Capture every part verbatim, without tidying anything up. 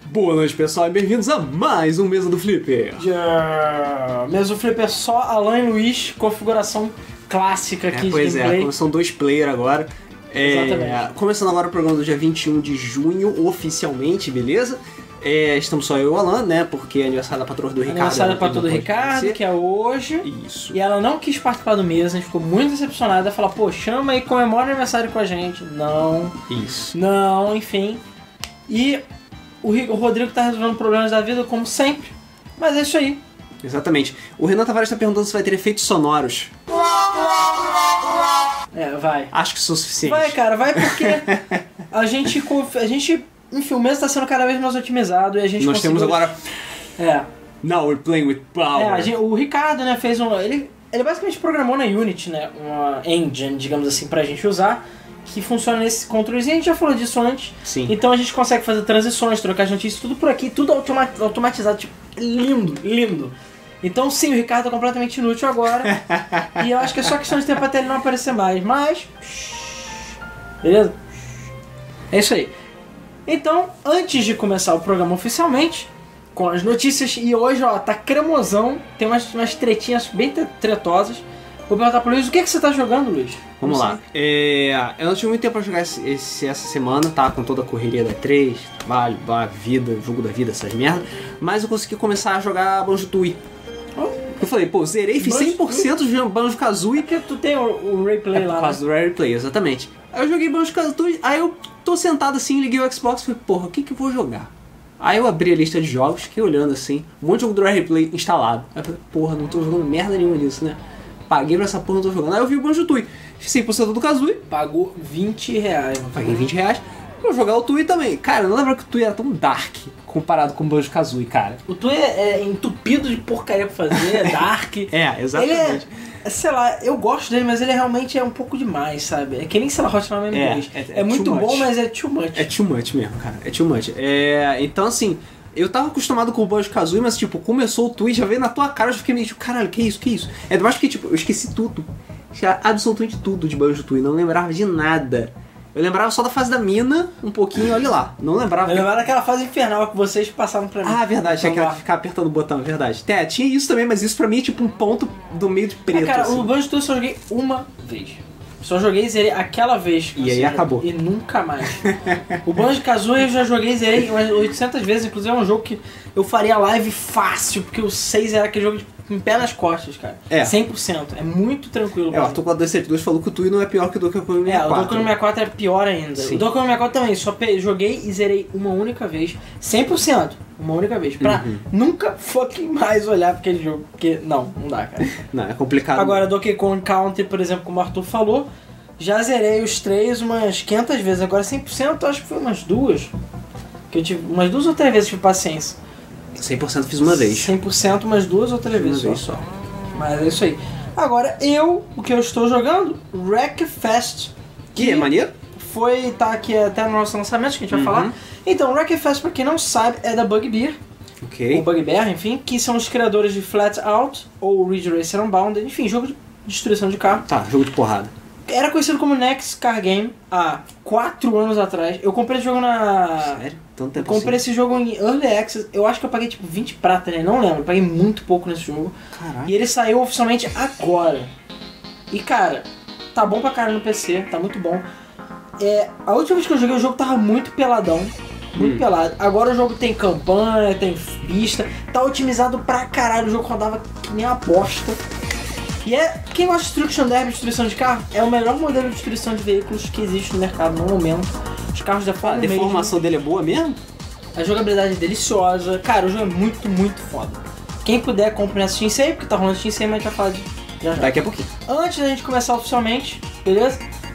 Boa noite, pessoal, e bem-vindos a mais um Mesa do Flipper. Yeah. Mesa do Flipper é só Alan e Luiz, configuração clássica aqui é, de pois gameplay. é, são dois player agora. É, Exatamente. começando agora o programa do dia vinte e um de junho, oficialmente, beleza? É, estamos só eu e o Alan, né? Porque é aniversário da patroa do Ricardo. Aniversário da ela patroa do não pode Ricardo, aparecer. que é hoje. Isso. E ela não quis participar do Mesa, a gente ficou muito decepcionada. Falou, pô, chama e comemora o aniversário com a gente. Não. Isso. Não, enfim. E o, Ri- o Rodrigo tá resolvendo problemas da vida, como sempre. Mas é isso aí. Exatamente. O Renan Tavares está perguntando se vai ter efeitos sonoros. É, vai. Acho que são suficientes. Vai, cara, vai porque a gente, conf- a gente, enfim, o mês tá sendo cada vez mais otimizado e a gente Nós conseguiu... temos agora... É, Now we're playing with power. é a gente- o Ricardo, né, fez um... Ele, ele basicamente programou na Unity, né, uma engine, digamos assim, pra gente usar, que funciona nesse controlezinho, a gente já falou disso antes. Sim. Então a gente consegue fazer transições, trocar as notícias, tudo por aqui, tudo automa- automatizado, tipo, lindo, lindo. Então sim, o Ricardo é completamente inútil agora. E eu acho que é só questão de tempo até ele não aparecer mais. Mas. Beleza? É isso aí. Então, antes de começar o programa oficialmente, com as notícias, e hoje, ó, tá cremosão, tem umas, umas tretinhas bem tre- tretosas. Vou perguntar pro Luiz, o que, é que você tá jogando, Luiz? Vamos Não lá. sei. É, eu não tive muito tempo pra jogar esse, esse- essa semana, tá? Com toda a correria da E três, trabalho, blá, vida, jogo da vida, essas merda. Mas eu consegui começar a jogar Banjo-Tooie. Eu falei, pô, zerei, fiz cem por cento de Banjo-Kazooie. Porque tu tem o, o replay É lá, por causa né? do Rare Play, exatamente. Aí eu joguei Banjo-Kazooie, aí eu tô sentado assim, liguei o Xbox e falei, porra, o que que eu vou jogar? Aí eu abri a lista de jogos, fiquei olhando assim, um monte de jogo do Rare Play instalado. Aí eu falei, porra, não tô jogando merda nenhuma disso, né? Paguei pra essa porra, não tô jogando. Aí eu vi o Banjo-Tooie, fiz cem por cento do Kazooie, Pagou vinte reais. Mano. paguei vinte reais, pra jogar o Tui também. Cara, eu não lembro que o Tui era tão dark comparado com o Banjo-Kazooie, cara. O Tu é, é entupido de porcaria pra fazer, é dark. É, exatamente. Ele é, sei lá, eu gosto dele, mas ele realmente é um pouco demais, sabe? É que nem, sei lá, Hotline M dois. É, É, é- é muito too bom, much. mas é too much. É too much mesmo, cara. É too much. É, então, assim, eu tava acostumado com o Banjo-Kazooie, mas, tipo, começou o Tui, já veio na tua cara, eu já fiquei meio tipo, caralho, que isso, que isso? É mais porque, tipo, eu esqueci tudo. Já absolutamente tudo de Banjo-Tooie, não lembrava de nada. Eu lembrava só da fase da mina, um pouquinho, olha lá. Não lembrava. Eu lembrava daquela fase infernal que vocês passaram pra mim. Ah, verdade, tinha Então, que ficar apertando o botão, verdade. É, tinha isso também, mas isso pra mim é tipo um ponto do meio de preto. Ah, cara, assim. o Banjo-Tooie eu só joguei uma vez. Só joguei e zerei aquela vez. E aí acabou. E nunca mais. O Banjo-Kazooie eu já joguei e zerei umas oitocentas vezes. Inclusive é um jogo que eu faria live fácil, porque o seis era aquele jogo de em pé nas costas, cara. É. cem por cento. É muito tranquilo. É, o cara. Arthur quatrocentos e setenta e dois falou que o Tui não é pior que o Donkey Kong É, sessenta e o quatro. Donkey Kong sessenta e quatro é pior ainda. Sim. O Donkey Kong sessenta e quatro também, só pe- joguei e zerei uma única vez, cem por cento, uma única vez, pra Uhum. nunca fucking mais olhar pra aquele jogo, porque não, não dá, cara. Não, é complicado. Agora, Donkey Kong Country, por exemplo, como o Arthur falou, já zerei os três umas quinhentas vezes, agora cem por cento acho que foi umas duas, que eu tive, umas duas ou três vezes tive paciência. cem por cento fiz uma vez. cem por cento umas duas ou três Uma vezes vez só. Mas é isso aí. Agora, eu, o que eu estou jogando, Wreckfest. Que é maneiro? Foi, tá aqui até no nosso lançamento que a gente vai Uhum. falar. Então, Wreckfest, pra quem não sabe, é da Bugbear, Ok. ou Bugbear, enfim, que são os criadores de Flat Out, ou Ridge Racer Unbounded, enfim, jogo de destruição de carro. Tá, jogo de porrada. Era conhecido como Next Car Game há quatro anos atrás. Eu comprei esse jogo na... Sério? Tanto Eu tempo comprei assim? esse jogo em Early Access, eu acho que eu paguei tipo vinte prata, né? Não lembro, eu paguei muito pouco nesse jogo. Caralho. E ele saiu oficialmente agora. E cara, tá bom pra caralho no P C, tá muito bom. É, a última vez que eu joguei o jogo tava muito peladão, muito Hum. pelado. Agora o jogo tem campanha, tem pista, tá otimizado pra caralho, o jogo rodava que nem uma bosta. E é, quem gosta de Destruction Derby, destruição de carro, é o melhor modelo de destruição de veículos que existe no mercado no momento. Os carros A deformam mesmo. deformação dele é boa mesmo? A jogabilidade é deliciosa. Cara, o jogo é muito, muito foda. Quem puder, compre nessa Steam Sale, porque tá rolando Steam Sale, mas a gente vai falar de já já. Daqui a pouquinho. Antes da gente começar oficialmente, beleza?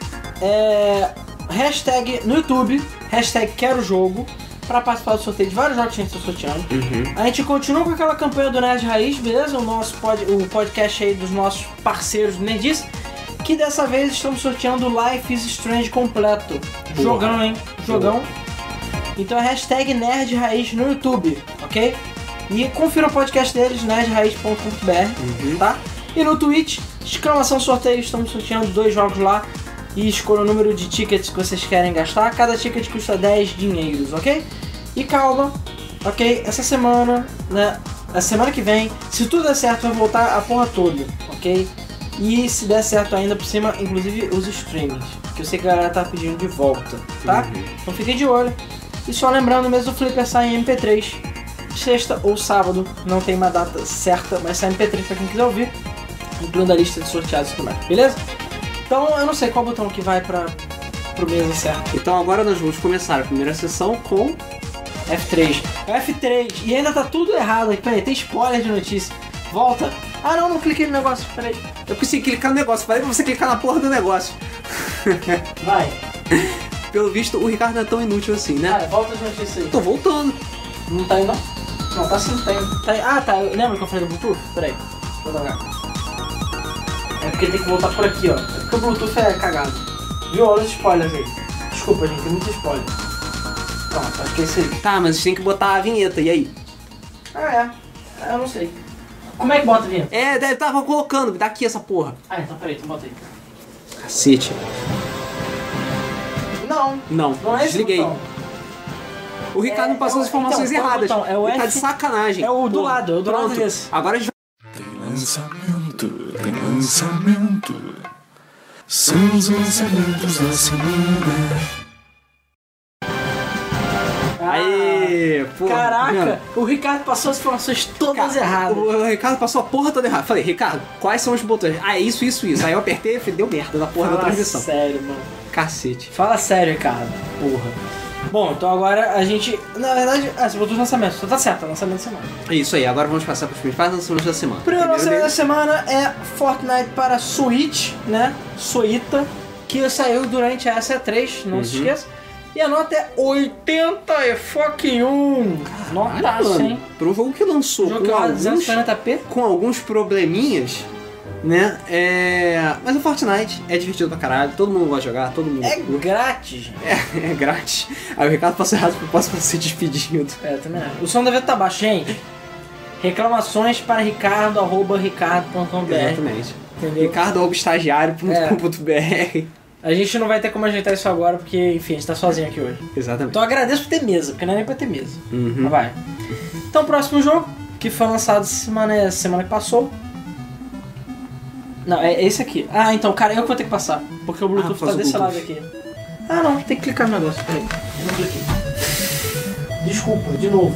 É... Hashtag no YouTube, hashtag quero jogo, pra participar do sorteio de vários jogos que a gente tá sorteando. Uhum. A gente continua com aquela campanha do Nerd Raiz, beleza? O nosso pod, o podcast aí dos nossos parceiros do Nerdice, que dessa vez estamos sorteando Life is Strange completo. Boa. Jogão, hein? Jogão. Então é hashtag Nerd Raiz no YouTube, ok? E confira o podcast deles, nerd raiz ponto com ponto b r, Uhum. tá? E no Twitch, exclamação sorteio, estamos sorteando dois jogos lá. E escolha o número de tickets que vocês querem gastar. Cada ticket custa dez dinheiros, ok? E calma, Ok, essa semana, né? A semana que vem, se tudo der certo, vai voltar a porra toda, ok? E se der certo ainda por cima, inclusive os streamings, que eu sei que a galera tá pedindo de volta, tá? Uhum. Então fiquem de olho. E só lembrando mesmo, o Flipper sai em M P três, sexta ou sábado, não tem uma data certa, mas sai em M P três pra quem quiser ouvir, incluindo a lista de sorteados e tudo mais, beleza? Então eu não sei qual botão que vai pra, pro mesa certo. Então agora nós vamos começar a primeira sessão com F três. F três. E ainda tá tudo errado aqui. Peraí, tem spoiler de notícia. Volta. Ah não, não cliquei no negócio. Peraí. Eu consegui clicar no negócio, falei pra você clicar na porra do negócio. Vai. Pelo visto, o Ricardo não é tão inútil assim, né? Vai, volta as notícias aí. Tô voltando. Não tá aí não? Não, tá sim, tá aí. Tá aí. Ah, tá. Lembra que eu falei do Bluetooth? Peraí. Vou dar uma... É porque tem que voltar por aqui, ó. É porque o Bluetooth é cagado. Viu? Olha os spoilers aí. Desculpa, gente. Tem muitos spoilers. Pronto, acho que é isso aí. Tá, mas tem que botar a vinheta, e aí? Ah, é. Eu não sei. Como é que bota a vinheta? É, deve tava colocando, me dá aqui essa porra. Ah, então peraí, então bota aí. Cacete. Não. Não, Não é esse desliguei. botão. O Ricardo É, me passou é o- as informações então, qual erradas. botão? É o Ele tá de F- sacanagem. é o do Porra. lado, é o do lado Pronto. desse. Agora a gente Tem lançamento, tem lançamento. São os lançamentos da semana. vai... Aê, porra. Caraca, Mano, o Ricardo passou as informações todas cara, erradas. O, o Ricardo passou a porra toda errada. Falei, Ricardo, quais são os botões? Ah, é isso, isso, isso. Aí eu apertei e falei, deu merda na porra da Fala transmissão. sério, mano. Cacete. Fala sério, Ricardo. Porra. Bom, então agora a gente... Na verdade, ah, você botou os lançamentos. Então tá certo, é lançamento da semana. É isso aí, agora vamos passar para os principais lançamentos da semana. O primeiro lançamento da deles- semana é Fortnite para Switch, né? Soita, que saiu durante a S E três, não se Uhum. esqueça. E a nota é oitenta e fucking um. Notaça, mano, hein? para um jogo que lançou O jogo com que roda alguns, duzentos e quarenta p. com alguns probleminhas, né? É... Mas o Fortnite é divertido pra caralho, todo mundo gosta de jogar, todo mundo É curte. grátis, gente. É, é grátis. Aí o Ricardo passou errado porque posso ser despedido. É, também é. O som deve estar baixo, gente. Reclamações para ricardo, arroba ricardo ponto com ponto b r. Exatamente. Entendeu? Ricardo arroba estagiário ponto com ponto b r. A gente não vai ter como ajeitar isso agora, porque, enfim, a gente tá sozinho aqui hoje. Exatamente. Então eu agradeço por ter mesa, porque não é nem pra ter mesa. Uhum. Mas vai. Então o próximo jogo, que foi lançado semana, semana que passou. Não, é esse aqui. Ah, então, cara, eu que vou ter que passar. Porque o Bluetooth Ah, tá faz o desse lado Bluetooth. aqui. Ah, não, tem que clicar no negócio. Peraí. Eu não cliquei. Desculpa, de novo.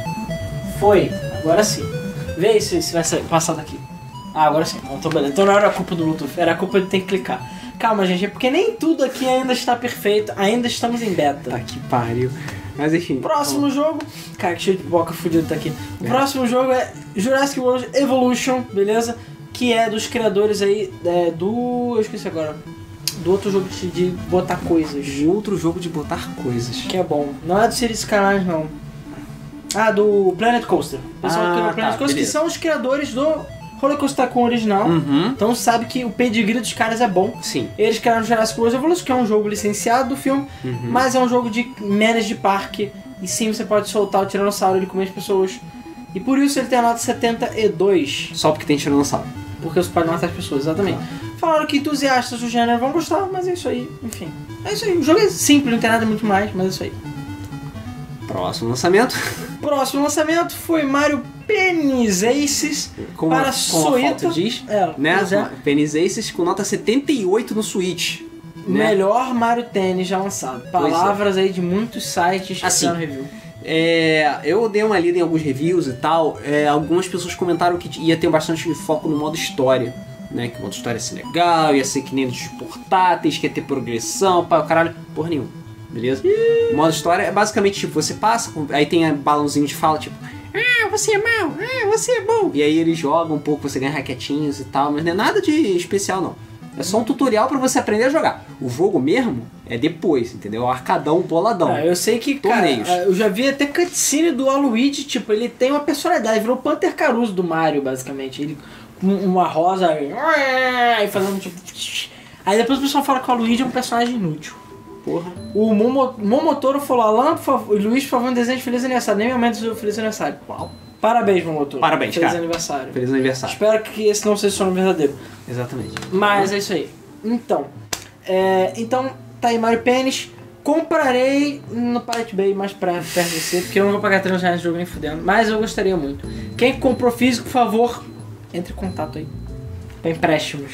Foi. Agora sim. Vê aí se, se vai sair- passar daqui. Ah, agora sim. Então, beleza. Então não era a culpa do Bluetooth, era a culpa de ter que clicar. Calma, gente, é porque nem tudo aqui ainda está perfeito. Ainda estamos em beta. Tá que pariu. Mas enfim. Próximo jogo. Cara, que cheio de boca fudido tá aqui. O É. próximo jogo é Jurassic World Evolution, beleza? Que é dos criadores aí é, do. Eu esqueci agora. Do outro jogo de, de botar coisas. De outro jogo de botar coisas. Que é bom. Não é do Cities Canais, não. Ah, do Planet Coaster. O pessoal Ah, que criou o tá, Planet Coaster, beleza. que são os criadores do Roller Coaster Tycoon original. Uhum. Então sabe que o pedigree dos caras é bom. Sim. Eles criaram Jurassic World Evolution, que é um jogo licenciado do filme, Uhum. mas é um jogo de manage de parque. E sim, você pode soltar o tiranossauro e comer as pessoas. E por isso ele tem a nota setenta e dois. Só porque tem tiranossauro. Porque você pode matar as pessoas, exatamente. Falaram que entusiastas do gênero vão gostar, mas é isso aí, enfim. É isso aí. O jogo é simples, não tem nada muito mais, mas é isso aí. Próximo lançamento. Próximo lançamento foi Mario Penny's Aces Com para a, como a Soita. foto diz. É, Né? pois é. Penny's Aces com nota setenta e oito no Switch. Né? Melhor Mario Tennis já lançado. Palavras aí de muitos sites que Assim, fizeram review. É, eu dei uma lida em alguns reviews e tal. É, algumas pessoas comentaram que ia ter bastante foco no modo história. Né? Que o modo história ia ser legal, ia ser que nem dos portáteis, que ia ter progressão, pá, caralho, porra nenhuma. Beleza? O modo história é basicamente tipo, você passa, aí tem a balãozinho de fala, tipo, ah, você é mau, ah, você é bom. E aí eles jogam um pouco, você ganha raquetinhos e tal, mas não é nada de especial não. É só um tutorial pra você aprender a jogar. O jogo mesmo é depois, entendeu? Arcadão, boladão. Ah, eu sei que, cara, Torneios. eu já vi até cutscene do Waluigi, tipo, ele tem uma personalidade, virou o Panther Caruso do Mario, basicamente. Ele com uma rosa e fazendo tipo... Aí depois o pessoal fala que o Waluigi é um personagem inútil. Porra. O Momo, Momotoro falou, Alan, por favor, Luiz, por favor, um desenho de Feliz Aniversário. Nem me aumenta o Feliz Aniversário. Uau. Parabéns, Momotoro. Parabéns, Feliz cara. aniversário. Feliz aniversário. Espero que esse não seja o nome verdadeiro. Exatamente. Mas é isso aí. Então, é, então tá aí Mario Pennis. Comprarei no Pirate Bay mais pra, perto de você, porque eu não vou pagar trezentos reais no jogo nem fudendo. Mas eu gostaria muito. Quem comprou físico, por favor, entre em contato aí. Pra empréstimos.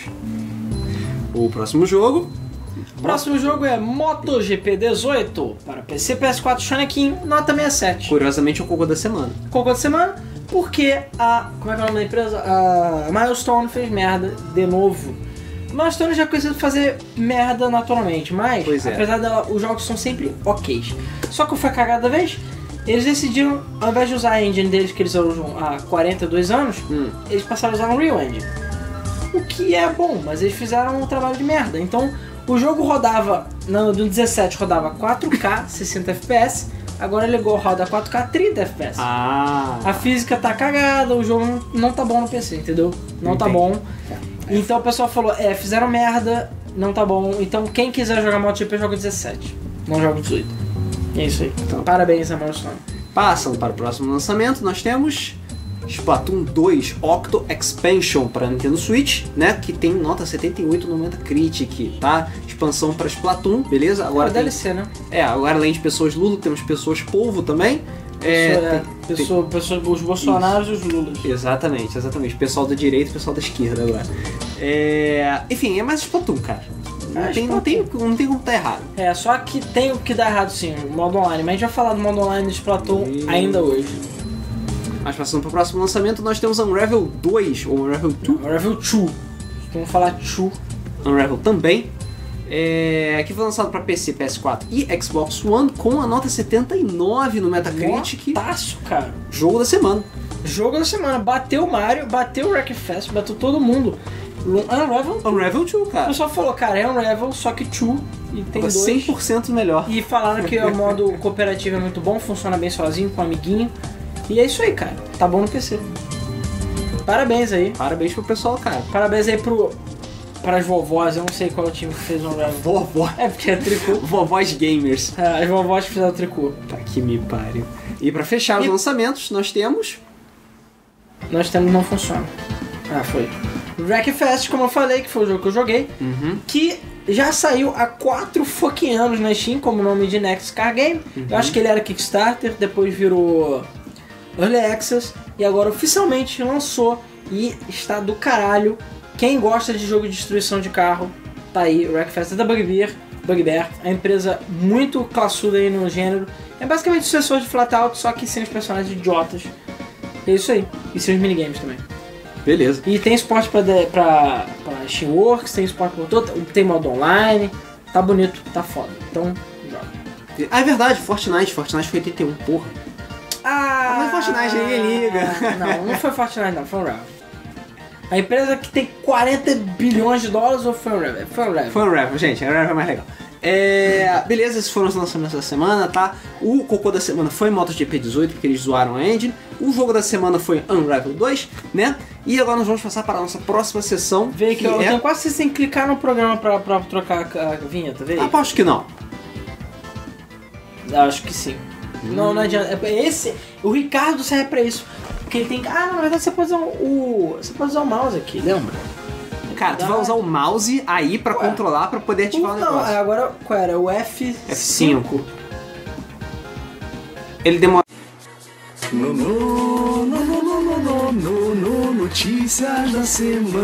O próximo jogo... O próximo jogo é MotoGP dezoito para P C, P S quatro, Shonekin, nota sessenta e sete. Curiosamente é o Cocô da semana. Cocô da semana, porque a... Como é que é o nome da empresa? A Milestone fez merda de novo. Milestone já é conhecido por fazer merda naturalmente, mas Pois é. apesar dela, os jogos são sempre ok. Só que foi cagada da vez, eles decidiram, ao invés de usar a engine deles que eles usam há quarenta e dois anos, Hum. eles passaram a usar um Unreal Engine. O que é bom, mas eles fizeram um trabalho de merda. Então, o jogo rodava, no do dezessete rodava quatro K, sessenta F P S, agora ele roda quatro K, trinta F P S. Ah... A física tá cagada, o jogo não, não tá bom no P C, entendeu? Não tá Entendi. bom. Então o pessoal falou, é, fizeram merda, não tá bom. Então quem quiser jogar MotoGP joga dezessete, não joga dezoito. E é isso aí. Então. Parabéns a Milestone. Passando para o próximo lançamento, nós temos Splatoon dois Octo Expansion para Nintendo Switch, né? Que tem nota setenta e oito no Metacritic, tá? Expansão para Splatoon, beleza? Agora Agora tem... D L C, né? É, agora além de pessoas Lula, temos pessoas polvo também. É, Pessoa, é, tem- pessoa, pessoa, os Bolsonaros e os Lulas. Exatamente, exatamente. Pessoal da direita e pessoal da esquerda agora. É... Enfim, é mais Splatoon, cara. Não, É, tem, não, tem, não tem como tá errado. É, só que tem o que dá errado sim, o modo online. Mas a gente vai falar do modo online do Splatoon Ih. ainda hoje. Mas passando para o próximo lançamento, nós temos Unravel dois, ou Unravel dois. Unravel dois. Vamos falar dois. Unravel também, é, que foi lançado para P C, P S quatro e Xbox One com a nota setenta e nove no Metacritic. Notaço, cara. Jogo da semana. Jogo da semana. Bateu o Mario, bateu o Wreckfest, bateu todo mundo. Unravel. Unravel dois, O cara. pessoal falou, cara, é Unravel, só que dois. E tem dois. cem por cento melhor. E falaram que o modo cooperativo é muito bom, funciona bem sozinho, com um amiguinho. E é isso aí, cara. Tá bom no P C. Parabéns aí. Parabéns pro pessoal, cara. Parabéns aí pro... para as vovós. Eu não sei qual é o time que fez o Unravel. Vovó. É porque é tricô. Vovós gamers. É, as vovós que fizeram tricô. Tá que me pariu. E pra fechar os E- lançamentos, nós temos... Nós temos não funciona. Ah, foi. Wreckfest, como eu falei, que foi o jogo que eu joguei. Uhum. Que já saiu há quatro fucking anos na Steam, como nome de Next Car Game. Eu acho que ele era Kickstarter, depois virou Early Access e agora oficialmente lançou e está do caralho. Quem gosta de jogo de destruição de carro, tá aí, o Wreckfest é da Bugbear, Bugbear, é uma empresa muito classuda aí no gênero. É basicamente o sucessor de Flatout, só que sem os personagens idiotas. É isso aí, e seus minigames também. Beleza. E tem suporte pra, de- pra, pra Steamworks, tem suporte pra todo, tem modo online, tá bonito, tá foda. Então, joga. Ah, é verdade, Fortnite. Fortnite foi oitenta e um, porra. Ah, mas Fortnite, ninguém liga. Não, não foi Fortnite não, foi um Unravel. A empresa que tem quarenta bilhões de dólares ou foi um Unravel? Foi um Unravel. Foi um Unravel, gente. O Unravel é mais legal. É, beleza, esses foram os lançamentos da semana, tá? O cocô da semana foi MotoGP dezoito, porque eles zoaram a engine. O jogo da semana foi Unravel dois, né? E agora nós vamos passar para a nossa próxima sessão. Vê que, eu é... tenho quase sem clicar no programa pra, pra trocar a, a vinheta, vê aí? Aposto que não. Acho que sim. Não, não adianta. É esse, o Ricardo serve pra isso. Porque ele tem que. Ah, não, na verdade você pode usar o. Você pode usar o mouse aqui, lembra? Cara, tu vai usar o mouse aí pra Ué. controlar, pra poder ativar o Não, negócio. agora qual era? O F F cinco. Ele demora. No, no, no, no, no, no, no, no, notícias da semana.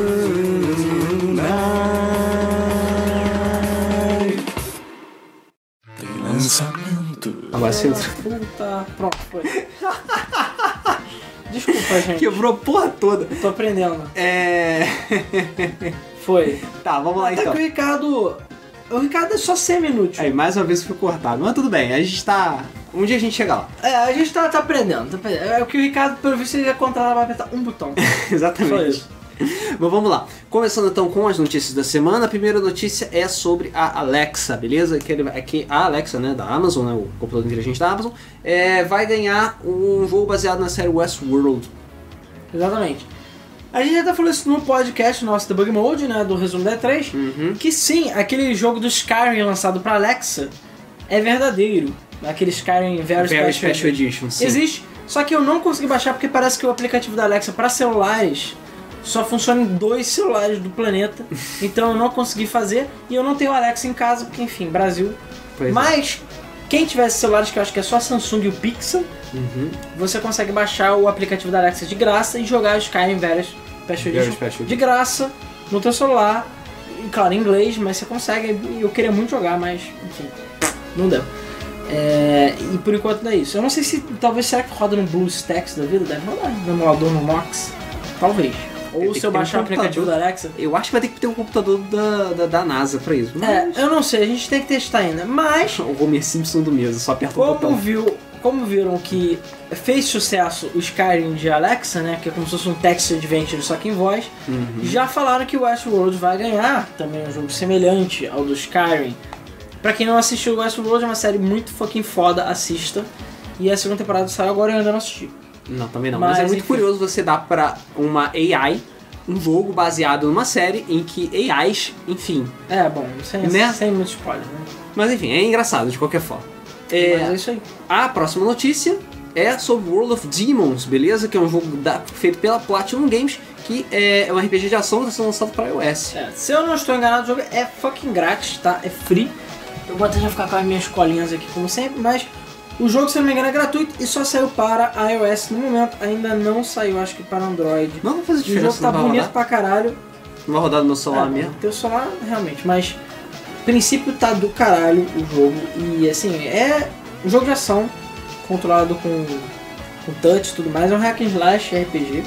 Tem lançamento. Agora sim. Puta, pronto, foi. Desculpa, gente. Quebrou a porra toda. Tô aprendendo. É. Foi. Tá, vamos lá Até então. que o Ricardo. O Ricardo é só semi-inútil. Aí, mais uma vez foi cortado. Mas tudo bem, a gente tá. Um dia a gente chega lá. É, a gente tá, tá aprendendo, tá aprendendo. É o que o Ricardo, pelo visto, ele ia contratar pra apertar um botão. Exatamente. Só isso. Mas vamos lá. Começando então com as notícias da semana. A primeira notícia é sobre a Alexa, beleza? Que, ele, é que a Alexa, né, da Amazon, né, o computador inteligente da Amazon, é, vai ganhar um jogo baseado na série Westworld. Exatamente. A gente já tá falando isso no podcast nosso Debug Mode, né, do resumo da E três, Uhum. que sim, aquele jogo do Skyrim lançado pra Alexa é verdadeiro. Aquele Skyrim Very, Very Special, Special Edition, sim. Existe, só que eu não consegui baixar porque parece que o aplicativo da Alexa para celulares só funciona em dois celulares do planeta. Então eu não consegui fazer e eu não tenho Alexa em casa, porque enfim, Brasil. Pois é. Mas, quem tivesse celulares, que eu acho que é só a Samsung e o Pixel, Uhum. você consegue baixar o aplicativo da Alexa de graça e jogar Skyrim Various Special Very Edition Special de graça no teu celular. E, claro, em inglês, mas você consegue. E eu queria muito jogar, mas, enfim, não deu. É, e por enquanto não é isso. Eu não sei se, talvez, será que roda no BlueStacks da vida? Deve rodar no emulador no Mox. Talvez. Ou Tem se que eu ter um baixar o aplicativo computador. da Alexa. Eu acho que vai ter que ter um computador da, da, da NASA pra isso. É, Mas... eu não sei, a gente tem que testar ainda. Mas, O Homer Simpson do mesa, só aperta o como, botão. viu, como viram que fez sucesso o Skyrim de Alexa, né? Que é como se fosse um text adventure só que em voz. Uhum. Já falaram que o Westworld vai ganhar também um jogo semelhante ao do Skyrim. Pra quem não assistiu, o Westworld é uma série muito fucking foda, assista. E a segunda temporada saiu agora e eu ainda não assisti. Não, também não. Mas, Mas, é muito enfim. curioso você dar pra uma A I um jogo baseado numa série em que A Is, enfim. É, bom, sem, Né? sem muito spoiler, né? Mas enfim, é engraçado de qualquer forma. Mas é É, isso aí. a próxima notícia é sobre World of Demons, beleza? Que é um jogo da- feito pela Platinum Games, que é um R P G de ação que está sendo lançado para iOS. É, se eu não estou enganado, o jogo é fucking grátis, tá? É free. Eu vou até já ficar com as minhas colinhas aqui, como sempre, mas o jogo, se eu não me engano, é gratuito e só saiu para iOS no momento. Ainda não saiu, acho que para Android. Não vai fazer O diferença, jogo tá não vai bonito rodar. pra caralho. Não vai rodar no meu celular É, mesmo. teu celular, realmente, mas a princípio tá do caralho o jogo. E assim, é um jogo de ação, controlado com, com touch e tudo mais. É um hack and slash R P G.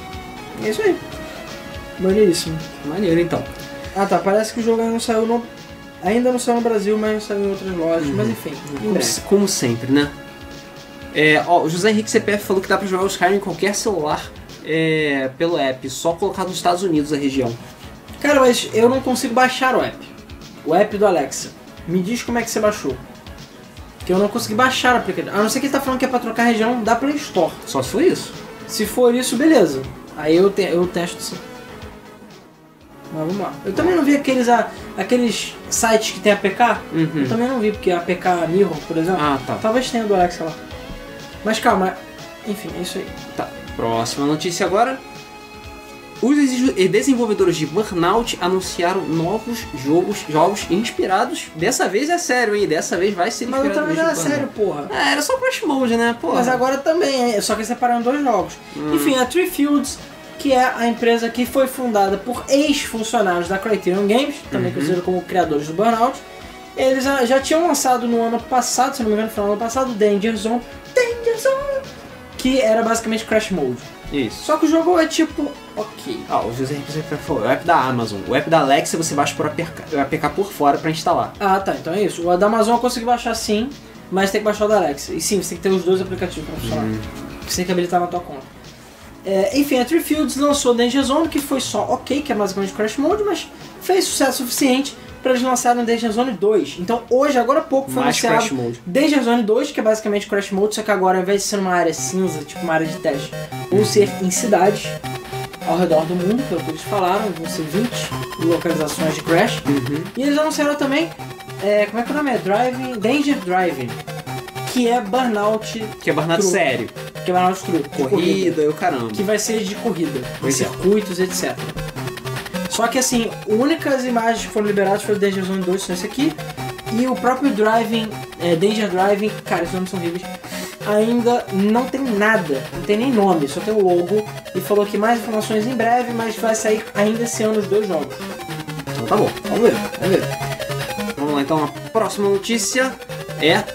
É isso aí. Maneiríssimo. Maneiro então. Ah tá, parece que o jogo ainda não saiu no, ainda não saiu no Brasil, mas saiu em outras lojas. Uhum. Mas enfim, em Como, breve. como sempre, né? É, ó, o José Henrique C P F falou que dá pra jogar o Skyrim em qualquer celular é, pelo app, só colocar nos Estados Unidos a região. Cara, mas eu não consigo baixar o app. O app do Alexa. Me diz como é que você baixou. Que eu não consegui baixar o aplicativo. A não ser que ele tá falando que é pra trocar a região da Play Store. Só se for isso. Se for isso, beleza. Aí eu, te, eu testo sim. Mas vamos lá. Eu também não vi aqueles, a, aqueles sites que tem A P K. Uhum. Eu também não vi, porque A P K Mirror, por exemplo. Ah, tá. Talvez tenha do Alexa lá. Mas calma. Enfim, é isso aí. Tá. Próxima notícia agora. Os des- desenvolvedores de Burnout anunciaram novos jogos, jogos inspirados. Dessa vez é sério, hein? Dessa vez vai ser Mas inspirado outra vez no era jogo sério, Burnout. porra. Ah, era só Crash Mode, né? Porra. Mas agora também, é, só que separaram dois jogos. Hum. Enfim, a Three Fields, que é a empresa que foi fundada por ex-funcionários da Criterion Games, também Uhum. conhecido como criadores do Burnout, eles já já tinham lançado no ano passado, se não me engano, no final do ano passado, Danger Zone, Danger Zone, que era basicamente Crash Mode. Isso. Só que o jogo é tipo, ok. Ah, o José Henrique C P F falou. O app da Amazon. O app da Alexa você baixa por A P K, A P K por fora pra instalar. Ah, tá, então é isso. O da Amazon eu consegui baixar sim, mas tem que baixar o da Alexa. E sim, você tem que ter os dois aplicativos pra funcionar. Hum. Que você tem que habilitar na tua conta. É, enfim, a Three Fields lançou Danger Zone, que foi só ok, que é basicamente Crash Mode, mas fez sucesso suficiente para eles lançarem Danger Zone dois. Então hoje, agora há pouco, foi Mais anunciado Crash Mode. Danger Zone dois, que é basicamente Crash Mode, só que agora, ao invés de ser uma área cinza, tipo uma área de teste, vão ser em cidades ao redor do mundo, pelo que eles falaram, vão ser vinte localizações de Crash. Uhum. E eles anunciaram também, é, como é que é o nome? É Driving, Danger Driving, que é Burnout, Que é Burnout True. sério. que é Burnout True, de Corrida e o caramba. que vai ser de corrida, de Pois é. circuitos, etcétera. Só que assim, as únicas imagens que foram liberadas foi o Danger Zone dois, são esse aqui, e o próprio Driving, é, Danger Driving, cara, esses nomes são horríveis, ainda não tem nada, não tem nem nome, só tem o logo, e falou que mais informações em breve, mas vai sair ainda esse ano os dois jogos. Então tá bom. Vamos ver, vamos ver. Vamos lá, então a próxima notícia é...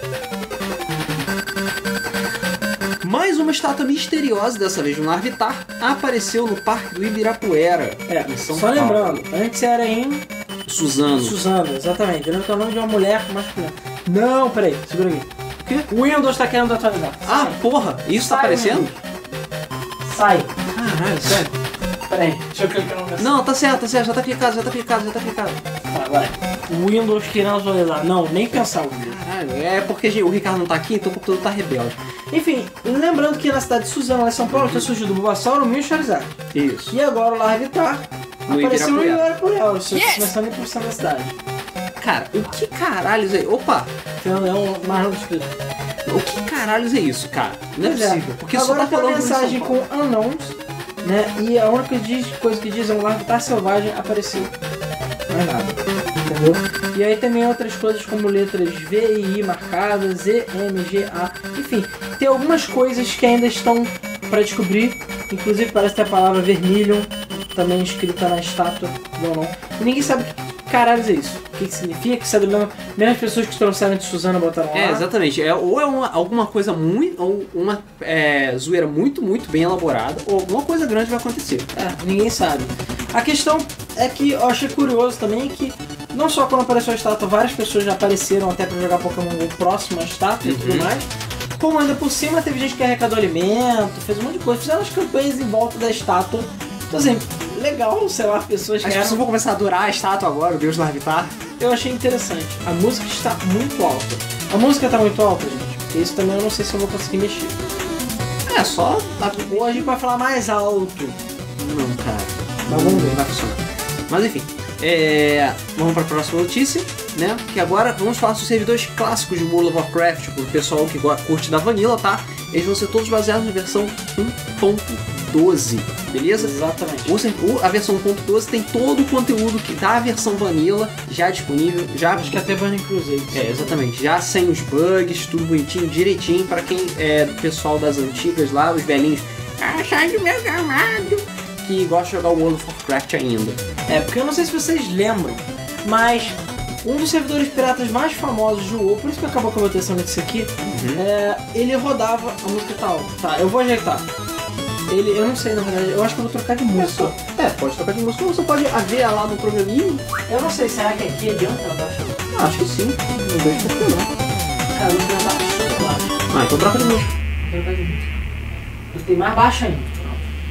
Mais uma estátua misteriosa, dessa vez de um Larvitar, apareceu no Parque do Ibirapuera, É, em São só Paulo. lembrando, antes era em Suzano. Suzano, exatamente, eu lembro que é o nome de uma mulher masculina. Não, peraí, segura aqui. O quê? O Windows tá querendo atualizar. Ah, porra! Isso tá Sai, aparecendo? Windows. Sai. Caralho, sério? Peraí, deixa eu clicar no meu. Não, tá certo, tá certo, já tá clicado, já tá clicado, já tá clicado. Tá, vai. O Windows querendo atualizar. Não, nem pensar o Windows. Caralho, é porque gente, o Ricardo não tá aqui, então o computador tá rebelde. Enfim, lembrando que na cidade de Suzano, lá em São Paulo, tinha surgido o Bulbasaur, o Mew e o Charizard. Isso. E agora o Larvitar No apareceu no Ibirapuera. Ibirapuera, isso yes! Começando a ir por cima da cidade. Cara, o que caralhos é... Opa! Então é um mais difícil. O que caralhos é isso, cara? Não é Pois é. possível. Porque só Agora tá tem uma falando de mensagem São Paulo. com unknowns, né? E a única diz- coisa que diz é um Larvitar selvagem apareceu. Mais nada. entendeu? E aí também outras coisas como letras V e I marcadas, E, M, G, A, enfim, tem algumas coisas que ainda estão para descobrir, inclusive parece ter a palavra vermilion também escrita na estátua, não, não. E ninguém sabe o que caralho é isso, o que, que significa, que sabe mesmo, mesmo as pessoas que trouxeram de Suzano botaram lá. É, exatamente, é, ou é uma, alguma coisa muito, ou uma é, zoeira muito, muito bem elaborada, ou alguma coisa grande vai acontecer. É, ninguém sabe. A questão é que eu achei curioso também que não só quando apareceu a estátua, várias pessoas já apareceram até pra jogar Pokémon GO próximo à estátua Uhum. e tudo mais. Como ainda por cima teve gente que arrecadou alimento, fez um monte de coisa, fizeram as campanhas em volta da estátua. Então assim, legal, sei lá, pessoas que As pessoas eram... vão começar a adorar a estátua agora, o Deus do Larvitar. Eu achei interessante. A música está muito alta. A música está muito alta, gente. Porque isso também eu não sei se eu vou conseguir mexer. É, só... Ou a gente vai falar mais alto. Não, cara. Mas vamos ver, vai funcionar. Mas enfim, é... vamos para a próxima notícia, né? Que agora vamos falar sobre os servidores clássicos de World of Warcraft, pro pessoal que curte da Vanilla, tá? Eles vão ser todos baseados na versão um ponto doze, beleza? Exatamente. O, o, a versão um ponto doze tem todo o conteúdo que da versão Vanilla já disponível, já... Acho que até Burning Crusade. É, exatamente. Já sem os bugs, tudo bonitinho, direitinho, para quem é do pessoal das antigas lá, os velhinhos. Ah, sai do meu gramado! Que gosta de jogar o World of Warcraft ainda. É, porque eu não sei se vocês lembram, mas um dos servidores piratas mais famosos de WoW, por isso que acabou com a votação disso aqui, Uhum. é, ele rodava a música tal. Tá, eu vou ajeitar. Ele, eu não sei na verdade, eu acho que eu vou trocar de música. É, pode trocar de música, ou você pode ver lá no programinho. Eu não sei, será que aqui adianta? Eu acho. Ah, acho que sim. Não vejo por que não. Cara, eu vou tentar lá. Ah, então troca de música. Trocar de música. Eu tenho mais baixo ainda.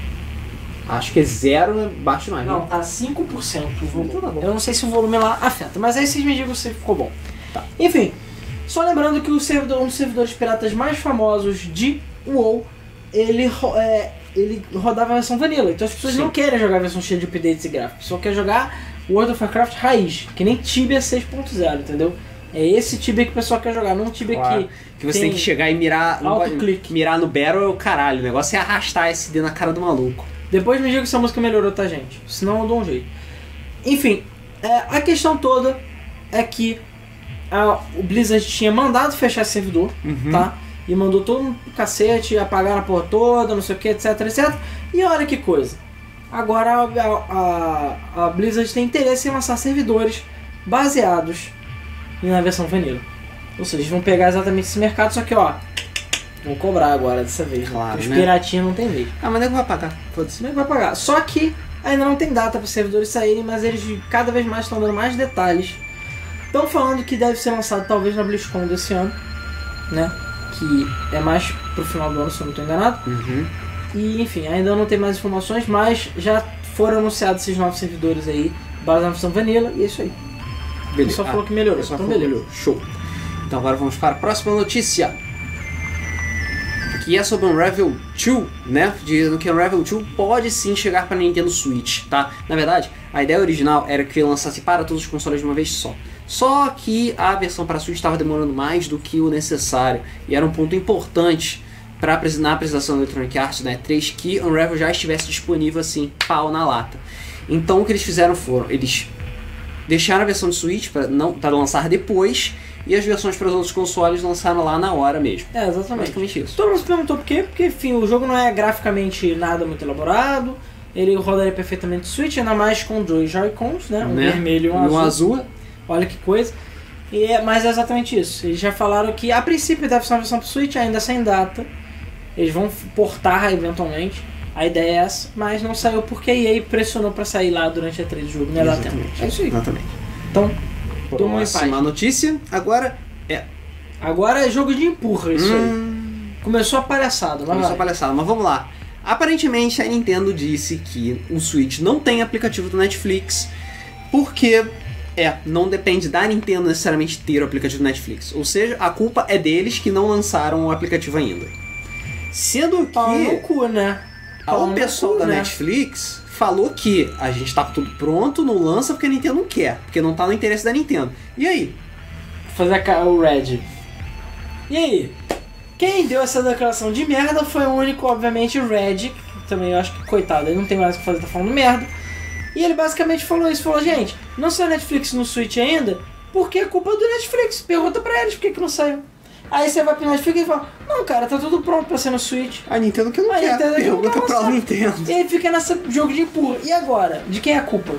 Acho que é zero, baixo mais. Não, Né? tá cinco por cento o volume. Então tá bom. Eu não sei se o volume lá afeta, mas aí vocês me digam se ficou bom. Tá. Enfim, só lembrando que o servidor, um dos servidores piratas mais famosos de WoW, ele, ro- é, ele rodava a versão vanilla. Então as pessoas Sim. não querem jogar a versão cheia de updates e gráficos, só quer jogar World of Warcraft raiz, que nem Tibia seis ponto zero, entendeu? É esse Tibia que o pessoal quer jogar, não um Tibia Claro. que... Que você tem, tem que chegar e mirar. Não pode autoclique. mirar no Battle é o caralho. O negócio é arrastar esse D na cara do maluco. Depois me diga se a música melhorou, tá, gente? Senão eu dou um jeito. Enfim, é, a questão toda é que a, o Blizzard tinha mandado fechar esse servidor, Uhum. tá? E mandou todo um cacete, apagaram a porra toda, não sei o que, etc, etcétera. E olha que coisa. Agora a, a, a Blizzard tem interesse em lançar servidores baseados na versão vanilla. Ou seja, eles vão pegar exatamente esse mercado, só que ó, vão cobrar agora dessa vez, Claro, né? Porque os né? piratinhos não tem vez. Ah, mas nem vai pagar. Foda-se. Como é que vai pagar? Só que ainda não tem data para os servidores saírem, mas eles cada vez mais estão dando mais detalhes. Estão falando que deve ser lançado talvez na BlizzCon desse ano, né? Que é mais pro final do ano, se eu não estou enganado. Uhum. E enfim, ainda não tem mais informações, mas já foram anunciados esses novos servidores aí, baseados na versão Vanilla, e é isso aí. Ele só falou que melhorou, Só então falou que beleza. melhorou. Show. Então agora vamos para a próxima notícia. Que é sobre Unravel dois, né? Dizendo que Unravel dois pode sim chegar para Nintendo Switch, tá? Na verdade, a ideia original era que ele lançasse para todos os consoles de uma vez só. Só que a versão para Switch estava demorando mais do que o necessário. E era um ponto importante para na apresentação da Electronic Arts da E três que Unravel já estivesse disponível assim, pau na lata. Então o que eles fizeram foram, eles deixaram a versão de Switch para não para lançar depois, e as versões para os outros consoles lançaram lá na hora mesmo. É, exatamente. Basicamente isso. Todo mundo se perguntou por quê? Porque, enfim, o jogo não é graficamente nada muito elaborado, ele rodaria perfeitamente Switch, ainda mais com dois Joy-Cons, né? Um Né? vermelho e um E azul. um azul. Olha que coisa. E é, mas é exatamente isso. Eles já falaram que a princípio deve ser uma versão pro Switch, ainda sem data. Eles vão portar eventualmente. A ideia é essa, mas não saiu porque a E A pressionou pra sair lá durante a E três do jogo. Não ia dar tempo. Exatamente. É isso aí. Exatamente. Então, toma uma Próxima paz. notícia. Agora é. Agora é jogo de empurra isso aí. Hum, Começou a palhaçada, mas começou a vai. palhaçada, mas vamos lá. Aparentemente a Nintendo disse que o Switch não tem aplicativo do Netflix porque é, não depende da Nintendo necessariamente ter o aplicativo do Netflix. Ou seja, a culpa é deles que não lançaram o aplicativo ainda. Sendo que Pau no cu, né? Pau o no pessoal cu, da né? Netflix falou que a gente tá tudo pronto, não lança porque a Nintendo não quer, porque não tá no interesse da Nintendo. E aí? Fazer a ca- o Red. E aí? Quem deu essa declaração de merda foi o único, obviamente, o Red. Que também eu acho que, coitado, ele não tem mais o que fazer, tá falando merda. E ele basicamente falou isso, falou, gente, não saiu Netflix no Switch ainda, porque é culpa do Netflix. Pergunta pra eles por que que não saiu. Aí você vai pro Netflix e fala, não cara, tá tudo pronto pra ser no Switch. A Nintendo que não A quer, Nintendo que não pergunta quer pra lançar. Nintendo. E aí fica nesse jogo de empurra. E agora? De quem é a culpa?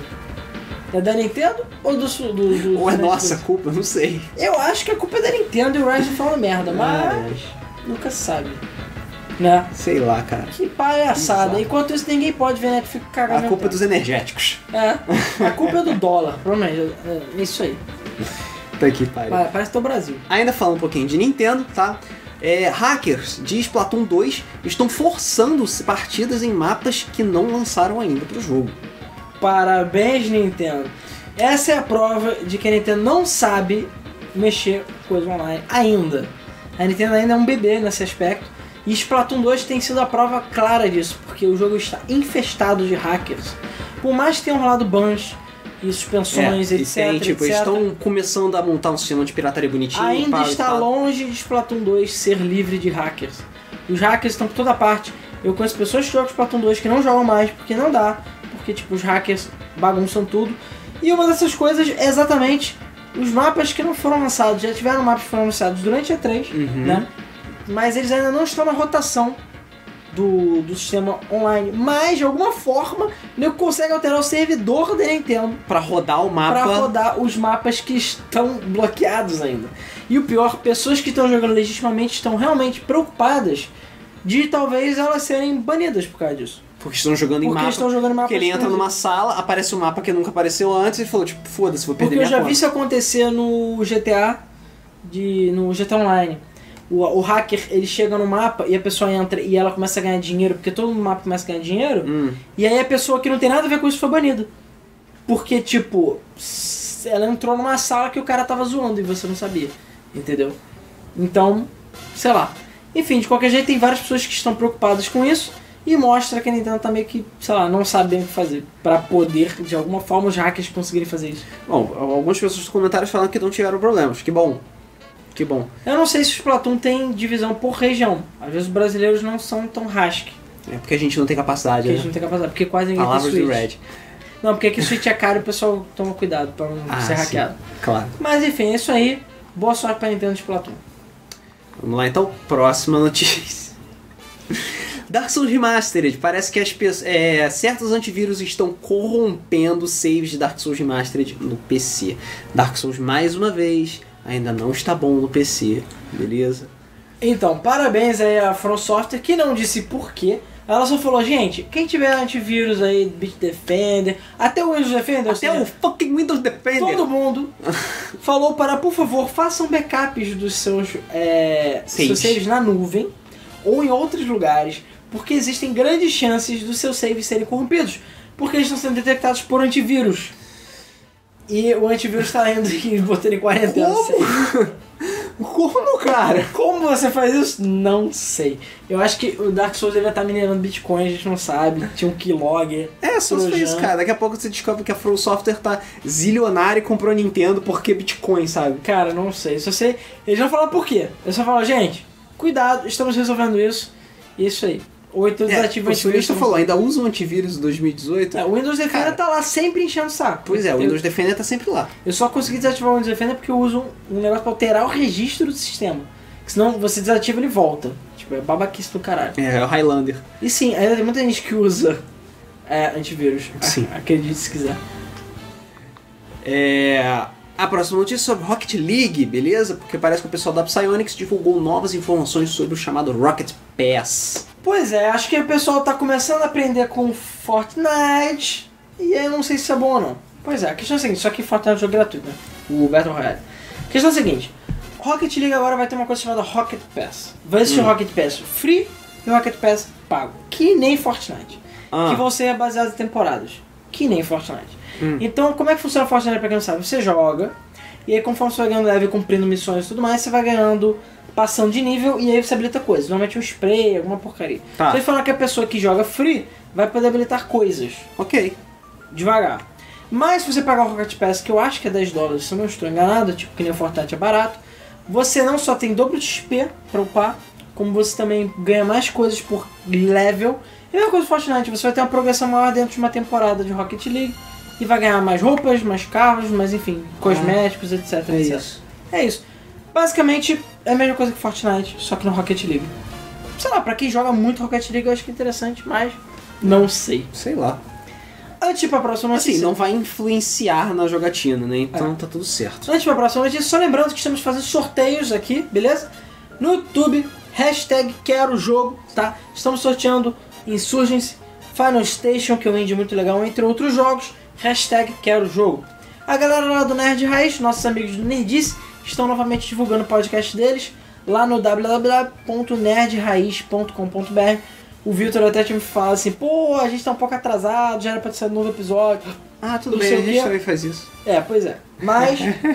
É da Nintendo ou do... do, do Ou é do nossa Netflix? culpa, não sei. Eu acho que a culpa é da Nintendo e o Ryzen falando merda, mas nunca se sabe. Né? Sei lá, cara. Que palhaçada. Exato. Enquanto isso, ninguém pode ver Netflix cagar A no culpa é tempo. dos energéticos. É, a culpa é do dólar, provavelmente. É isso aí. Tá aqui, pai. Pa- Parece que é o Brasil. Ainda falando um pouquinho de Nintendo, tá? É, hackers de Splatoon dois estão forçando partidas em mapas que não lançaram ainda pro jogo. Parabéns, Nintendo. Essa é a prova de que a Nintendo não sabe mexer com coisa online ainda. A Nintendo ainda é um bebê nesse aspecto. E Splatoon dois tem sido a prova clara disso, porque o jogo está infestado de hackers. Por mais que tenham rolado bans e suspensões, É, e etc, tem, tipo, eles etcétera, estão começando a montar um sistema de pirataria bonitinho. ainda pá, e está tal. longe de Splatoon dois ser livre de hackers. Os hackers estão por toda parte. Eu conheço pessoas que jogam Splatoon dois que não jogam mais porque não dá, porque tipo os hackers bagunçam tudo. E uma dessas coisas é exatamente os mapas que não foram lançados. Já tiveram mapas que foram anunciados durante a E três, Uhum. né? Mas eles ainda não estão na rotação do, do sistema online. Mas de alguma forma, o nego consegue alterar o servidor da Nintendo Pra rodar o mapa. para rodar os mapas que estão bloqueados ainda. E o pior, pessoas que estão jogando legitimamente estão realmente preocupadas de talvez elas serem banidas por causa disso. Porque estão jogando em Porque mapa. eles estão jogando em mapas Porque ele entra exclusivos. numa sala, aparece um mapa que nunca apareceu antes e falou, tipo, foda-se, vou perder Porque eu minha já conta. vi isso acontecer no G T A, de, no G T A Online. O, o hacker, ele chega no mapa e a pessoa entra e ela começa a ganhar dinheiro, porque todo no mapa começa a ganhar dinheiro, Hum. e aí a pessoa que não tem nada a ver com isso foi banida. Porque, tipo, s- ela entrou numa sala que o cara tava zoando e você não sabia, entendeu? Então, sei lá. Enfim, de qualquer jeito, tem várias pessoas que estão preocupadas com isso e mostra que a Nintendo tá meio que, sei lá, não sabe bem o que fazer pra poder, de alguma forma, os hackers conseguirem fazer isso. Bom, algumas pessoas nos comentários falam que não tiveram problemas. Que bom. Que bom. Eu não sei se o Splatoon tem divisão por região. Às vezes os brasileiros não são tão rasque, É porque a gente não tem capacidade, porque a né? gente não tem capacidade, porque quase ninguém Palavras tem do Switch. Red. Não, porque aqui o Switch é caro e o pessoal toma cuidado pra não Ah, ser sim. hackeado. Claro. Mas enfim, é isso aí. Boa sorte pra Nintendo de Splatoon. Vamos lá então, próxima notícia. Dark Souls Remastered. Parece que as pessoas, é, certos antivírus estão corrompendo saves de Dark Souls Remastered no P C. Dark Souls, mais uma vez, ainda não está bom no P C, beleza? Então, parabéns aí a From Software, que não disse porquê. Ela só falou, gente, quem tiver antivírus aí, Bitdefender, até o Windows Defender, ou Até seja, o fucking Windows Defender. todo mundo falou para, por favor, façam backups dos seus, é, Saves. seus saves na nuvem ou em outros lugares, porque existem grandes chances dos seus saves serem corrompidos, porque eles estão sendo detectados por antivírus. E o antivírus está indo e botando em quarentena. Como? saves. Como, cara? Como você faz isso? Não sei. Eu acho que o Dark Souls deve estar minerando Bitcoin, a gente não sabe. Tinha um keylogger. É, só se for Trojan. isso, cara. Daqui a pouco você descobre que a From Software tá zilionária e comprou a Nintendo porque Bitcoin, sabe? Cara, não sei. Só sei. Eles não falam por quê. Eles só falam, gente, cuidado, estamos resolvendo isso. E isso aí. Ou então É, desativa o o antivírus. Sulista falou, ainda usa o antivírus de dois mil e dezoito? É, o Windows Defender Cara. tá lá sempre enchendo o saco. Pois é, o Eu- Windows Defender tá sempre lá. Eu só consegui desativar o Windows Defender porque eu uso um negócio pra alterar o registro do sistema. Senão você desativa e ele volta. Tipo, é babaquice do caralho. É, é o Highlander. E sim, ainda tem muita gente que usa é, antivírus. Sim. Acredite se quiser. É... A próxima notícia é sobre Rocket League, beleza? Porque parece que o pessoal da Psyonix divulgou novas informações sobre o chamado Rocket Pass. Pois é, acho que o pessoal tá começando a aprender com Fortnite. E aí eu não sei se isso é bom ou não. Pois é, a questão é a seguinte, só que Fortnite é um jogo gratuito, né? O Battle Royale. A questão é a seguinte, Rocket League agora vai ter uma coisa chamada Rocket Pass. Vai existir Hum. o Rocket Pass free e o Rocket Pass pago. Que nem Fortnite. Ah. Que vão ser baseados em temporadas. Que nem Fortnite. Hum. Então, como é que funciona Fortnite pra quem não sabe? Você joga, e aí conforme você vai ganhando level, cumprindo missões e tudo mais, você vai ganhando, passando de nível, e aí você habilita coisas. Normalmente um spray, alguma porcaria. Tá. Se ele falar que a pessoa que joga free vai poder habilitar coisas, Ok. devagar. Mas se você pagar o Rocket Pass, que eu acho que é dez dólares, se eu não estou enganado, tipo que nem o Fortnite é barato, você não só tem dobro de X P pra upar, como você também ganha mais coisas por level. E a mesma coisa do Fortnite, você vai ter uma progressão maior dentro de uma temporada de Rocket League e vai ganhar mais roupas, mais carros, mais enfim, cosméticos, etc, É etcétera. isso. É isso. Basicamente, é a mesma coisa que Fortnite, só que no Rocket League. Sei lá, pra quem joga muito Rocket League eu acho que é interessante, mas não sei. Sei lá. Antes de ir pra próxima notícia... Assim, não vai influenciar na jogatina, né? Então É. tá tudo certo. Antes de ir pra próxima notícia, só lembrando que estamos fazendo sorteios aqui, beleza? No YouTube, hashtag quero jogo, tá? Estamos sorteando Insurgency, Final Station, que é um indie muito legal, entre outros jogos, hashtag quero jogo. A galera lá do Nerd Raiz, nossos amigos do Nerdice, estão novamente divulgando o podcast deles lá no w w w ponto nerd raiz ponto com ponto b r. O Victor até me fala assim, pô, a gente tá um pouco atrasado, já era pra sair um novo episódio. Ah, tudo Não bem, sei a o gente quê. também faz isso. É, pois é. Mas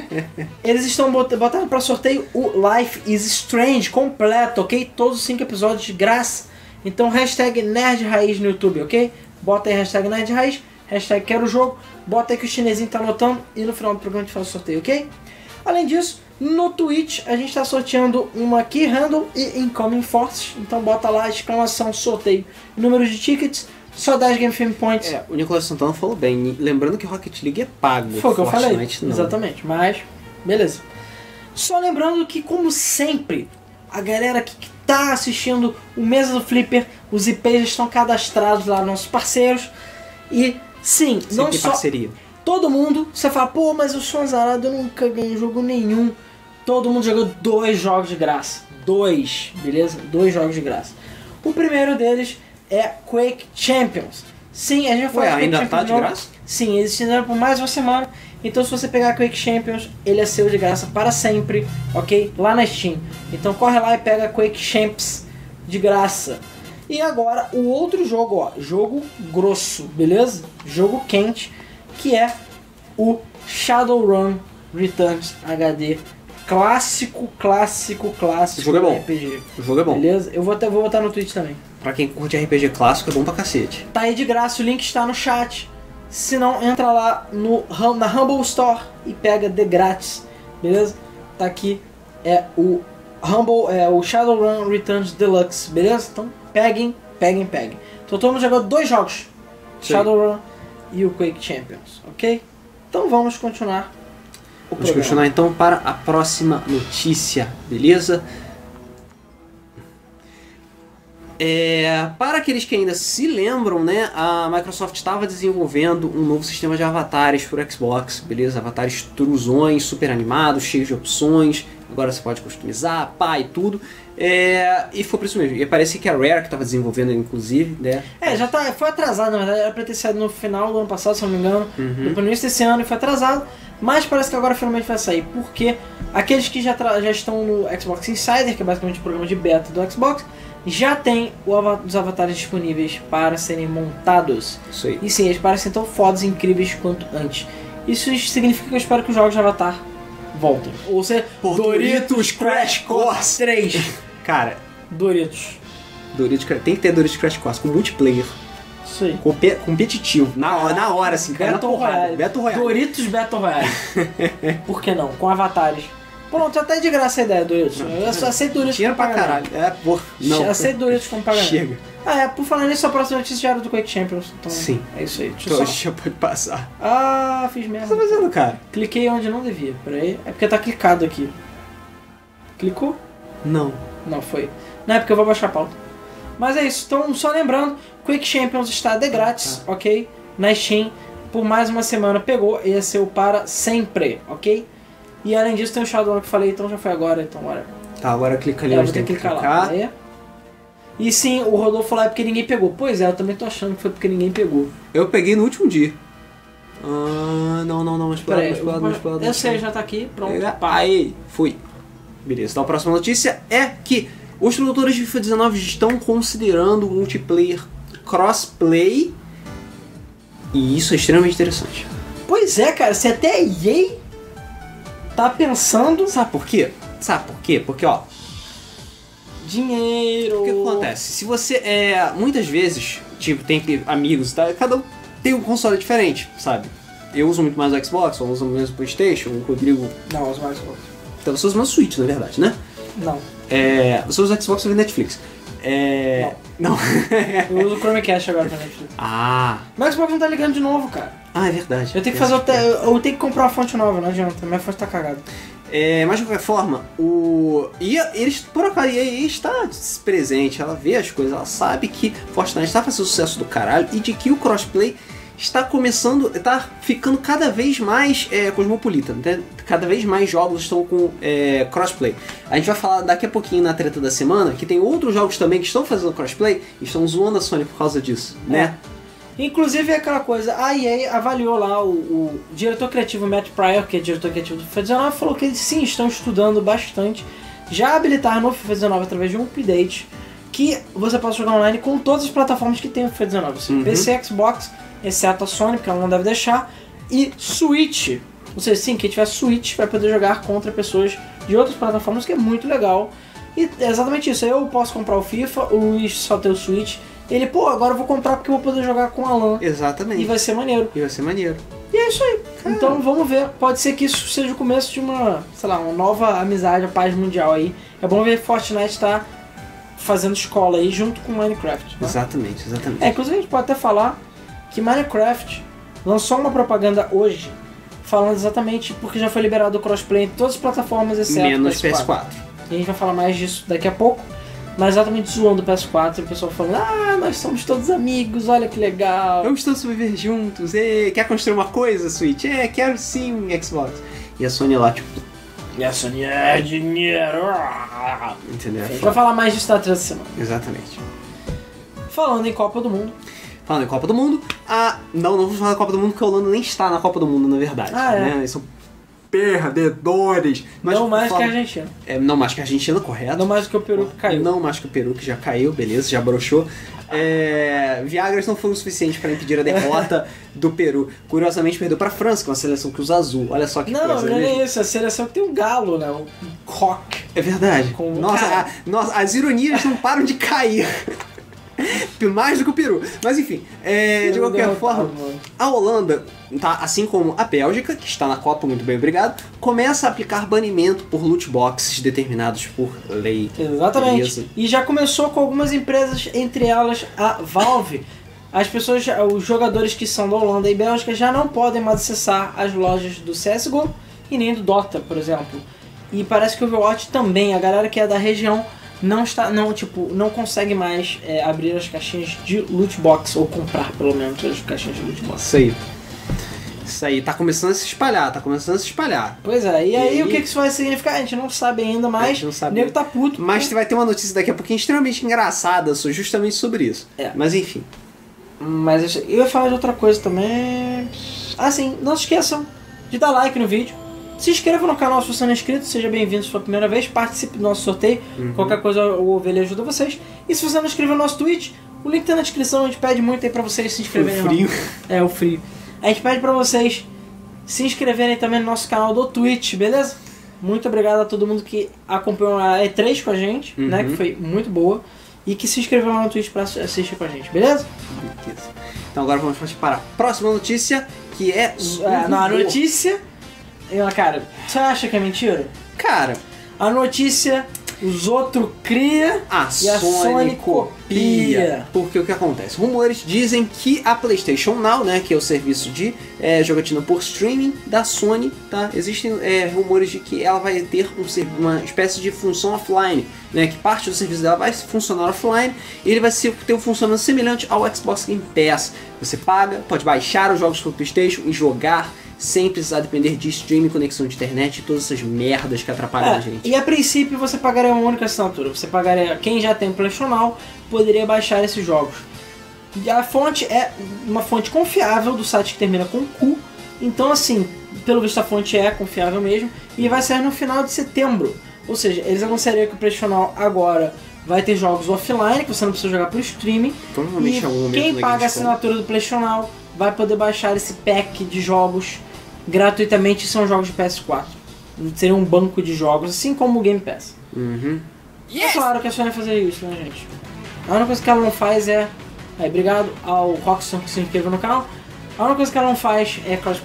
eles estão bot- botando pra sorteio o Life is Strange completo, ok? Todos os cinco episódios de graça. Então hashtag Nerd Raiz no YouTube, ok? Bota aí hashtag Nerd Raiz, hashtag Quero Jogo, bota aí que o chinesinho tá anotando e no final do programa a gente faz o sorteio, ok? Além disso, no Twitch a gente está sorteando uma Key Handle e Incoming Forces. Então bota lá, exclamação, sorteio, número de tickets, só dez Game Film Points. É, o Nicolas Santana falou bem. Lembrando que Rocket League é pago. Foi o que eu falei. Fortnite não. Exatamente, mas beleza. Só lembrando que, como sempre, a galera que, que tá assistindo o Mesa do Flipper, os I Ps já estão cadastrados lá, nossos parceiros. E sim, Sempre não tem só parceria. todo mundo, você fala, pô, mas eu sou azarado, eu nunca ganhei jogo nenhum. Todo mundo jogou dois jogos de graça. Dois, beleza? Dois jogos de graça. O primeiro deles é Quake Champions. Sim, a gente vai falar Ué, de Quake ainda Champions tá de novo. graça? Sim, eles estenderam por mais uma semana. Então se você pegar Quake Champions, ele é seu de graça para sempre, ok? Lá na Steam. Então corre lá e pega Quake Champs de graça. E agora o outro jogo, ó, jogo grosso, beleza? Jogo quente, que é o Shadowrun Returns H D. Clássico, clássico, clássico O jogo é bom. R P G. O jogo é bom. Beleza? Eu vou, até, vou botar no Twitch também. Pra quem curte R P G clássico, é bom pra cacete. Tá aí de graça, o link está no chat. Se não, entra lá no, Hum- na Humble Store e pega de grátis, beleza? Tá aqui, é o Humble, é o Shadowrun Returns Deluxe, beleza? Então peguem, peguem, peguem. Então todo mundo jogou dois jogos, Sim. Shadowrun e o Quake Champions, ok? Então vamos continuar o Vamos programa. continuar então para a próxima notícia, beleza? É, para aqueles que ainda se lembram, né, a Microsoft estava desenvolvendo um novo sistema de avatares para o Xbox, beleza? Avatares truzões, super animados, cheios de opções, agora você pode customizar, pá e tudo. É, e foi por isso mesmo. E parece que a Rare que estava desenvolvendo, inclusive, né? É, já tá, foi atrasado, na verdade, era pra ter saído no final do ano passado, se não me engano, Uhum. no início desse ano e foi atrasado, mas parece que agora finalmente vai sair, porque aqueles que já, tra- já estão no Xbox Insider, que é basicamente o programa de beta do Xbox, já tem o ava- os avatares disponíveis para serem montados. Isso aí. E sim, eles parecem tão fodas e incríveis quanto antes. Isso significa que eu espero que os jogos de Avatar voltem. Ou seja, Por Doritos Crash Course. três. Cara, Doritos. Doritos, Cra- tem que ter Doritos Crash Course com multiplayer, Isso aí. compe- competitivo, na hora, na hora assim, cara, na Battle porrada. Royale. Battle Royale. Doritos Battle Royale. Por que não? Com avatares. Pronto, até de graça a ideia, Doritos. Eu só aceito Doritos Dinheiro como pra pagamento. caralho. É, pô, não. Aceito Doritos como pagamento. Chega. Ah, é, por falar nisso, a próxima notícia já era do Quake Champions. Então, Sim. é isso aí. Deixa Então eu a só... gente já pode passar. Ah, fiz O que merda. você tá fazendo, cara? Cliquei onde não devia. Peraí. É porque tá clicado aqui. Clicou? Não. Não, foi. Não é porque eu vou baixar a pauta. Mas é isso. Então, só lembrando, Quake Champions está de grátis, ok? Na Steam. Por mais uma semana pegou. E é seu para sempre, ok? E além disso tem o Shadowrun que eu falei, então já foi agora, então bora. Tá, agora clica ali É, eu onde vou ter tem que que clicar lá. clicar. Aí. E sim, o Rodolfo falou é porque ninguém pegou. Pois é, eu também tô achando que foi porque ninguém pegou. Eu peguei no último dia. Ah, não, não, não, mais pro lado, Peraí, mais pro lado, mais pro lado. eu sei, já tá aqui, pronto. Pega- Pá. Aí, fui. Beleza, então a próxima notícia é que os produtores de FIFA dezenove estão considerando o multiplayer crossplay. E isso é extremamente interessante. Pois é, cara, se até a E A tá pensando Sabe por quê? Sabe por quê? Porque, ó, dinheiro. o que acontece? Se você é. Muitas vezes, tipo, tem amigos e tal, cada um tem um console diferente, sabe? Eu uso muito mais o Xbox, eu uso mais o PlayStation, o Rodrigo. Não, os mais outros. Então você usa mais o Switch, na verdade, né? Não. É, você usa Xbox ou Netflix? É... Não. Eu uso o Chromecast agora pra Netflix. Ah. Mas o Xbox não tá ligando de novo, cara. Ah, é verdade. Eu tenho que fazer o te... eu tenho que comprar uma fonte nova, não adianta. Minha fonte tá cagada. É, mas de qualquer forma, o. E eles, por acaso, a E A está presente, ela vê as coisas, ela sabe que Fortnite está fazendo sucesso do caralho e de que o crossplay está começando, está ficando cada vez mais é, cosmopolita, né? Cada vez mais jogos estão com é, crossplay. A gente vai falar daqui a pouquinho na treta da semana que tem outros jogos também que estão fazendo crossplay e estão zoando a Sony por causa disso, É. né? Inclusive é aquela coisa, a E A avaliou lá o, o diretor criativo Matt Pryor, que é diretor criativo do FIFA dezenove, falou que eles sim estão estudando bastante já habilitar no FIFA dezenove através de um update que você possa jogar online com todas as plataformas que tem o FIFA dezenove, assim, Uhum. P C, Xbox, exceto a Sony, porque ela não deve deixar, e Switch. Ou seja, sim, quem tiver Switch vai poder jogar contra pessoas de outras plataformas, que é muito legal. E é exatamente isso, eu posso comprar o FIFA, o Luiz só tem o Switch. Ele, pô, agora eu vou comprar porque eu vou poder jogar com o Alan. Exatamente. E vai ser maneiro. E vai ser maneiro. E é isso aí. Cara. Então vamos ver. Pode ser que isso seja o começo de uma, sei lá, uma nova amizade, a paz mundial aí. É bom ver que Fortnite tá fazendo escola aí junto com Minecraft. Né? Exatamente, exatamente. É, inclusive a gente pode até falar que Minecraft lançou uma propaganda hoje falando exatamente porque já foi liberado o crossplay em todas as plataformas, exceto Menos P S P quatro. S quatro. E a gente vai falar mais disso daqui a pouco. Mas exatamente zoando o P S quatro e o pessoal falando, ah, nós somos todos amigos, olha que legal. Vamos todos sobreviver juntos. E, quer construir uma coisa, Switch? É, quero sim, Xbox. E a Sony lá, tipo... E a Sony é dinheiro. Entendeu? A gente vai falar mais disso na treta semana. Exatamente. Falando em Copa do Mundo. Falando em Copa do Mundo... Ah, não, não vou falar da Copa do Mundo porque a Holanda nem está na Copa do Mundo, na verdade. Ah, é? Né? Eles são perdedores. Mas, não mais fala- que a Argentina. É, não mais que a Argentina, correto. Não mais do que o Peru que caiu. Não mais que o Peru, que já caiu, beleza, já broxou. É, Viagras não foram o suficiente para impedir a derrota do Peru. Curiosamente, perdeu para a França, que é uma seleção que usa azul. Olha só que Não, coisa. não é né? nem isso. A seleção que tem um galo, né? Um cock. É verdade. Com- Nossa, Cara. a- nossa, as ironias não param de cair. Mais do que o Peru. Mas enfim, é, de Eu qualquer derrotado, forma, mano. a Holanda, tá, assim como a Bélgica, que está na Copa, muito bem, obrigado, começa a aplicar banimento por loot boxes determinados por lei. Exatamente. Beleza. E já começou com algumas empresas, entre elas a Valve. As pessoas, os jogadores que são da Holanda e Bélgica já não podem mais acessar as lojas do C S G O e nem do Dota, por exemplo. E parece que o Overwatch também, a galera que é da região não está, não, tipo, não consegue mais é, abrir as caixinhas de loot box ou comprar pelo menos as caixinhas de loot box. Isso aí. Isso aí, tá começando a se espalhar, tá começando a se espalhar. Pois é, e aí E- o que que isso vai significar? A gente não sabe ainda, A mas gente não sabe o nego tá puto. Mas vai ter uma notícia daqui a pouquinho extremamente engraçada so- justamente sobre isso. É. Mas enfim. Mas eu ia falar de outra coisa também. Assim, não se esqueçam de dar like no vídeo. Se inscreva no canal se você não é inscrito, seja bem-vindo se for a primeira vez, participe do nosso sorteio, Uhum. qualquer coisa o Ovelha ajuda vocês. E se você não inscreveu no nosso Twitch, o link tá na descrição, a gente pede muito aí pra vocês se inscreverem. O frio. lá. É, o frio. A gente pede pra vocês se inscreverem também no nosso canal do Twitch, beleza? Muito obrigado a todo mundo que acompanhou a E três com a gente, Uhum. né, que foi muito boa. E que se inscreveu lá no Twitch pra assistir com a gente, beleza? Beleza. Então agora vamos partir para a próxima notícia, que é... É, não, a rumor. notícia. Eu, cara, você acha que é mentira? Cara, A notícia, os outros cria a e a Sony, Sony copia. copia. Porque o que acontece? Rumores dizem que a PlayStation Now, né, que é o serviço de é, jogatina por streaming da Sony, tá? Existem é, rumores de que ela vai ter um, ser- uma espécie de função offline, né, que parte do serviço dela vai funcionar offline e ele vai ser, ter um funcionamento semelhante ao Xbox Game Pass. Você paga, pode baixar os jogos para PlayStation e jogar sem precisar depender de streaming, conexão de internet e todas essas merdas que atrapalham a É, gente. e a princípio você pagaria uma única assinatura. Você pagaria, quem já tem PlayStation Now poderia baixar esses jogos. E a fonte é uma fonte confiável do site que termina com Q. Então assim, pelo visto a fonte é confiável mesmo. E vai sair no final de setembro. Ou seja, eles anunciariam que o PlayStation Now agora vai ter jogos offline, que você não precisa jogar por streaming. Provavelmente E em algum momento quem na paga a Gamescom. assinatura do PlayStation Now vai poder baixar esse pack de jogos gratuitamente. São jogos de P S quatro. Seria um banco de jogos, assim como o Game Pass. Uhum. É claro que a Sony vai fazer isso, né, gente? A única coisa que ela não faz é... Aí, obrigado ao Roxton que se inscreveu no canal. A única coisa que ela não faz é crossplay.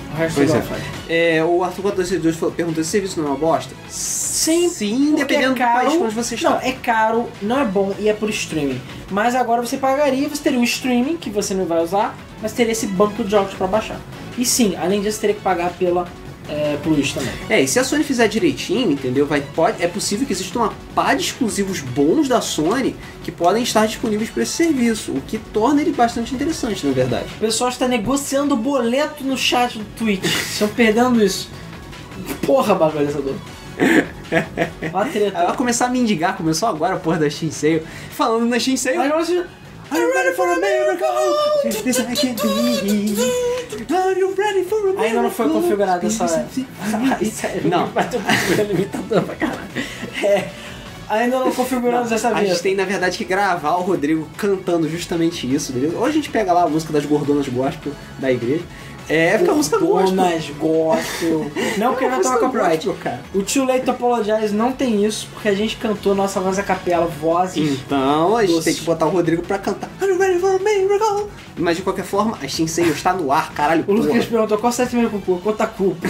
O resto Pois igual é. faz. É, o Arthur quatro dois seis dois falou- perguntou se esse serviço não é uma bosta. Sim, Sim, porque dependendo é caro. do país onde você está. Não, é caro, não é bom e é por streaming. Mas agora você pagaria, você teria um streaming que você não vai usar, mas teria esse banco de jogos pra baixar. E sim, além disso, teria que pagar pela é, Plus também. É, e se a Sony fizer direitinho, entendeu? Vai, pode, é possível que exista uma pá de exclusivos bons da Sony que podem estar disponíveis para esse serviço, o que torna ele bastante interessante, na verdade. O pessoal está negociando boleto no chat do Twitch. Estão perdendo isso. Porra, bagulhador. Ó a treta. Ela vai começar a mendigar, começou agora a porra da Steam Sale. Falando na Steam Sale. Aí nós... I'm ready for a miracle. This I can't believe. Are you ready for a miracle? Ainda não foi configurado essa... Sério, Não. bateu o limitador pra caralho. É, ainda não configuramos essa A vez. gente tem, na verdade, que gravar o Rodrigo cantando justamente isso, beleza? Ou a gente pega lá a música das gordonas gospel da igreja. É, fica a música gospel. Gordonas gospel. Não, porque vai tomar copyright. Gospel, cara. O Too Late to Apologize não tem isso, porque a gente cantou nossa voz a capela, vozes. Então a gente Doce. tem que botar o Rodrigo pra cantar. Are you ready for a miracle? Mas de qualquer forma, a Steam Sale está no ar, caralho, O Lucas porra. perguntou qual site meio com cu, quanto culpa.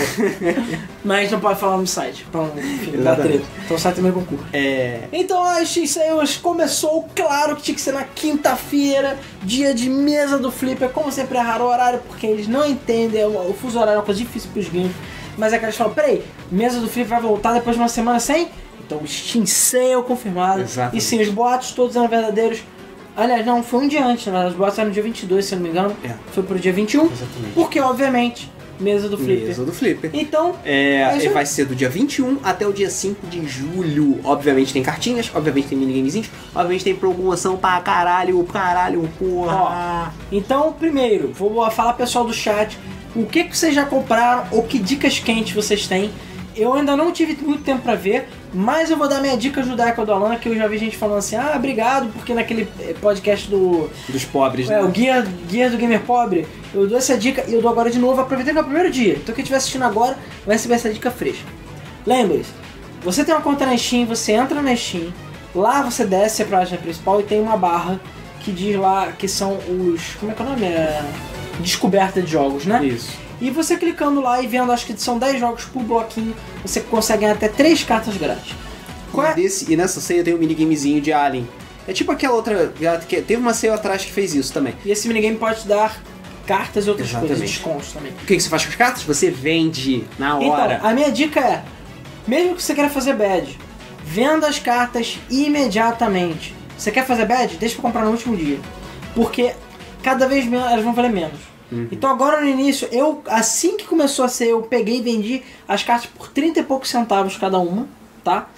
Mas não pode falar no site, pra não, enfim, dar Exatamente. treta. Então o site meio com cu. É... Então a Steam Sales começou, claro que tinha que ser na quinta-feira, dia de mesa do Flipper, como sempre é raro o horário, porque eles não entendem, o fuso horário é uma coisa difícil pros gringos, mas é que eles falam, peraí, mesa do Flipper vai voltar depois de uma semana sem? Então Steam Sale confirmado, Exatamente. e sim, os boatos todos eram verdadeiros. Aliás, não, foi um dia antes, na verdade, os boatos eram no dia vinte e dois, se eu não me engano, É. foi pro dia vinte e um, Exatamente. porque obviamente, mesa do Flipper. Mesa do Flipper. Então, É, É isso aí. vai ser do dia vinte e um até o dia cinco de julho. Obviamente tem cartinhas, obviamente tem minigamezinhos, obviamente tem promoção pra caralho, caralho, porra. então, primeiro, vou falar pessoal do chat, o que, que vocês já compraram ou que dicas quentes vocês têm. Eu ainda não tive muito tempo pra ver, mas eu vou dar minha dica judaica do Alana, que eu já vi gente falando assim, ah, obrigado, porque naquele eh, podcast do... Dos pobres, É, né? o guia, guia do Gamer Pobre, eu dou essa dica e eu dou agora de novo, aproveitei que é o primeiro dia. Então quem estiver assistindo agora vai receber essa dica fresca. Lembre-se, você tem uma conta na Steam, você entra na Steam, lá você desce a página principal e tem uma barra que diz lá que são os... como é que é o nome? É... descoberta de jogos, né? Isso. E você clicando lá e vendo, acho que são dez jogos por bloquinho, você consegue ganhar até três cartas grátis. Qual E, é? desse, e nessa ceia tem um minigamezinho de Alien. É tipo aquela outra... que teve uma ceia atrás que fez isso também. E esse minigame pode te dar cartas e outras Exatamente. coisas, descontos também. O que, que você faz com as cartas? Você vende na hora. Então, a minha dica é, mesmo que você queira fazer badge, venda as cartas imediatamente. Você quer fazer badge? Deixa pra comprar no último dia. Porque cada vez menos elas vão valer menos. Uhum. Então agora no início, eu assim que começou a ser, eu peguei e vendi as cartas por trinta e poucos centavos cada uma, tá?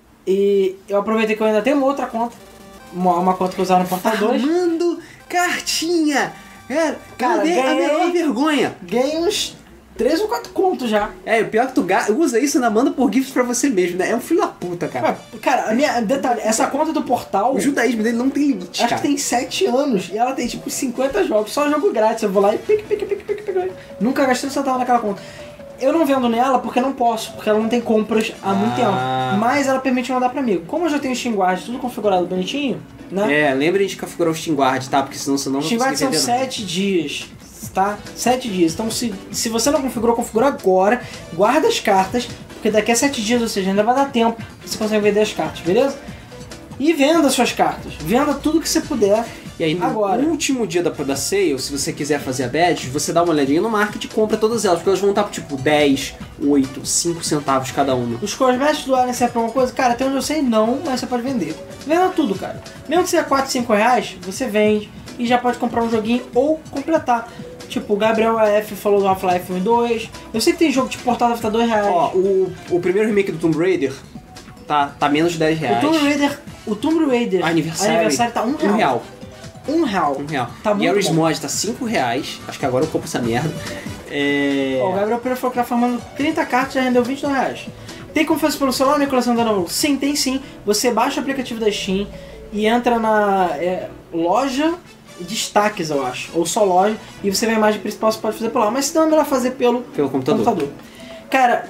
E eu aproveitei que eu ainda tenho uma outra conta, uma, uma conta que eu usava no Portal dois. Armando cartinha! É, Cara, cadê a ganhei. menor vergonha? Ganhei uns três ou quatro contos já. É, o pior é que tu ga- usa isso e ainda manda por gifs pra você mesmo, né? É um filho da puta, cara. Ah, Cara, a minha, detalhe, essa conta do Portal... O judaísmo dele não tem limite, Acho cara. que tem sete anos e ela tem tipo cinquenta jogos, só jogo grátis. Eu vou lá e pique, pique, pique, pique, pique. Nunca gastei um centavo naquela conta. Eu não vendo nela porque não posso, porque ela não tem compras há muito Ah. tempo. Mas ela permite mandar pra amigo. Como eu já tenho o Steam Guard tudo configurado bonitinho, né? É, lembrem de configurar o Steam Guard, tá? Porque senão você não O vai Steam Guard conseguir são vender nada. sete dias, tá? sete dias. Então se, se você não configurou, configura agora. Guarda as cartas, porque daqui a sete dias, ou seja, ainda vai dar tempo, você consegue vender as cartas, beleza? E venda suas cartas. Venda tudo que você puder. E aí, no Agora. último dia da, da sale, se você quiser fazer a badge, você dá uma olhadinha no market e compra todas elas, porque elas vão estar por tipo dez, oito, cinco centavos cada uma. Os cosméticos do Alien servem pra alguma coisa? Cara, até onde eu sei, não, mas você pode vender. Venda tudo, cara. Mesmo que seja quatro, cinco reais, você vende e já pode comprar um joguinho ou completar. Tipo, o Gabriel A F falou do Half-Life um e dois. Eu sei que tem jogo tipo Portal que tá dois reais. Ó, o, o primeiro remake do Tomb Raider tá, tá menos de dez o reais. Tomb Raider, o Tomb Raider Aniversário, aniversário tá um real. Um real. Um real. Um real. Tá muito Garry's bom. Mod tá cinco reais. Acho que agora eu compro essa merda. É... Ó, o Gabriel Pereira falou que tá formando trinta cartas e já rendeu vinte e dois reais. Tem como fazer pelo celular, minha coleção da Novo? Sim, tem sim. Você baixa o aplicativo da Steam e entra na é, loja destaques, eu acho. Ou só loja. E você vê a imagem principal, você pode fazer por lá. Mas se não, é melhor fazer pelo, Pelo computador. Cara,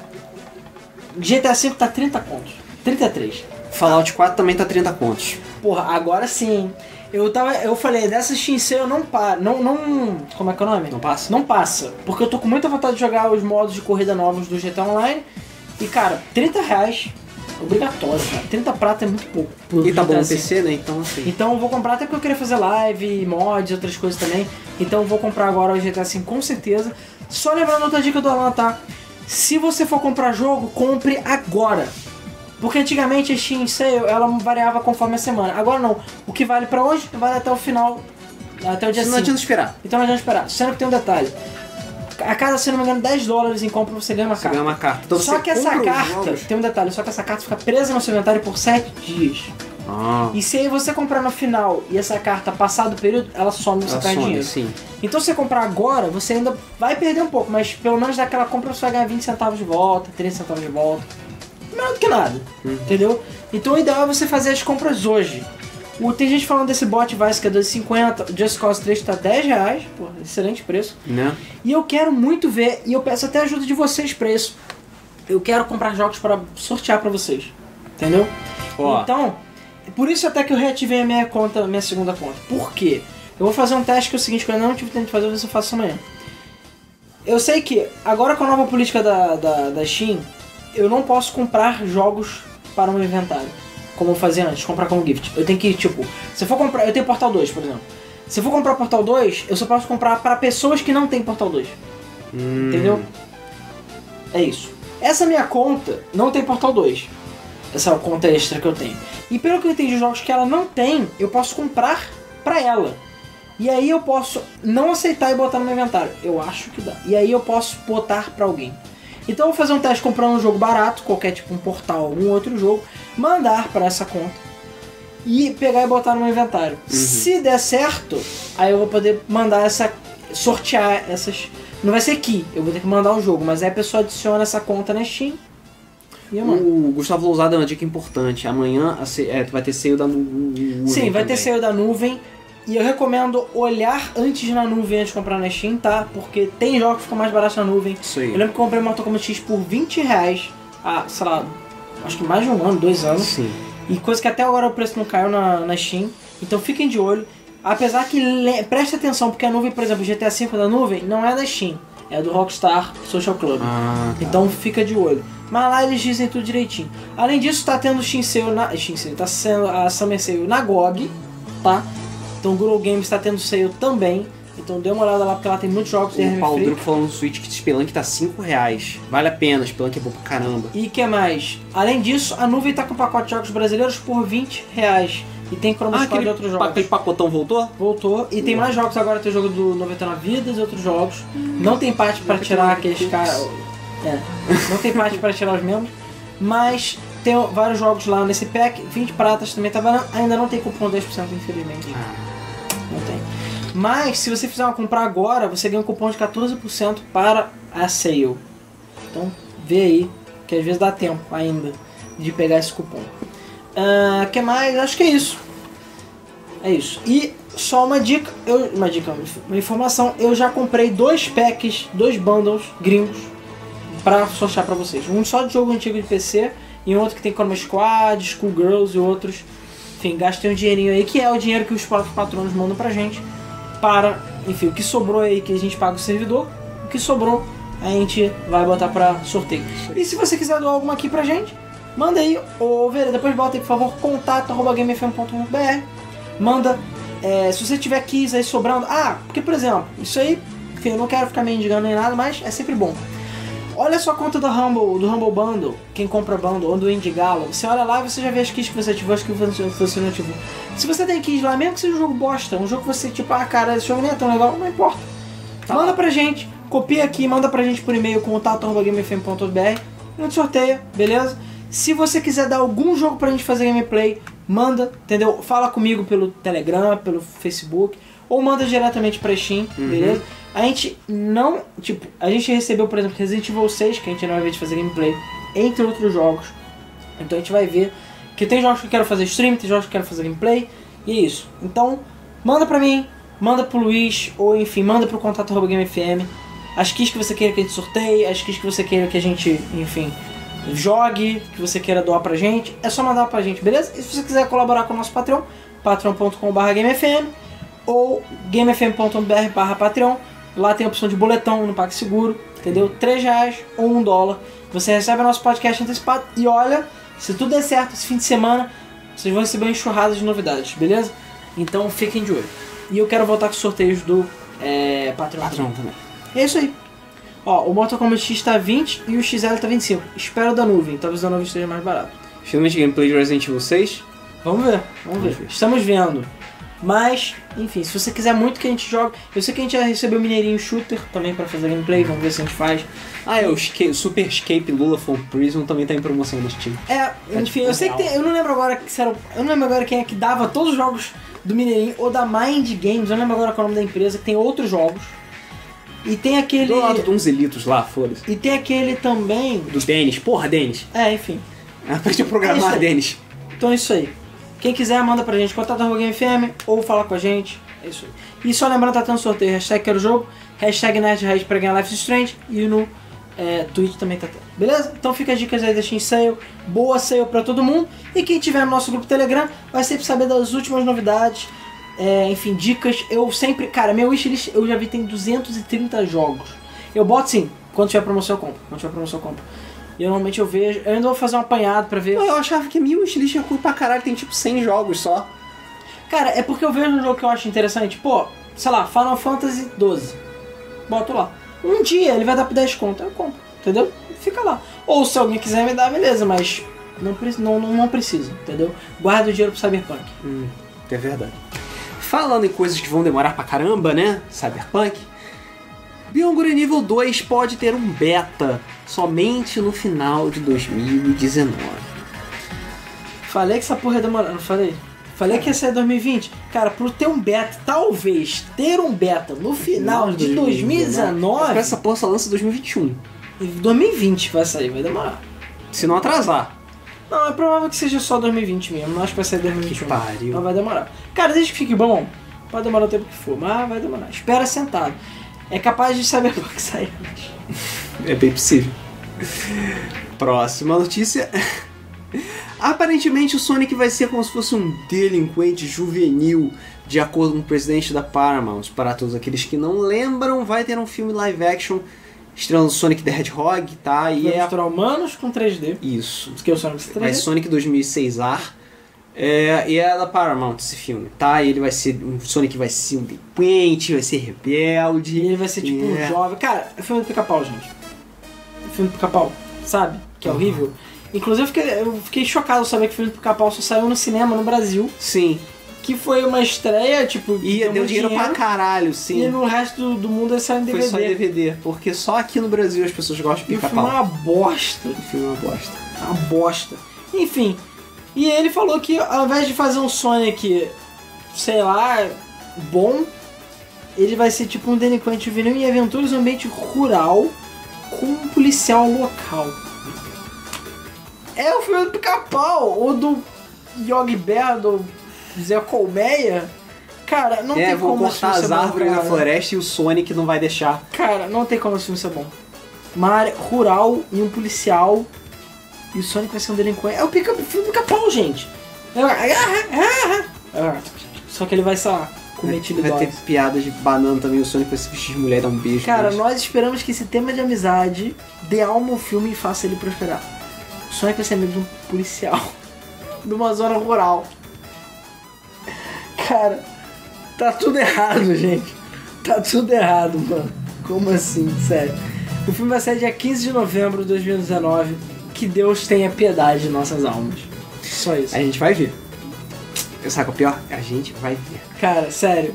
G T A cinco tá trinta contos. trinta e três. Fallout quatro também tá trinta contos. Porra, agora sim. Eu, tava, eu falei, dessa Steam Sale não para, não, não, como é que é o nome? Não passa? Não passa, porque eu tô com muita vontade de jogar os modos de corrida novos do G T A Online. E cara, trinta reais, obrigatório, cara. trinta prata é muito pouco. E tá bom no assim. P C, né? Então assim. Então eu vou comprar, até porque eu queria fazer live, mods, outras coisas também. Então eu vou comprar agora o G T A cinco com certeza. Só lembrando outra dica do Alan, tá? Se você for comprar jogo, compre agora. Porque antigamente a Steam Sale, ela variava conforme a semana. Agora não. O que vale pra hoje, vale até o final, até o dia Não cinco. adianta esperar. Então não adianta esperar. Sendo que tem um detalhe. A cada, se não me engano, dez dólares em compra você ganha uma Você carta. ganha uma carta. Então Só você que essa compra os carta, jogos. tem um detalhe, só que essa carta fica presa no seu inventário por sete dias. Ah, E se aí você comprar no final e essa carta passar do período, ela some e você ela perde some, dinheiro. sim. Então se você comprar agora, você ainda vai perder um pouco, mas pelo menos daquela compra você vai ganhar vinte centavos de volta, trinta centavos de volta. Melhor do que nada, Uhum. entendeu? Então o ideal é você fazer as compras hoje. O, tem gente falando desse bot Vice que é dois e cinquenta, o Just Cause três tá dez reais, pô, excelente preço. Né? E eu quero muito ver, e eu peço até a ajuda de vocês pra isso. Eu quero comprar jogos para sortear pra vocês, entendeu? Ó. Então, por isso até que eu reativei a minha conta, a minha segunda conta. Por quê? Eu vou fazer um teste que é o seguinte, que eu ainda não tive tempo de fazer, eu vou ver se eu faço amanhã. Eu sei que, agora com a nova política da, da, da Steam, eu não posso comprar jogos para o meu inventário, como eu fazia antes, comprar como gift. Eu tenho que, tipo, se eu for comprar, eu tenho Portal dois, por exemplo. Se eu for comprar Portal dois, eu só posso comprar para pessoas que não têm Portal dois. Hum. Entendeu? É isso. Essa minha conta não tem Portal dois. Essa conta extra que eu tenho. E pelo que eu entendi, os jogos que ela não tem, eu posso comprar pra ela. E aí eu posso não aceitar e botar no meu inventário. Eu acho que dá. E aí eu posso botar pra alguém. Então eu vou fazer um teste comprando um jogo barato, qualquer tipo um Portal, algum outro jogo, mandar pra essa conta e pegar e botar no meu inventário. Uhum. Se der certo, aí eu vou poder mandar essa, sortear essas. Não vai ser key, eu vou ter que mandar um jogo, mas aí a pessoa adiciona essa conta na Steam e eu mando. O Gustavo Lousada deu uma dica importante. Amanhã a ce- é, vai ter sale da nuvem. Sim, vai ter também. sale da nuvem. E eu recomendo olhar antes na nuvem antes de comprar na Steam, tá? Porque tem jogos que ficam mais baratos na nuvem. Isso aí. Eu lembro que eu comprei Mortal Kombat X por vinte reais há, sei lá, acho que mais de um ano, dois anos. Sim. E coisa que até agora o preço não caiu na, na Steam. Então fiquem de olho. Apesar que, le- preste atenção, porque a nuvem, por exemplo, o G T A cinco da nuvem não é da Steam. É do Rockstar Social Club. Ah, tá. Então fica de olho. Mas lá eles dizem tudo direitinho. Além disso, tá tendo Steam Sale na... Steam Sale, tá sendo a Summer Sale na G O G, tá? Então o Grow Games tá tendo sale também. Então dê uma olhada lá, porque lá tem muitos jogos de O R M Paulo Free. Druco falou no Switch que Spelunk tá cinco reais. Vale a pena, Spelunk é bom pra caramba. E que mais? Além disso, a nuvem tá com pacote de jogos brasileiros por vinte reais. E tem Chroma Ah, Squad aquele, e outros pa- jogos. aquele pacotão voltou? Voltou. E tem mais jogos agora, tem o jogo do noventa e nove Vidas e outros jogos. Não tem parte pra tirar aqueles caras. É. Não tem parte pra tirar os membros. Mas tem vários jogos lá nesse pack. vinte pratas também tá valendo. Ainda não tem cupom dez por cento, infelizmente. Não tem. Mas se você fizer uma compra agora, você ganha um cupom de quatorze por cento para a sale. Então vê aí, que às vezes dá tempo ainda de pegar esse cupom. O que mais? Acho que é isso. É isso. E só uma dica, eu, uma dica, uma informação, eu já comprei dois packs, dois bundles gringos para sortear para vocês. Um só de jogo antigo de P C e outro que tem Chroma Squad, Schoolgirls e outros. Enfim, gastei um dinheirinho aí, que é o dinheiro que os próprios patronos mandam pra gente. Para, enfim, o que sobrou aí que a gente paga o servidor, o que sobrou a gente vai botar pra sorteio. E se você quiser doar alguma aqui pra gente, manda aí, ou Vera, depois bota aí, por favor, contato arroba gamefm ponto com ponto br. Manda, é, se você tiver keys aí sobrando. Ah, porque por exemplo, isso aí, enfim, eu não quero ficar mendigando nem nada, mas é sempre bom. Olha só a conta do Humble, do Humble Bundle, quem compra Bundle, ou do Indiegogo. Você olha lá e você já vê as keys que você ativou, as que você não ativou. Se você tem keys lá, mesmo que seja um jogo bosta, um jogo que você, tipo, ah, cara, esse jogo nem é tão legal, não importa. Tá manda lá. pra gente, copia aqui, manda pra gente por e-mail, contato arroba gamefm ponto br, e a gente sorteia, beleza? Se você quiser dar algum jogo pra gente fazer gameplay, manda, entendeu? Fala comigo pelo Telegram, pelo Facebook, ou manda diretamente pra Steam, Uhum. beleza? A gente não, tipo, a gente recebeu, por exemplo, Resident Evil seis, que a gente não vai ver de fazer gameplay, entre outros jogos. Então a gente vai ver que tem jogos que eu quero fazer stream, tem jogos que eu quero fazer gameplay, e é isso. Então, manda pra mim, manda pro Luiz, ou enfim, manda pro contato arroba gamefm, as keys que você queira que a gente sorteie, as keys que você queira que a gente, enfim, jogue, que você queira doar pra gente, é só mandar pra gente, beleza? E se você quiser colaborar com o nosso Patreon, patreon ponto com barra gamefm ou gamefm ponto br barra patreon. Lá tem a opção de boletão no PagSeguro, entendeu? três reais ou um dólar. Você recebe o nosso podcast antecipado e olha, se tudo der certo esse fim de semana, vocês vão receber uma enxurrada de novidades, beleza? Então fiquem de olho. E eu quero voltar com os sorteios do é, Patreon. Patreon também. É isso aí. Ó, o Mortal Kombat X tá vinte e o X L tá vinte e cinco. Espero da nuvem, talvez da nuvem esteja mais barato. Finalmente gameplay de Resident Evil seis. Vamos ver, vamos ver. Vamos ver. Estamos vendo. Mas, enfim, se você quiser muito que a gente jogue... Eu sei que a gente já recebeu o Mineirinho Shooter também pra fazer gameplay, vamos ver se a gente faz. Ah, é, o Escape, Super Escape Lula from Prison também tá em promoção no Steam. É, enfim, tipo eu sei real. que tem... Eu não lembro agora que se era, eu não lembro agora quem é que dava todos os jogos do Mineirinho ou da Mind Games, eu não lembro agora qual é o nome da empresa, que tem outros jogos. E tem aquele... Do lado de uns elitos lá, foda-se. E tem aquele também... Do Denis, porra, Denis. É, enfim. Aprende a É programar, isso aí. Denis. Então é isso aí. Quem quiser, manda pra gente, contato arroba gamefm ou fala com a gente. É isso aí. E só lembrando, tá tendo sorteio, hashtag quero jogo, hashtag NerdRaiz pra ganhar Life is Strange e no é, Twitch também tá tendo. Beleza? Então fica as dicas aí da Steam Sale. Boa sale pra todo mundo. E quem tiver no nosso grupo Telegram vai sempre saber das últimas novidades. É, enfim, dicas. Eu sempre... Cara, meu wishlist eu já vi tem duzentos e trinta jogos. Eu boto sim. Quando tiver promoção eu compro. Quando tiver promoção eu compro. E eu, normalmente eu vejo... Eu ainda vou fazer um apanhado pra ver... Eu achava que mil wishlist é curto pra caralho, tem tipo cem jogos só. Cara, é porque eu vejo um jogo que eu acho interessante. Pô, sei lá, Final Fantasy doze. Boto lá. Um dia ele vai dar por dez conto. Eu compro. Entendeu? Fica lá. Ou se alguém quiser me dar, beleza. Mas não, não, não, não precisa. Entendeu? Guarda o dinheiro pro Cyberpunk. Hum, é verdade. Falando em coisas que vão demorar pra caramba, né? Cyberpunk. Beyond Good and Evil dois pode ter um beta somente no final de dois mil e dezenove. Falei que essa porra ia demorar, não falei? Falei que ia sair em dois mil e vinte. Cara, pro ter um beta, talvez ter um beta no final de dois mil e dezenove... Essa porra só lança em dois mil e vinte e um. Em dois mil e vinte vai sair, vai demorar. Se não atrasar. Não, é provável que seja só dois mil e vinte mesmo. Não acho que vai sair dois mil e vinte e um. Que pariu. Mas vai demorar. Cara, desde que fique bom, pode demorar o tempo que for, mas vai demorar. Espera sentado. É capaz de Cyberpunk sair antes. É bem possível. Próxima notícia. Aparentemente o Sonic vai ser como se fosse um delinquente juvenil, de acordo com o presidente da Paramount. Para todos aqueles que não lembram, vai ter um filme live action estrelando Sonic the Hedgehog, tá? E Vai é misturar humanos com três D. isso. Que é o Sonic três D. Vai Sonic dois mil e seis A. É, e é da Paramount esse filme, tá? E ele vai ser. Um Sonic vai ser um delinquente, vai ser rebelde. E ele vai ser tipo um É. jovem. Cara, é filme do Pica-Pau, gente. É filme do Pica-Pau, sabe? Que é Uhum. horrível. Inclusive eu fiquei, eu fiquei chocado ao saber que o filme do Pica-Pau só saiu no cinema no Brasil. Sim. Que foi uma estreia, tipo. E deu muito dinheiro, pra caralho, sim. E no resto do, do mundo ele saiu em D V D. Foi só em D V D, porque só aqui no Brasil as pessoas gostam de E o filme é Pica-Pau. uma bosta. O filme é uma bosta. Uma bosta. Enfim. E ele falou que ao invés de fazer um Sonic, sei lá, bom, ele vai ser tipo um delinquente juvenil em aventuras no ambiente rural com um policial local. É o filme do Pica-Pau, ou do Yogi Bear, do Zé Colmeia. Cara, não é, tem vou como esse cortar filme as ser bom, árvores na cara. floresta e o Sonic não vai deixar. Cara, não tem como esse filme ser bom. Uma área rural e um policial. E o Sonic vai ser um delinquente. É o pica, filme do Pica-Pau, gente. Só que ele vai, sei lá, comer Vai tilidose. ter piadas de banana também, o Sonic vai se vestir de mulher e dar um beijo. Cara, neles. nós esperamos que esse tema de amizade dê alma ao filme e faça ele prosperar. O Sonic vai ser amigo de um policial. De uma zona rural. Cara, tá tudo errado, gente. Tá tudo errado, mano. Como assim? Sério. O filme vai sair dia quinze de novembro de dois mil e dezenove. Que Deus tenha piedade de nossas almas. Só isso. A gente vai ver. Sabe o pior? A gente vai ver. Cara, sério.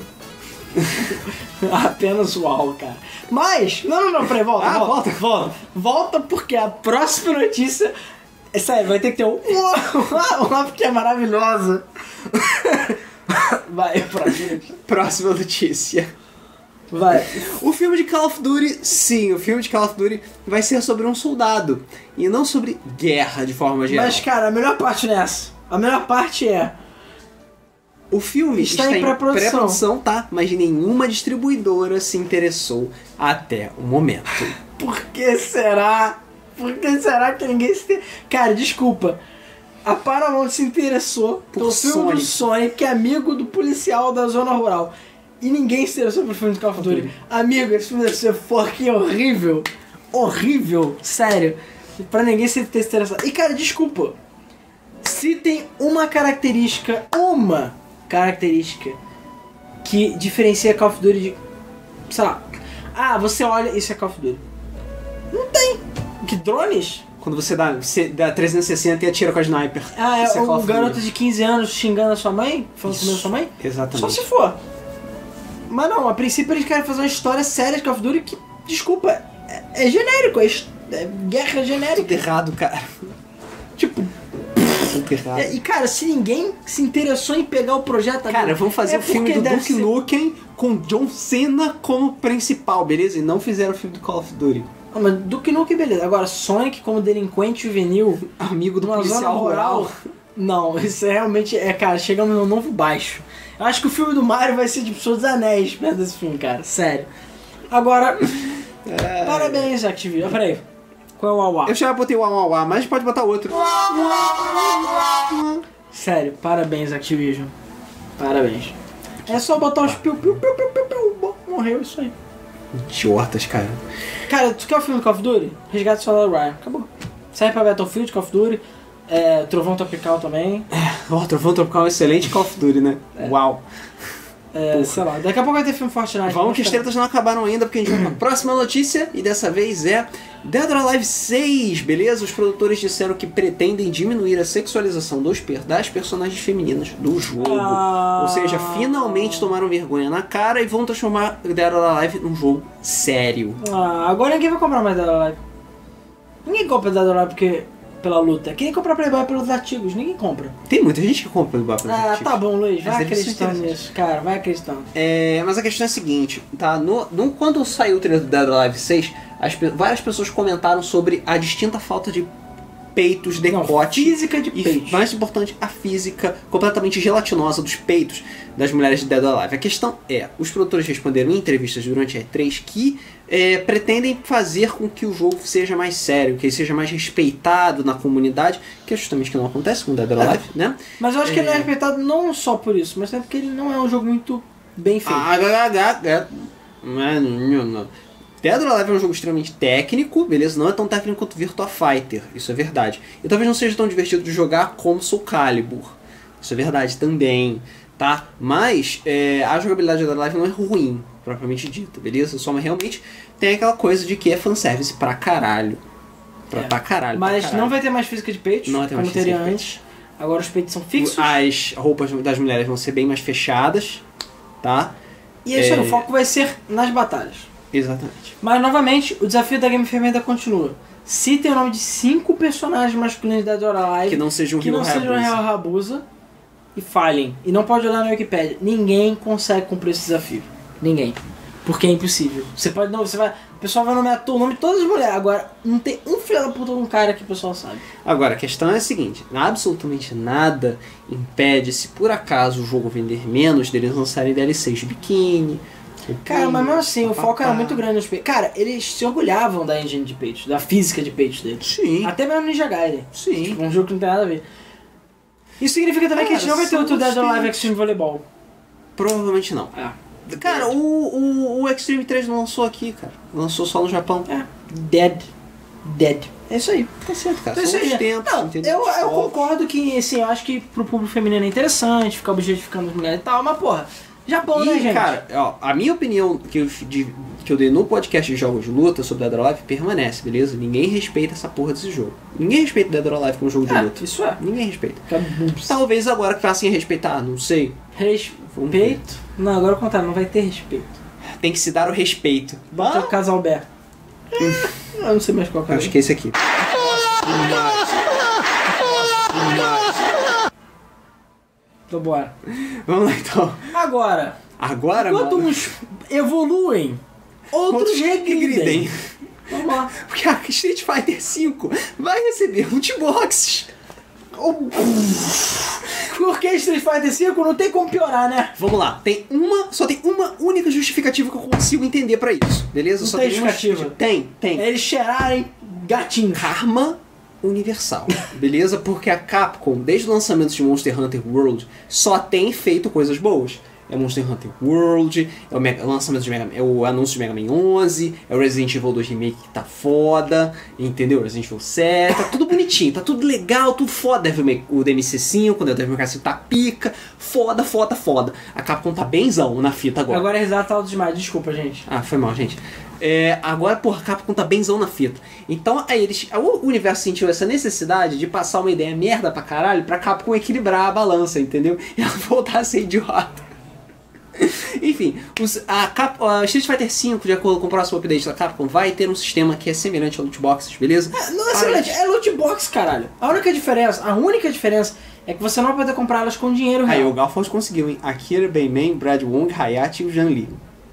Apenas uau, cara. Mas, não, não, não, peraí, volta, Ah, volta, volta. Volta porque a próxima notícia... É sério, vai ter que ter um... Uma porque é maravilhosa. Vai, próxima. Próxima notícia. Vai. O filme de Call of Duty, sim, o filme de Call of Duty vai ser sobre um soldado. E não sobre guerra de forma geral. Mas, cara, a melhor parte nessa. A melhor parte é... O filme Está está, em em pré-produção. pré-produção, tá? Mas nenhuma distribuidora se interessou até o momento. Por que será? Por que será que ninguém se... Cara, desculpa. a Paramount se interessou Por pelo filme Sonic. do Sonic, que é amigo do policial da zona rural. E ninguém se interessou pelo filme do Call of Duty. Amigo, esse filme deve ser fucking horrível. Horrível. Sério. Pra ninguém se ter se interessado. E cara, desculpa. Se tem uma característica, uma característica que diferencia Call of Duty de... Sei lá. Ah, você olha, isso é Call of Duty. Não tem. Que drones? Quando você dá, você dá trezentos e sessenta e atira com a sniper. Ah, é Isso Call um of garoto Duty. de quinze anos xingando a sua mãe? Falando com a Isso. sua mãe? Exatamente. Só se for. Mas não, a princípio eles querem fazer uma história séria de Call of Duty que, desculpa, é, é genérico, é, his- é guerra Tudo genérica. errado, cara. Tipo, Tudo errado. é, e cara, se ninguém se interessou em pegar o projeto Cara, agora, vamos fazer é o filme porque do deve Duke ser- Nukem com John Cena como principal, beleza? E não fizeram o filme do Call of Duty. Ah, mas Duke Nukem, beleza. Agora, Sonic como delinquente juvenil, Amigo do numa zona policial rural. rural. Não, isso é realmente. É, cara, chegamos num novo baixo. Eu acho que o filme do Mario vai ser tipo Senhor dos Anéis perto desse filme, cara. Sério. Agora, É... parabéns, Activision. Peraí. Qual é o Uau? Eu já botei o Uau Uau, mas pode botar outro. Sério, parabéns, Activision. Parabéns. É só botar os piu, piu, piu, piu, piu, piu. Bom, morreu isso aí. Idiotas, cara. Cara, tu quer o filme do Call of Duty? Resgate do Soldado Ryan. Acabou. Serve pra Battlefield, Call of Duty. É, Trovão Tropical também. Ó, oh, Trovão Tropical é um excelente Call of Duty, né? Uau. É, sei lá. Daqui a pouco vai ter filme Fortnite. Vamos que as esperar. tretas não acabaram ainda, porque a gente vai pra próxima notícia, e dessa vez é Dead or Alive seis, beleza? Os produtores disseram que pretendem diminuir a sexualização dos per- das personagens femininas do jogo. Ah. Ou seja, finalmente tomaram vergonha na cara e vão transformar Dead or Alive num jogo sério. Ah, agora ninguém vai comprar mais Dead or Alive. Ninguém compra Dead or Alive porque... pela luta. Quem compra Playboy pelos artigos? Ninguém compra. Tem muita gente que compra o Playboy. Ah, tá bom, Luiz. Vai Mas eles são acreditando interessantes. nisso. Cara, vai acreditando. É, mas a questão é a seguinte, tá? No, no- quando saiu o trailer do Dead or Alive seis, as pe- várias pessoas comentaram sobre a distinta falta de peitos, decote. Não, física de e, peitos. mais importante, a física completamente gelatinosa dos peitos das mulheres de Dead or Alive. A questão é, os produtores responderam em entrevistas durante a E três que é, pretendem fazer com que o jogo seja mais sério, que ele seja mais respeitado na comunidade, que é justamente o que não acontece com Dead or Alive, né? Mas eu acho que ele não é É. respeitado não só por isso, mas também porque ele não é um jogo muito bem feito. Ah, gá, gá, gá. Mano, não, não. Dead or Alive é um jogo extremamente técnico, beleza? Não é tão técnico quanto Virtua Fighter, isso é verdade. E talvez não seja tão divertido de jogar como Soul Calibur, isso é verdade também, tá? Mas é, a jogabilidade de Dead or Alive não é ruim, propriamente dita, beleza? Só mas realmente tem aquela coisa de que é fanservice pra caralho. Pra, É. pra caralho. Mas pra caralho. não vai ter mais física de peitos, Não vai ter como mais física teria de antes. Agora os peitos são fixos. As roupas das mulheres vão ser bem mais fechadas, tá? E é isso aí, é- o foco vai ser nas batalhas. Exatamente. Mas novamente, o desafio da Game Freak ainda continua. Se tem o nome de cinco personagens masculinos da Dead or Alive Que não seja um que Rio não sejam Hayabusa. Real Rabusa e falhem. E não pode olhar na Wikipedia. Ninguém consegue cumprir esse desafio. Ninguém. Porque é impossível. Você pode não, você vai, o pessoal vai nomear o nome de todas as mulheres. Agora, não tem um filho da puta de um cara que o pessoal sabe. Agora, a questão é a seguinte, absolutamente nada impede, se por acaso o jogo vender menos, deles lançarem D L Cs de biquíni. Cara, mas mesmo assim, o papapá. foco era muito grande nos peitos. Cara, eles se orgulhavam da engine de peitos, da física de peitos deles. Sim, Até mesmo Ninja Gaiden. sim. Tipo, um jogo que não tem nada a ver. Isso significa também que a gente Cara, não vai ter são outro os Dead or Alive peitos. Extreme Volleyball. Provavelmente não. É. Cara, o, o, o Extreme três não lançou aqui, cara. Lançou só no Japão. É. Dead. Dead. É isso aí. Tá certo, cara. Então, São isso os aí. tempos, Não, entendeu? eu, Os eu povos. concordo que, assim, eu acho que pro público feminino é interessante ficar objetificando as mulheres e tal, mas porra, Japão, né, E, gente? cara, ó, a minha opinião que eu, de- que eu dei no podcast de jogos de luta sobre Dead or Alive permanece, beleza? Ninguém respeita essa porra desse jogo. Ninguém respeita Dead or Alive como jogo de É, luta. isso é. Ninguém respeita. Cabums. Talvez agora que passem a respeitar, não sei. Respeito? Não, agora ao contrário, não vai ter respeito. Tem que se dar o respeito. Bota o casal Bé. Eu não sei mais qual Eu cara. acho que é esse aqui. Então bora. Vamos lá então. Agora, Agora, enquanto mano, uns evoluem, outros regridem. Vamos lá. porque a Street Fighter cinco vai receber lootboxes. Porque Street Fighter cinco não tem como piorar, né? Vamos lá, tem uma, só tem uma única justificativa que eu consigo entender pra isso, beleza? Não só tem uma justificativa? Tem, tem. É eles cheirarem gatinhos. Karma universal, beleza? Porque a Capcom, desde o lançamento de Monster Hunter World, só tem feito coisas boas. É Monster Hunter World, é o, Mega, o lançamento de Mega, é o anúncio de Mega Man onze, é o Resident Evil dois Remake que tá foda, entendeu? Resident Evil sete, tá tudo bonitinho, tá tudo legal, tudo foda. Devil May, o D M C cinco, o Devil May Cry cinco tá pica, foda, foda, foda. A Capcom tá benzão na fita agora. Agora a risada tá alto demais, desculpa, gente. Ah, foi mal, gente. É, agora, porra, a Capcom tá benzão na fita. Então, aí eles, o universo sentiu essa necessidade de passar uma ideia merda pra caralho pra Capcom equilibrar a balança, entendeu? E ela voltar a ser idiota. Enfim, os, a, Cap, a Street Fighter cinco, de acordo com o próximo update da Capcom, vai ter um sistema que é semelhante ao loot boxes, beleza? É, não é semelhante, é loot box, caralho. A única diferença, a única diferença é que você não vai poder comprar elas com dinheiro real. Aí o Galford conseguiu, hein? Akira, Bayman, Brad Wong, Hayate e o Jan Lee.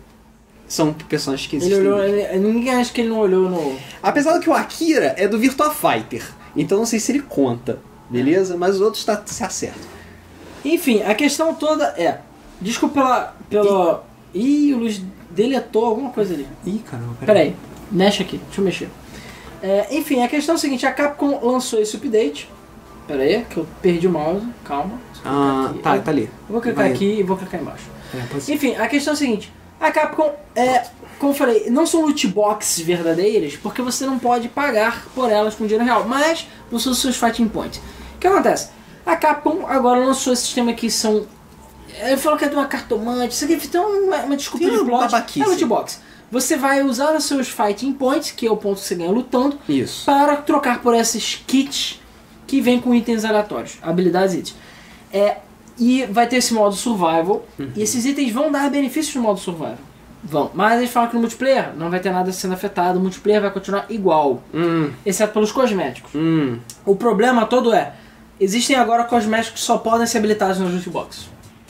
São personagens que existem. Ele olhou, ele, ninguém acha que ele não olhou no... Apesar do que o Akira é do Virtua Fighter, então não sei se ele conta, beleza? Mas os outros tá, se acertam. Enfim, a questão toda é... Desculpa pela... pela... Ih, o Luiz deletou alguma coisa ali. Ih, caramba, peraí. Peraí, mexe aqui, deixa eu mexer. É, enfim, a questão é a seguinte, a Capcom lançou esse update. Peraí, que eu perdi o mouse, calma. Ah, aqui. tá, eu, tá ali. Eu vou clicar Vai. aqui e vou clicar embaixo. É, pode ser. Enfim, a questão é a seguinte, a Capcom, é, como eu falei, não são loot boxes verdadeiras, porque você não pode pagar por elas com dinheiro real, mas você usa seus fighting points. O que acontece? A Capcom agora lançou esse sistema que são... Ele falou que é de uma cartomante, isso aqui então uma, uma desculpa Tem de uma plot. babaquice. É loot box. Você vai usar os seus fighting points, que é o ponto que você ganha lutando, Isso. para trocar por esses kits que vêm com itens aleatórios, habilidades e itens. É, e vai ter esse modo survival, Uhum. e esses itens vão dar benefícios no modo survival. Vão. Mas eles falam que no multiplayer não vai ter nada sendo afetado, o multiplayer vai continuar igual, Hum, exceto pelos cosméticos. hum. O problema todo é, existem agora cosméticos que só podem ser habilitados nos loot boxes.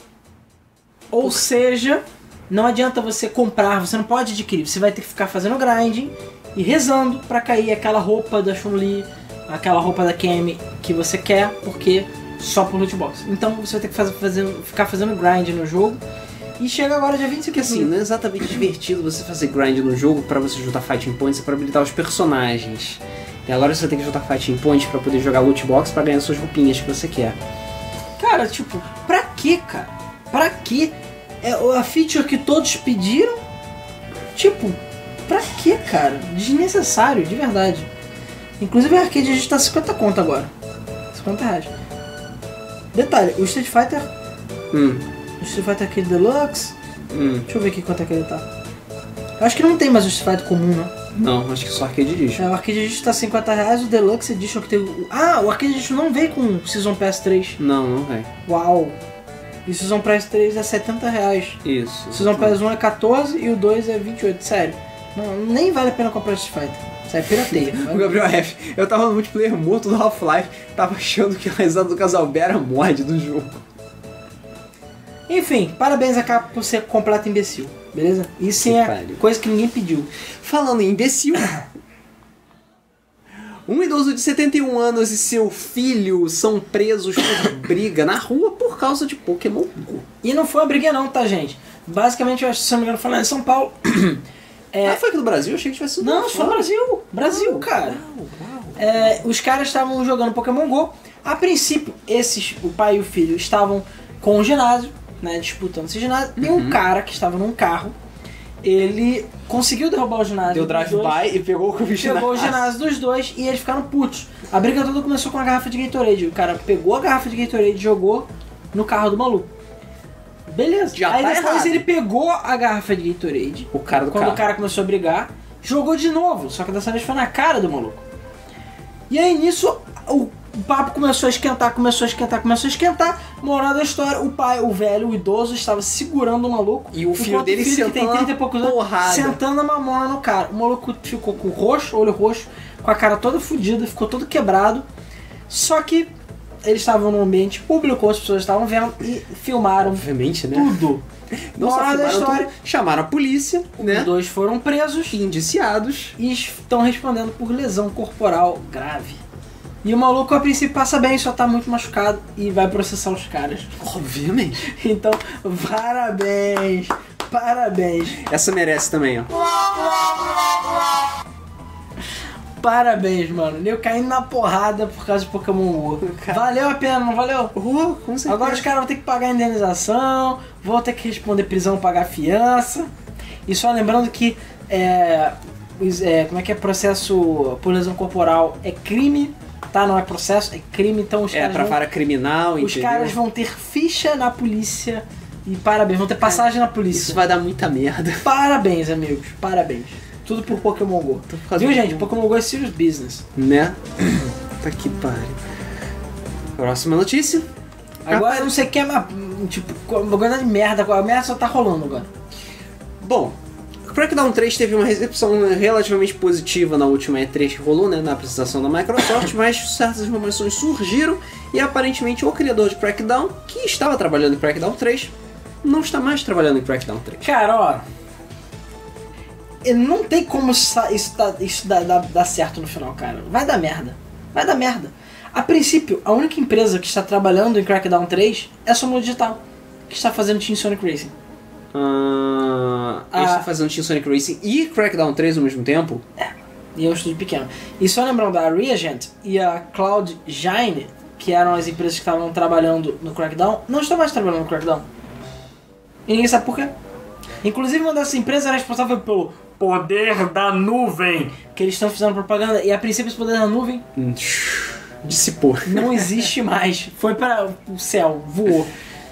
Ou seja, não adianta você comprar, você não pode adquirir, você vai ter que ficar fazendo grinding e rezando pra cair aquela roupa da Chun-Li, aquela roupa da Cammy que você quer, porque só por loot box. Então você vai ter que fazer, fazer, ficar fazendo grind no jogo. E chega agora dia vinte e cinco Porque assim, não é exatamente divertido você fazer grind no jogo pra você juntar fighting points e pra habilitar os personagens. E agora você tem que juntar fighting points pra poder jogar loot box pra ganhar suas roupinhas que você quer. Cara, tipo, pra que, cara? Pra que? É a feature que todos pediram? Tipo, pra que, cara? Desnecessário, de verdade. Inclusive a Arcade a gente tá cinquenta conto agora. cinquenta reais. Detalhe, o Street Fighter... Hum, O Street Fighter aquele Deluxe... hum. Deixa eu ver aqui quanto é que ele tá. Eu acho que não tem mais o Street Fighter comum, né? Não, acho que só Arcade Edition. É, o Arcade Edition tá cinquenta reais, o Deluxe Edition que tem... o- Ah, o Arcade Edition não veio com Season Pass três. Não, não vem. Uau! E o Season Pass três é setenta reais. Isso. O Season Pass um é quatorze e o dois é vinte e oito. Sério. Não, nem vale a pena comprar esse Street Fighter. Sério, pirateia. O Gabriel F, eu tava no multiplayer morto do Half-Life, tava achando que a risada do casal B era mod do jogo. Enfim, parabéns a Capcom por ser completo imbecil. Beleza? Isso Que é pariu. coisa que ninguém pediu. Falando em imbecil, um idoso de setenta e um anos e seu filho são presos por briga na rua por causa de Pokémon Go. E não foi uma briga não, tá, gente? Basicamente, eu acho que se não me engano, foi lá em São Paulo. É... Ah, foi aqui no Brasil? Eu achei que tivesse sido Não, lá isso foi no fora. Brasil. Brasil, cara. É, os caras estavam jogando Pokémon Go. A princípio, esses, o pai e o filho, estavam com o ginásio, né, disputando esse ginásio. E um cara que estava num carro, ele conseguiu derrubar o ginásio. Deu dos dois, drive-by e pegou o ginásio. Pegou o ginásio dos dois e eles ficaram putos. A briga toda começou com a garrafa de Gatorade. O cara pegou a garrafa de Gatorade e jogou no carro do maluco. Beleza. Já Aí tá depois errado. ele pegou a garrafa de Gatorade. O cara do Quando carro. o cara começou a brigar, jogou de novo. Só que dessa vez foi na cara do maluco. E aí nisso o papo começou a esquentar, começou a esquentar, começou a esquentar. Moral da história, o pai, o velho, o idoso, estava segurando o maluco. E o filho enquanto dele o filho, que tem sentando trinta e poucos anos, porrada. sentando a mamona no cara. O maluco ficou com o roxo, olho roxo, com a cara toda fodida, ficou todo quebrado. Só que eles estavam num ambiente público, as pessoas estavam vendo e filmaram Obviamente, né? tudo. Não só Moral da filmaram história, tudo, chamaram a polícia, os né? dois foram presos Indiciados. e estão respondendo por lesão corporal grave. E o maluco a princípio passa bem, só tá muito machucado e vai processar os caras. Obviamente. Então, parabéns, parabéns. Essa merece também, ó. Parabéns, mano. Eu caindo na porrada por causa de Pokémon GO. Cara. Valeu a pena, não valeu? Oh, com certeza. Agora os caras vão ter que pagar a indenização, vão ter que responder prisão, pagar fiança. E só lembrando que é, os- é, como é que é processo por lesão corporal é crime, tá? Não é processo, é crime. Então os É, caras pra vão, vara criminal, os entendeu? caras vão ter ficha na polícia e parabéns, vão ter passagem na polícia. Isso vai dar muita merda. Parabéns, amigos, parabéns. Tudo por Pokémon GO. Por causa Viu, do gente? Pokémon. Pokémon GO é serious business. Né? Tá que pariu. Próxima notícia. Agora eu não sei o que é, mas, tipo, uma coisa de merda, a merda só tá rolando agora. Bom, o Crackdown três teve uma recepção relativamente positiva na última E três que rolou, né, na apresentação da Microsoft, mas certas informações surgiram e aparentemente o criador de Crackdown, que estava trabalhando em Crackdown três, não está mais trabalhando em Crackdown três. Cara, ó. Não tem como isso, isso, dar, isso dar, dar, dar certo no final, cara. Vai dar merda. Vai dar merda. A princípio, a única empresa que está trabalhando em Crackdown três é a Súmula Digital, que está fazendo Team Sonic Racing. Ah, eles Ah. estão fazendo Team Sonic Racing e Crackdown três ao mesmo tempo? E é um estúdio pequeno. E só lembrando da Reagent e a Cloud Gine, que eram as empresas que estavam trabalhando no Crackdown, não estão mais trabalhando no Crackdown. E ninguém sabe por quê. Inclusive uma dessas empresas era responsável pelo poder da nuvem, que eles estão fazendo propaganda, e a princípio esse poder da nuvem Hum, Dissipou. não existe mais. Foi para o céu, voou.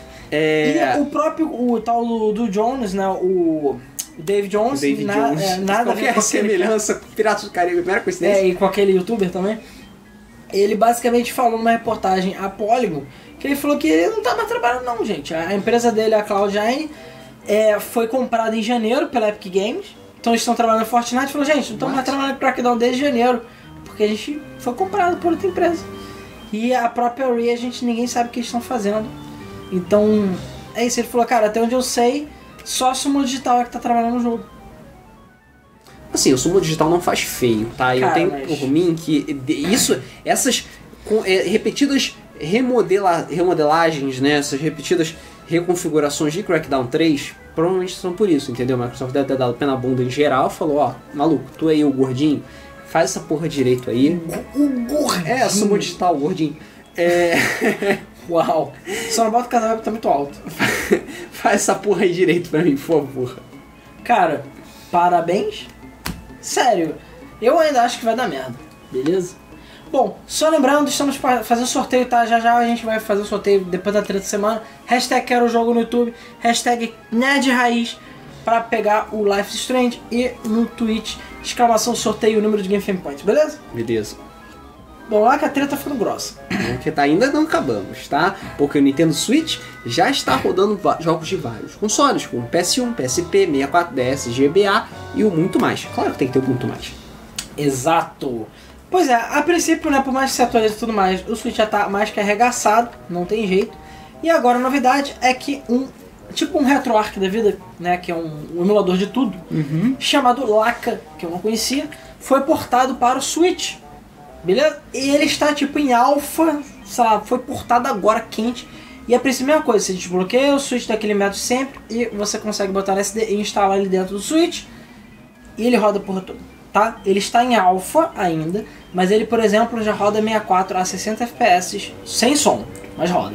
É... E o próprio, o tal do, do Jones, né, o Dave Jones, o David na- Jones. é, nada a ver Qualquer com aquele- semelhança com Piratas do Caribe, primeira coincidência. É, e com aquele youtuber também. Ele basicamente falou numa reportagem a Polygon que ele falou que ele não tá mais trabalhando não, gente. A empresa dele, a Cloud Nine, é, foi comprada em janeiro pela Epic Games. Então eles estão trabalhando em Fortnite e falou, gente, não estamos mais trabalhando em Crackdown desde janeiro, porque a gente foi comprado por outra empresa. E a própria Reagent, ninguém sabe o que eles estão fazendo. Então, é isso. Ele falou, cara, até onde eu sei, só a Súmula Digital é que tá trabalhando no jogo. Assim, o Sumo Digital não faz feio, tá? Eu Cara, tenho mas- por mim que de- isso, essas com- é, repetidas remodela, remodelagens, né? Essas repetidas reconfigurações de Crackdown três, provavelmente são por isso, entendeu? A Microsoft deve ter dado pé na bunda em geral, falou, ó, maluco, tu aí, o gordinho, faz essa porra direito aí. O gordinho. É, a Sumo Digital, o gordinho. É, Uau. Só não bota o casaco que tá muito alto. faz essa porra aí direito pra mim, por favor. Cara, parabéns. Sério, eu ainda acho que vai dar merda, beleza? Bom, só lembrando, estamos fa- fazendo sorteio, tá? Já já a gente vai fazer o sorteio depois da treta semana. Hashtag quero o jogo no YouTube, hashtag Nerd Raiz pra pegar o Life is Strange e no Twitch, exclamação sorteio o número de Game Fame Points, beleza? Beleza. Bom, lá que a treta tá ficando grossa. Porque tá, ainda não acabamos, tá? Porque o Nintendo Switch já está rodando va- jogos de vários consoles, como P S um, P S P, sessenta e quatro, D S, G B A e o muito mais. Claro que tem que ter o muito mais. Exato. Pois é, a princípio, né, por mais que se atualize e tudo mais, o Switch já tá mais que arregaçado, não tem jeito. E agora a novidade é que um, tipo um RetroArch da vida, né, que é um, um emulador de tudo, chamado Laka, que eu não conhecia, foi portado para o Switch, beleza? E ele está tipo em alpha, sei lá, foi portado agora quente. E a princípio, a mesma coisa, você desbloqueia o Switch daquele método sempre e você consegue botar no S D e instalar ele dentro do Switch e ele roda a porra toda, tá? Ele está em alpha ainda, mas ele, por exemplo, já roda sessenta e quatro a sessenta F P S sem som, mas roda.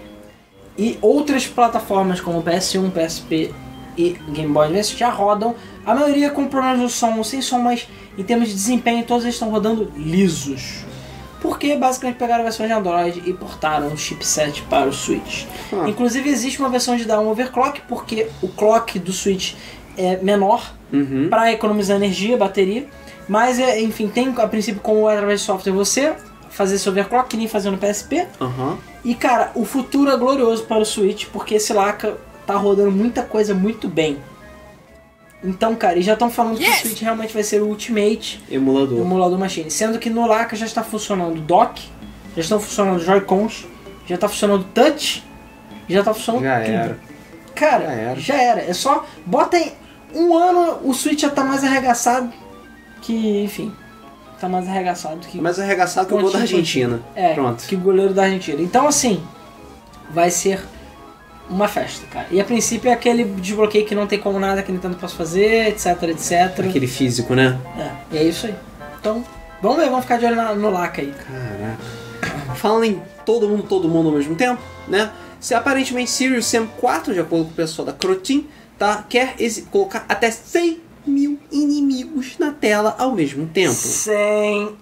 E outras plataformas como P S um, P S P e Game Boy Advance já rodam, a maioria com problemas de som ou sem som, mas em termos de desempenho todos eles estão rodando lisos. Porque basicamente pegaram a versão de Android e portaram o chipset para o Switch. Ah. Inclusive existe uma versão de dar um overclock, porque o clock do Switch é menor, Uhum. para economizar energia, bateria. Mas, é, enfim, tem a princípio como através de software você fazer esse overclock, que nem fazer no P S P. Aham. E cara, o futuro é glorioso para o Switch, porque esse Laka tá rodando muita coisa muito bem. Então, cara, eles já estão falando que o Switch realmente vai ser o Ultimate Emulador. emulador machine. Sendo que no Laka já está funcionando o dock, já estão funcionando Joy-Cons, já está funcionando Touch, já está funcionando Já tudo. era. Cara, Já era. já era. É só bota em um ano o Switch já tá mais arregaçado que, enfim, tá mais arregaçado que Mas arregaçado que o gol da Pontinho, Argentina. é, Pronto. que o goleiro da Argentina. Então, assim, vai ser uma festa, cara. E a princípio é aquele desbloqueio que não tem como nada que Nintendo possa fazer, etc, etc. Aquele físico, né? É, e é isso aí. Então, Vamos ver, vamos ficar de olho na- no Laca aí. Caraca. Falando em todo mundo, todo mundo ao mesmo tempo, né? Se aparentemente Serious Sam quatro, de acordo com o pessoal da Croteam, tá, quer exi- colocar até cem mil inimigos na tela ao mesmo tempo. cem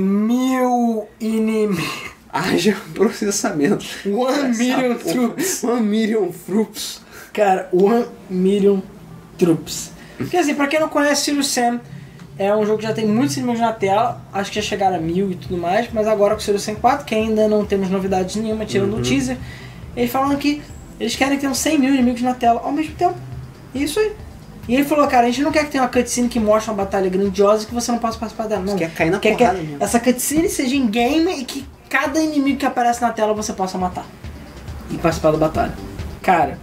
mil inimigos. Haja processamento. One Essa million porra. troops. One million troops. Cara, One Million Troops. Porque assim, pra quem não conhece, Serious Sam é um jogo que já tem muitos inimigos na tela, acho que já chegaram a mil e tudo mais, mas agora com o Serious Sam quatro, que ainda não temos novidades nenhuma, tirando Uhum. o teaser, eles falam que eles querem ter uns cem mil inimigos na tela ao mesmo tempo. E isso aí. E ele falou, cara, a gente não quer que tenha uma cutscene que mostre uma batalha grandiosa e que você não possa participar dela, não. Você quer cair na quer que porrada mesmo. essa cutscene seja em game e que cada inimigo que aparece na tela você possa matar. E participar da batalha. Cara,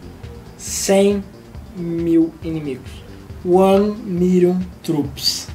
cem mil inimigos. One million troops.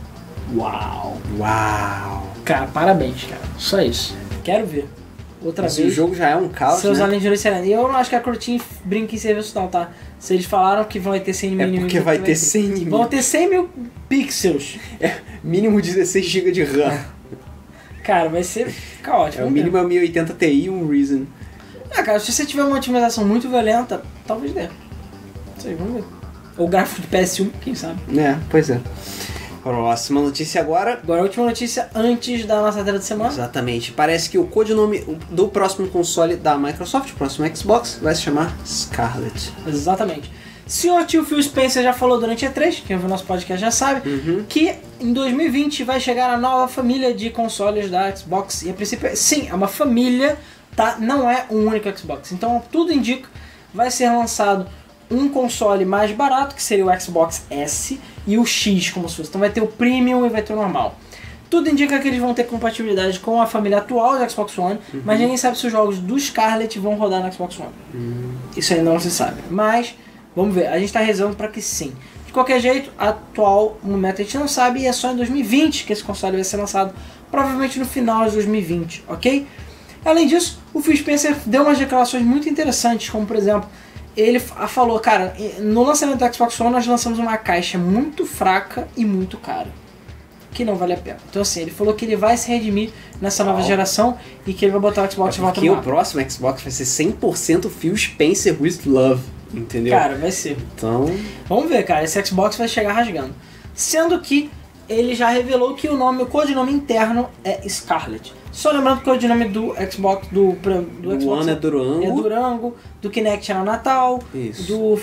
Uau. Uau. Cara, parabéns, cara. Só isso. Quero ver. Outra Mas o vez. jogo já é um caos, Seus né? além de Juros Serena. E eu não acho que a Croteam brinca em serviço não, tá? Se eles falaram que vão ter cem mil É inimigos. porque vai que ter cem inimigos. Vão ter cem mil pixels. É mínimo dezesseis gigas de RAM. Cara, vai ser caótico. É o vamos mínimo ver. é mil e oitenta Ti e um Reason. Ah, cara, se você tiver uma otimização muito violenta, talvez dê. Não sei, vamos ver. Ou gráfico de P S um, quem sabe. É, pois é. Próxima notícia agora. Agora a última notícia antes da nossa tela de semana. Exatamente. Parece que o codinome do próximo console da Microsoft, o próximo Xbox, vai se chamar Scarlet. Exatamente. Senhor tio Phil Spencer já falou durante a E três, quem ouviu nosso podcast já sabe, Uhum. que em dois mil e vinte vai chegar a nova família de consoles da Xbox. E a princípio, sim, é uma família, tá? Não é um único Xbox. Então tudo indica, vai ser lançado um console mais barato, que seria o Xbox S, e o X, como se fosse. Então vai ter o Premium e vai ter o normal. Tudo indica que eles vão ter compatibilidade com a família atual do Xbox One, Uhum. mas ninguém sabe se os jogos do Scarlet vão rodar no Xbox One. Uhum. Isso ainda não se sabe. Mas, vamos ver, a gente está rezando para que sim. De qualquer jeito, atual momento a gente não sabe e é só em dois mil e vinte que esse console vai ser lançado, provavelmente no final de dois mil e vinte, ok? Além disso, o Phil Spencer deu umas declarações muito interessantes, como por exemplo, ele falou, cara, no lançamento do Xbox One nós lançamos uma caixa muito fraca e muito cara, que não vale a pena. Então assim, ele falou que ele vai se redimir nessa nova Uau. geração e que ele vai botar o Xbox de volta Porque no o mapa. próximo Xbox vai ser cem por cento Phil Spencer with love, entendeu? Cara, vai ser. Então, Vamos ver, cara, esse Xbox vai chegar rasgando. Sendo que ele já revelou que o nome, o codinome interno é Scarlet. Só lembrando que o codinome do Xbox, do, do o Xbox One é Durango. é Durango, do Kinect era Natal, Isso. do,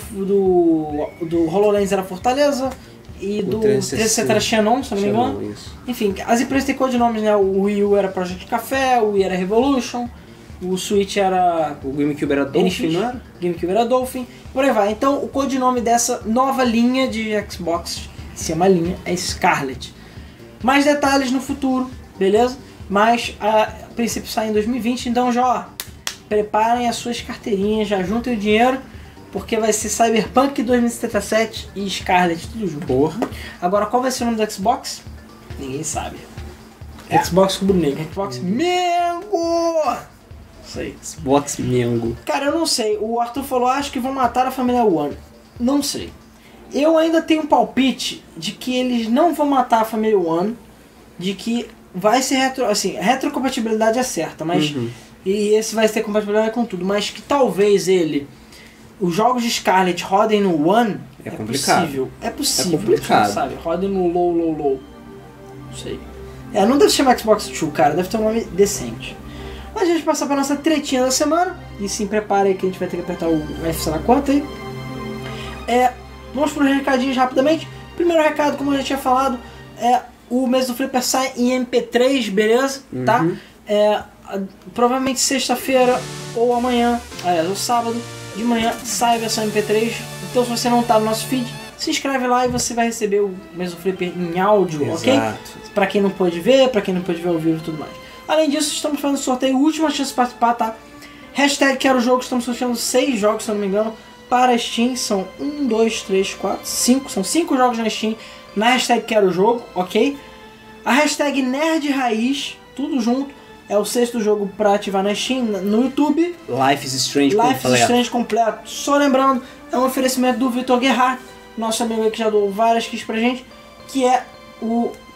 do, do HoloLens era Fortaleza e O do trezentos e sessenta trezentos e sessenta era Xenon, se não me engano. Xenon, isso. Enfim, as empresas têm codinomes, né? O Wii U era Project Café, o Wii era Revolution, o Switch era O GameCube era Dolphin, N X, não era? GameCube era Dolphin, por aí vai. Então o codinome dessa nova linha de Xbox, se é uma linha, é Scarlet. Mais detalhes no futuro, beleza? Mas a, a princípio sai em dois mil e vinte, então já ó, preparem as suas carteirinhas, já juntem o dinheiro, porque vai ser Cyberpunk dois mil e setenta e sete e Scarlet, tudo junto. Porra. Agora qual vai ser o nome do Xbox? Ninguém sabe. É. Xbox Rubro Negro, Xbox Mengo! Isso aí. Xbox Mengo. Cara, eu não sei. O Arthur falou, acho que vão matar a família One. Não sei. Eu ainda tenho um palpite de que eles não vão matar a família One, de que vai ser retro... Assim, retrocompatibilidade é certa, mas... Uhum. E esse vai ter compatibilidade com tudo, mas que talvez ele... Os jogos de Scarlet rodem no One, É é, complicado. possível. É possível, É complicado. a gente não sabe. Rodem no low, low, low. Não sei. É, não deve se chamar Xbox dois, cara. Deve ter um nome decente. Mas a gente vai passar pra nossa tretinha da semana. E se prepare aí que a gente vai ter que apertar o F sei lá quanto aí. É, vamos para os recadinhos rapidamente. Primeiro recado, como eu já tinha falado, é o mês do Flipper sai em M P três, beleza? Uhum. Tá? É, a- provavelmente sexta-feira ou amanhã, aliás, ou sábado de manhã sai a versão M P três. Então se você não tá no nosso feed, se inscreve lá e você vai receber o mês do Flipper em áudio, ok? Exato. Pra quem não pôde ver, pra quem não pôde ver ao vivo e tudo mais. Além disso, estamos fazendo sorteio, última chance de participar, tá? Hashtag quero jogo, estamos sorteando seis jogos, se eu não me engano, para a Steam. São um, dois, três, quatro, cinco. São cinco jogos na Steam, na hashtag quero jogo, ok? A hashtag Nerd Raiz, tudo junto, é o sexto jogo para ativar na Steam, no YouTube. Life is Strange Life is completo. Strange completo. Só lembrando, é um oferecimento do Vitor Guerra, nosso amigo aí que já doou várias kits pra gente, que é o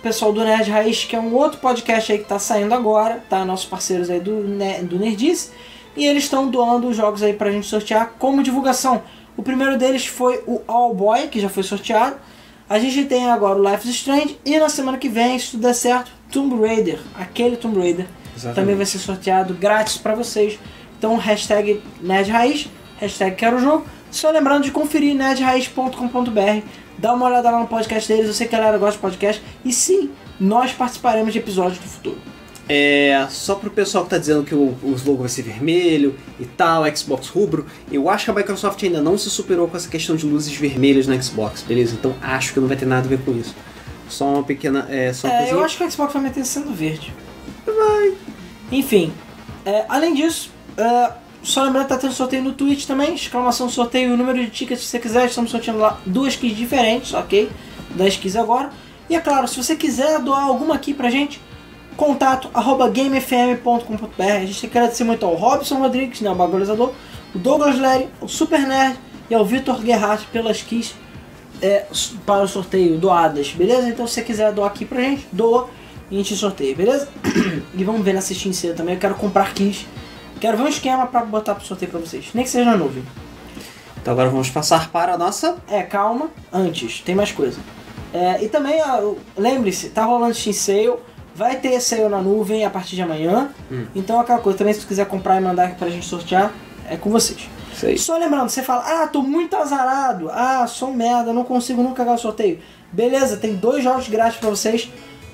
pessoal do Nerd Raiz, que é um outro podcast aí que tá saindo agora, tá? Nossos parceiros aí do, do Nerdice. E eles estão doando os jogos aí pra gente sortear como divulgação. O primeiro deles foi o All Boy, que já foi sorteado. A gente tem agora o Life is Strange. E na semana que vem, se tudo der certo, Tomb Raider. Aquele Tomb Raider. Exatamente. Também vai ser sorteado grátis pra vocês. Então, hashtag Nerd Raiz, hashtag Quero Jogo. Só lembrando de conferir nerd raiz ponto com ponto b r. Dá uma olhada lá no podcast deles. Eu sei que a galera gosta de podcast. E sim, nós participaremos de episódios do futuro. É, só pro pessoal que tá dizendo que o, o logo vai ser vermelho e tal, Xbox rubro, eu acho que a Microsoft ainda não se superou com essa questão de luzes vermelhas no Xbox, beleza? Então acho que não vai ter nada a ver com isso. Só uma pequena... É, só uma é coisinha. Eu acho que o Xbox vai meter sendo verde. Vai. Enfim, é, além disso, é, só lembrando que tá tendo sorteio no Twitch também, exclamação sorteio, o número de tickets se você quiser, estamos sorteando lá duas keys diferentes, ok? dez keys agora. E é claro, se você quiser doar alguma aqui pra gente, contato arroba gamefm ponto com ponto b r. A gente tem que agradecer muito ao Robson Rodrigues, né, o bagulhizador, o Douglas Lery, o Super Nerd e ao Vitor Guerrat pelas keys é, para o sorteio doadas, beleza? Então se você quiser doar aqui pra gente, doa e a gente sorteia, beleza? E vamos ver nessa Steam cedo também, eu quero comprar keys, quero ver um esquema pra botar pro sorteio pra vocês, nem que seja na nuvem. Então agora vamos passar para a nossa... É, calma, antes, tem mais coisa. É, e também, lembre-se, tá rolando Steam Sale. Vai ter sale na nuvem a partir de amanhã. Hum. Então aquela coisa, também se tu quiser comprar e mandar pra gente sortear, é com vocês. Sei. Só lembrando, você fala, ah, tô muito azarado, ah, sou um merda, não consigo nunca ganhar o sorteio. Beleza, tem dois jogos grátis pra vocês.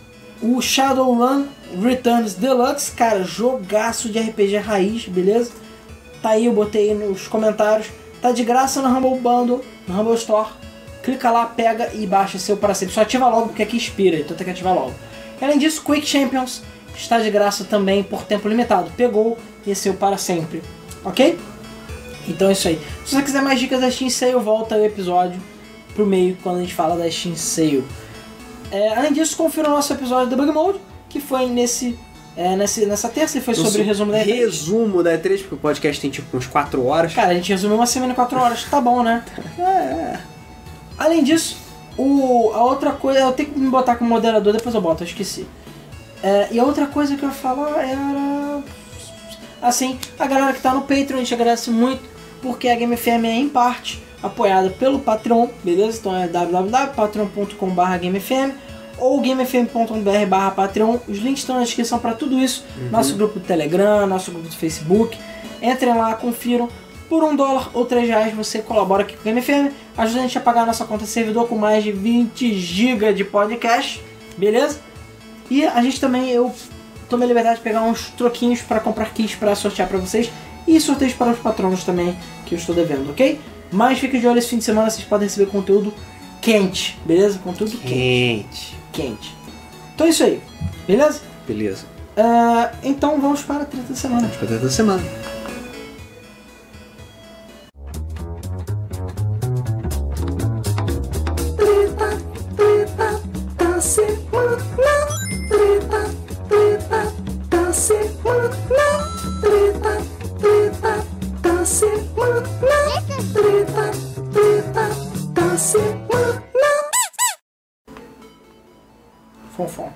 O Shadowrun Returns Deluxe, cara, jogaço de R P G raiz, beleza? Tá aí, eu botei aí nos comentários. Tá de graça no Humble Bundle, no Humble Store. Clica lá, pega e baixa seu para sempre. Só ativa logo porque aqui expira, então tem que ativar logo. Além disso, Quick Champions está de graça também por tempo limitado. Pegou e é seu para sempre. Ok? Então é isso aí. Se você quiser mais dicas da Steam Sale, volta o episódio pro meio quando a gente fala da Steam Sale. É, além disso, confira o nosso episódio do Debug Mode, que foi nesse, é, nesse, nessa terça e foi sobre o resumo da E três. Resumo da E três, porque o podcast tem tipo uns quatro horas. Cara, a gente resumiu uma semana em quatro horas. Tá bom, né? É, é. Além disso, o, a outra coisa... Eu tenho que me botar como moderador, depois eu boto, eu esqueci. É, e a outra coisa que eu ia falar era... Assim, a galera que tá no Patreon, a gente agradece muito, porque a Game F M é, em parte, apoiada pelo Patreon, beleza? Então é w w w ponto patreon ponto com barra gamefm ou gamefm ponto com ponto b r barra patreon. Os links estão na descrição para tudo isso. Uhum. Nosso grupo do Telegram, nosso grupo do Facebook. Entrem lá, confiram. Por um dólar ou três reais você colabora aqui com a Game F M, ajuda a gente a pagar a nossa conta de servidor com mais de vinte gigas de podcast, beleza? E a gente também, eu tomei a liberdade de pegar uns troquinhos para comprar kits para sortear para vocês e sorteios para os patronos também que eu estou devendo, ok? Mas fique de olho, esse fim de semana vocês podem receber conteúdo quente, beleza? Conteúdo quente. Quente. Quente. Então é isso aí, beleza? Beleza. Uh, então vamos para a treta da semana. Vamos para a treta da semana. Fonfon.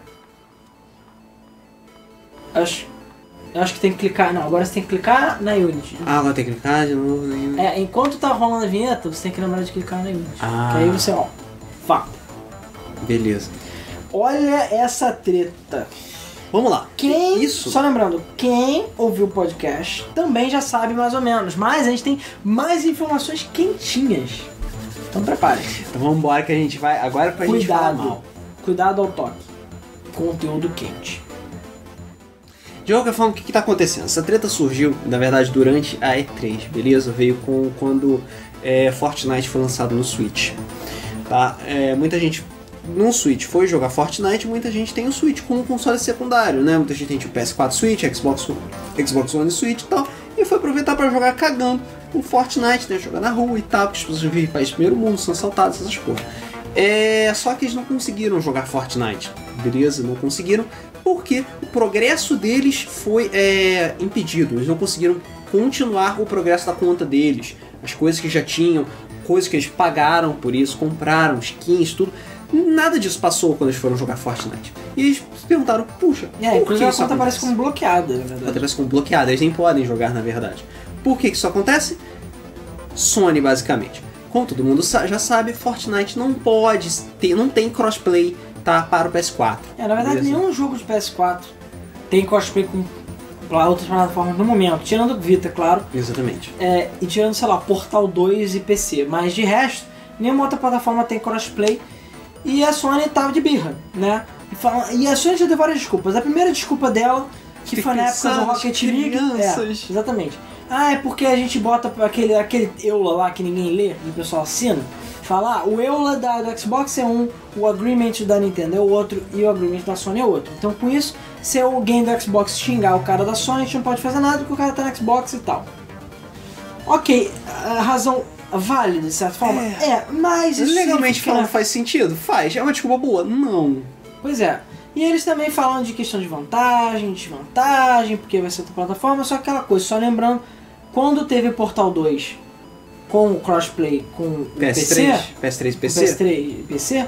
Acho, eu acho que tem que clicar. Não, agora você tem que clicar na Unity. Ah, agora tem que clicar de novo na Unity. É, enquanto tá rolando a vinheta, você tem que lembrar de clicar na Unity. Ah. Que aí você, ó, vá. Beleza. Olha essa treta. Vamos lá. Quem, Isso? Só lembrando, quem ouviu o podcast também já sabe mais ou menos, mas a gente tem mais informações quentinhas. Então prepare-se. Então vamos embora que a gente vai agora pra gente falar mal. Cuidado ao toque. Conteúdo quente. De qualquer forma, o que, que tá acontecendo? Essa treta surgiu, na verdade, durante a E três, beleza? Veio com quando é, Fortnite foi lançado no Switch. Tá? É, muita gente no Switch foi jogar Fortnite, muita gente tem o Switch como console secundário, né? Muita gente tem o P S quatro Switch, Xbox, Xbox One Switch e tal, e foi aproveitar para jogar cagando o Fortnite, né? Jogar na rua e tal, porque as pessoas vivem em país primeiro mundo, são assaltadas, essas coisas. É, só que eles não conseguiram jogar Fortnite, beleza? Não conseguiram porque o progresso deles foi é, impedido. Eles não conseguiram continuar o progresso da conta deles. As coisas que já tinham, coisas que eles pagaram por isso, compraram, skins, tudo, Nada disso passou quando eles foram jogar Fortnite. E eles se perguntaram, puxa, É, por que inclusive a isso conta aparece acontece? como bloqueada, na Ela verdade. aparece como bloqueada, eles nem podem jogar na verdade. Por que que isso acontece? Sony, basicamente. Como todo mundo sa- já sabe, Fortnite não pode ter, não tem crossplay, tá, para o P S quatro. É, na verdade, Beleza? nenhum jogo de P S quatro tem cosplay com pra outras plataformas no momento, tirando o Vita, claro, Exatamente. é, e tirando, sei lá, Portal dois e P C, mas de resto, nenhuma outra plataforma tem crossplay e a Sony tava de birra, né? E, fala- e a Sony já deu várias desculpas. A primeira desculpa dela, que Tem foi na que época do pensar nas Rocket League, crianças. é, exatamente. Ah, é porque a gente bota aquele, aquele EULA lá que ninguém lê e o pessoal assina. Fala, ah, o EULA da, do Xbox é um, o Agreement da Nintendo é o outro e o Agreement da Sony é outro. Então com isso, se o game do Xbox xingar o cara da Sony, a gente não pode fazer nada porque o cara tá no Xbox e tal. Ok, a razão válida de certa forma? É. É, mas isso Legalmente significa, falando, né? faz sentido? Faz. É uma desculpa boa? Não. Pois é. E eles também falam de questão de vantagem, desvantagem, porque vai ser outra plataforma, só aquela coisa, só lembrando, quando teve o Portal dois com o crossplay com o P S P C, três, P S três, P C. P S três e P C,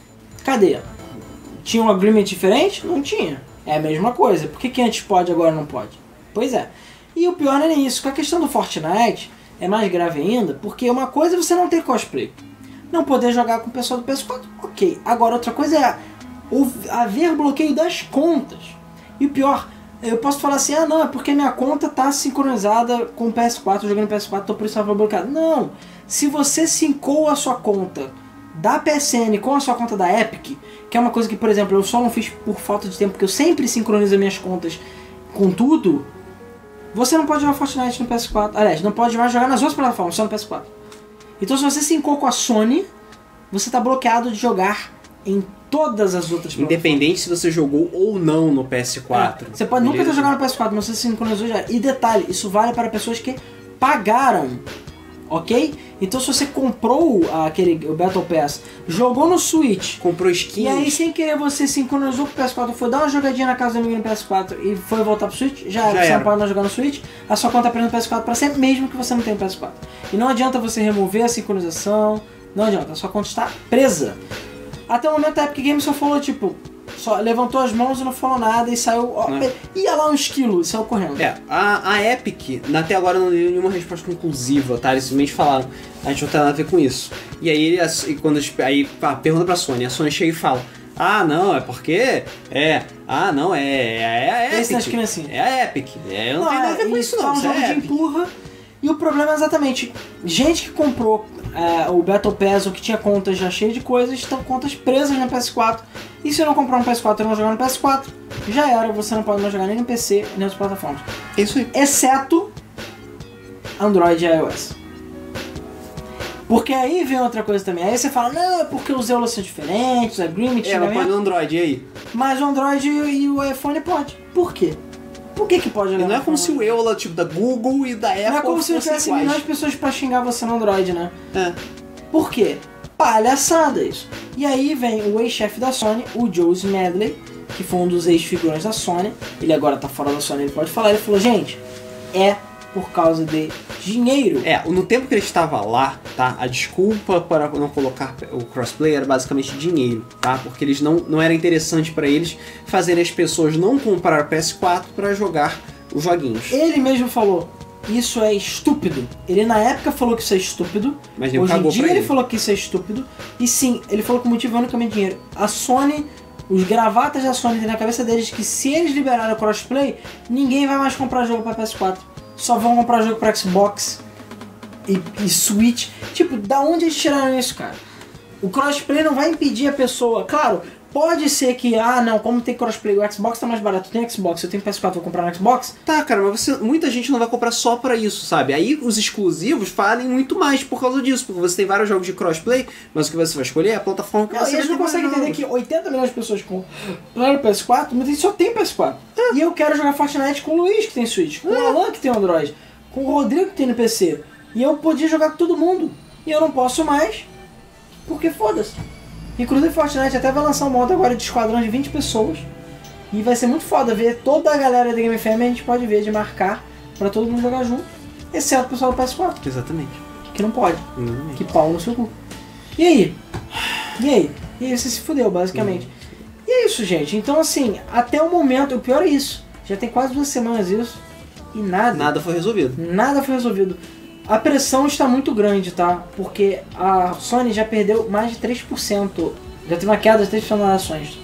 cadê? Tinha um agreement diferente? Não tinha. É a mesma coisa. Por que, que antes pode e agora não pode? Pois é. E o pior não é nem isso. Com a questão do Fortnite, é mais grave ainda, porque uma coisa é você não ter cosplay. Não poder jogar com o pessoal do P S quatro, ok. Agora outra coisa é o- haver bloqueio das contas. E o pior, eu posso falar assim, ah não, é porque minha conta tá sincronizada com o P S quatro, jogando P S quatro, então por isso ela foi bloqueada. Não! Se você sincou a sua conta da P S N com a sua conta da Epic, que é uma coisa que, por exemplo, eu só não fiz por falta de tempo, porque eu sempre sincronizo minhas contas com tudo, você não pode jogar Fortnite no P S quatro. Aliás, não pode mais jogar nas outras plataformas, só no P S quatro. Então se você sincou com a Sony, você está bloqueado de jogar em todas as outras plataformas. Independente se você jogou ou não no P S quatro. É, você pode nunca ter beleza? jogado no P S quatro, mas você sincronizou já. E detalhe, isso vale para pessoas que pagaram, ok? Então se você comprou aquele, o Battle Pass, jogou no Switch, Comprou skins. e aí sem querer você sincronizou com o P S quatro, foi dar uma jogadinha na casa do amigo no P S quatro e foi voltar pro Switch, já, Já era, você era. não pode mais jogar no Switch, a sua conta prende no P S quatro para sempre, mesmo que você não tenha o P S quatro. E não adianta você remover a sincronização, não adianta, a sua conta está presa. Até o momento a Epic Games só falou tipo, só levantou as mãos e não falou nada e saiu, ó, Né? ia lá um esquilo e saiu correndo. É, a, a Epic até agora não deu nenhuma resposta conclusiva, tá? Eles simplesmente falaram, a gente não tem nada a ver com isso. E aí, ele, e quando eles- aí ah, pergunta pra Sony, a Sony chega e fala, ah não, é porque, é, ah não, é, é a Epic. Esse das criancinhas. É a Epic, é, eu não, tenho nada a ver com e isso tá não, um isso é jogo de Epic. empurra. E o problema é exatamente, gente que comprou é, o Battle Pass ou que tinha contas já cheias de coisas, estão contas presas na P S quatro. E se não comprar um P S quatro e não jogar no P S quatro, já era, você não pode mais jogar nem no P C, nem nas plataformas. É isso aí. Exceto Android e iOS. Porque aí vem outra coisa também. Aí você fala, não, é porque os euros são diferentes, o agreement, É, mas xingamento. pode no Android, e aí? Mas o Android e o iPhone pode. Por quê? Por que que pode E jogar não é no como iPhone? se o Eula, tipo, da Google e da Apple Não é como se eu fossem tivesse iguais. milhões de pessoas pra xingar você no Android, né? É. Por quê? Palhaçada isso. E aí vem o ex-chefe da Sony, o Joe Smedley, que foi um dos ex-figurões da Sony. Ele agora tá fora da Sony, ele pode falar. Ele falou, gente, é por causa de dinheiro. É, no tempo que ele estava lá, tá? A desculpa para não colocar o crossplay era basicamente dinheiro, tá? Porque eles não, não era interessante para eles fazerem as pessoas não comprar P S quatro para jogar os joguinhos. Ele mesmo falou, isso é estúpido. Ele na época falou que isso é estúpido. Mas ele Hoje em cagou dia pra ele ele. falou que isso é estúpido. E sim, ele falou que o motivo é unicamente dinheiro. A Sony, os gravatas da Sony tem na cabeça deles que se eles liberarem o crossplay, ninguém vai mais comprar jogo pra P S quatro. Só vão comprar jogo pra Xbox e, e Switch. Tipo, da onde eles tiraram isso, cara? O crossplay não vai impedir a pessoa. Claro, pode ser que, ah não, como tem crossplay, o Xbox tá mais barato, eu tenho Xbox, eu tenho P S quatro, vou comprar no Xbox. Tá, cara, mas você, muita gente não vai comprar só pra isso, sabe? Aí os exclusivos valem muito mais por causa disso, porque você tem vários jogos de crossplay, mas o que você vai escolher é a plataforma que Não, você e eles vai não ter conseguem mais entender jogos. que oitenta milhões de pessoas compraram o P S quatro, mas só tem P S quatro. E eu quero jogar Fortnite com o Luiz, que tem Switch, com o Alan, que tem Android, com o Rodrigo, que tem no P C. E eu podia jogar com todo mundo. E eu não posso mais, porque foda-se. Inclusive Fortnite até vai lançar um modo agora de esquadrão de vinte pessoas. E vai ser muito foda ver toda a galera da Game F M, a gente pode ver de marcar pra todo mundo jogar junto. Exceto o pessoal do P S quatro, Exatamente. que não pode. Exatamente. Que pau no seu cu. E aí? E aí? E aí você se fudeu, basicamente. Uhum. E é isso, gente. Então, assim, até o momento, o pior é isso. Já tem quase duas semanas isso. E nada. Nada foi resolvido. Nada foi resolvido. A pressão está muito grande, tá? Porque a Sony já perdeu mais de três por cento. Já teve uma queda de três por cento nas ações.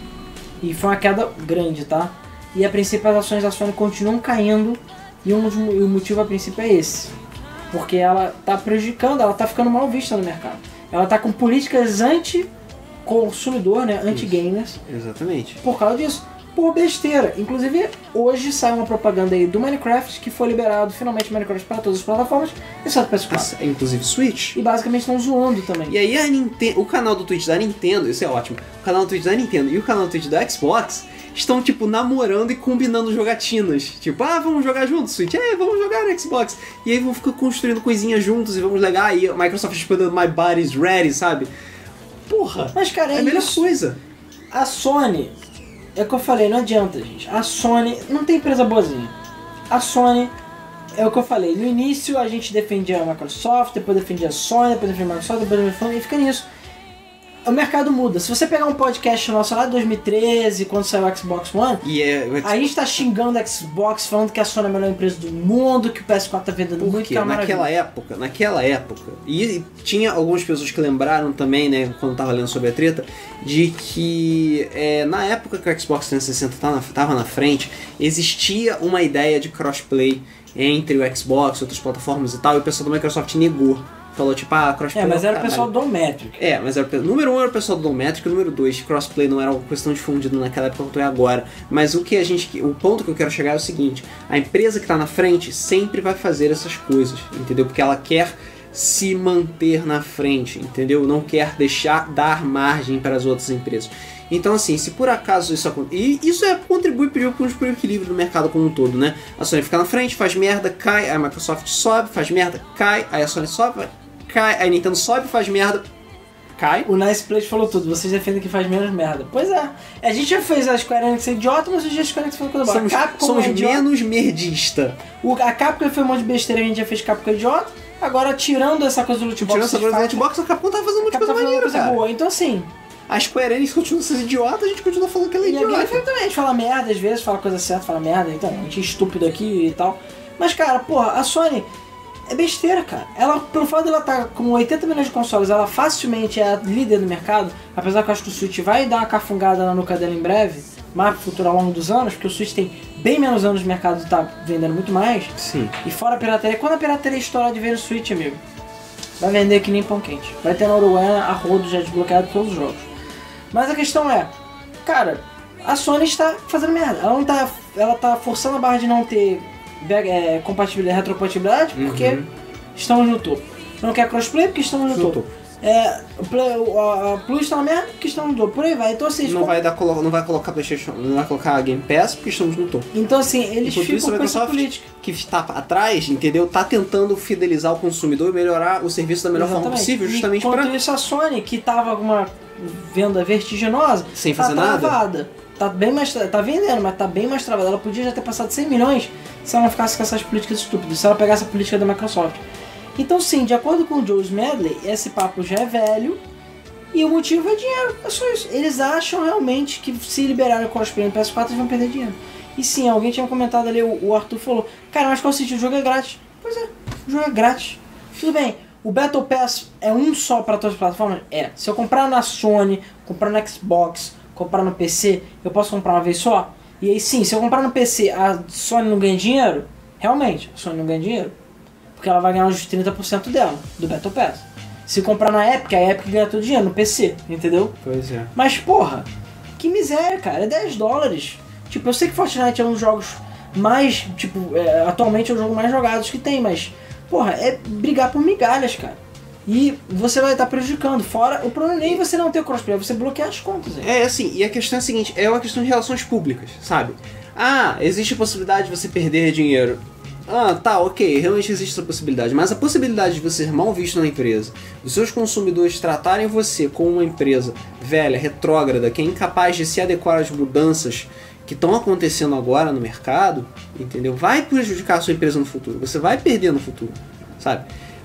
E foi uma queda grande, tá? E a princípio as ações da Sony continuam caindo. E um, o motivo a princípio é esse. Porque ela está prejudicando, ela está ficando mal vista no mercado. Ela está com políticas anti-consumidor, né? Anti-gamers. Exatamente. Por causa disso. Por besteira. Inclusive, hoje sai uma propaganda aí do Minecraft, que foi liberado finalmente Minecraft para todas as plataformas, exceto P S quatro. Inclusive Switch. E basicamente estão zoando também. E aí a Nintendo, o canal do Twitch da Nintendo, isso é ótimo, o canal do Twitch da Nintendo e o canal do Twitch da Xbox estão, tipo, namorando e combinando jogatinas. Tipo, ah, vamos jogar juntos, Switch? É, vamos jogar no Xbox. E aí vão ficar construindo coisinhas juntos e vamos legal. Aí a Microsoft respondendo My Body's Ready, sabe? Porra, mas, cara, é, é a melhor isso. coisa. A Sony... É o que eu falei, não adianta, gente. A Sony não tem empresa boazinha. A Sony, é o que eu falei, no início a gente defendia a Microsoft, depois defendia a Sony, depois defendia a Microsoft, depois defendia a Sony, e fica nisso. O mercado muda. Se você pegar um podcast nosso lá de dois mil e treze, quando saiu o Xbox One, e é, a gente tá xingando a Xbox, falando que a Sony é a melhor empresa do mundo, que o P S quatro tá vendendo muito, que é uma naquela maravilha. época, naquela época, e tinha algumas pessoas que lembraram também, né, quando tava lendo sobre a treta, de que é, na época que o Xbox trezentos e sessenta tava na, tava na frente, existia uma ideia de crossplay entre o Xbox e outras plataformas e tal, e o pessoal da Microsoft negou. Falou tipo, ah, crossplay. É, mas era o caralho. pessoal do Dometric. É, mas era o número um era o pessoal do Dometric, número dois, crossplay não era uma questão difundida naquela época quanto é agora. Mas o que a gente. O ponto que eu quero chegar é o seguinte: a empresa que está na frente sempre vai fazer essas coisas, entendeu? Porque ela quer se manter na frente, entendeu? Não quer deixar dar margem para as outras empresas. Então, assim, se por acaso isso acontecer... E isso é, contribui para o equilíbrio do mercado como um todo, né? A Sony fica na frente, faz merda, cai, a Microsoft sobe, faz merda, cai, aí a Sony sobe, cai, aí a Nintendo sobe, faz merda, cai. O Nice Plate falou tudo, vocês defendem que faz menos merda. Pois é, a gente já fez a Square Enix ser idiota, mas hoje a Square Enix foi coisa boa. Somos, Capcom somos é menos merdista. O, a Capcom foi um monte de besteira, a gente já fez Capcom idiota. Agora, tirando essa coisa do loot box... Tirando essa coisa do loot box, a Capcom tá fazendo muita coisa maneira, cara. Boa. Então, assim... A Square Enix continua sendo idiota, a gente continua falando que ela é e idiota. E a Game Freak também, a gente fala merda às vezes, fala coisa certa, fala merda, então, a gente é estúpido aqui e tal. Mas, cara, porra, a Sony é besteira, cara. Ela, pelo fato de ela estar com oitenta milhões de consoles, ela facilmente é a líder do mercado, apesar que eu acho que o Switch vai dar uma cafungada na nuca dela em breve, mais futuro ao longo dos anos, porque o Switch tem bem menos anos de mercado e tá vendendo muito mais. Sim. E fora a pirataria, quando a pirataria estourar de ver no Switch, amigo, vai vender que nem pão quente. Vai ter na Uruguaiana a rodo já desbloqueado todos os jogos. Mas a questão é, cara, a Sony está fazendo merda. Ela não tá, ela tá forçando a barra de não ter é, compatibilidade, retrocompatibilidade, porque uhum. estamos no topo. Não quer crossplay porque estamos no, no topo. topo. É, a, a Plus está na merda porque estamos no topo. Por aí vai. Então, assim, não, vai dar, não vai colocar PlayStation, não vai colocar Game Pass porque estamos no topo. Então, assim, eles Enquanto ficam isso, com essa política. Que está atrás, entendeu? Tá tentando fidelizar o consumidor e melhorar o serviço da melhor Exatamente. forma possível, justamente para... para... Enquanto isso, a Sony, que tava com uma venda vertiginosa, sem fazer tá nada, travada. Tá bem mais tá vendendo, mas tá bem mais travada. Ela podia já ter passado cem milhões se ela não ficasse com essas políticas estúpidas, se ela pegasse a política da Microsoft. Então, sim, de acordo com o Joe Smedley, esse papo já é velho e o motivo é dinheiro. É só isso. Eles acham realmente que se liberarem o crossplay no P S quatro eles vão perder dinheiro. E sim, alguém tinha comentado ali, o Arthur falou: cara, mas qual o sentido? O jogo é grátis. Pois é, o jogo é grátis. Tudo bem. O Battle Pass é um só para todas as plataformas? É. Se eu comprar na Sony, comprar no Xbox, comprar no P C, eu posso comprar uma vez só? E aí sim, se eu comprar no P C, a Sony não ganha dinheiro? Realmente, a Sony não ganha dinheiro. Porque ela vai ganhar uns trinta por cento dela, do Battle Pass. Se comprar na Epic, a Epic ganha todo o dinheiro, no P C, entendeu? Pois é. Mas porra, que miséria, cara, é dez dólares. Tipo, eu sei que Fortnite é um dos jogos mais, tipo, é, atualmente é o jogo mais jogados que tem, mas... Porra, é brigar por migalhas, cara. E você vai estar prejudicando. Fora, o problema nem você não ter o crossplay, é você bloquear as contas. Hein? É assim, e a questão é a seguinte, é uma questão de relações públicas, sabe? Ah, existe a possibilidade de você perder dinheiro. Ah, tá, ok, realmente existe essa possibilidade. Mas a possibilidade de você ser mal visto na empresa, os seus consumidores tratarem você como uma empresa velha, retrógrada, que é incapaz de se adequar às mudanças que estão acontecendo agora no mercado, entendeu? Vai prejudicar a sua empresa no futuro. Você vai perder no futuro, sabe?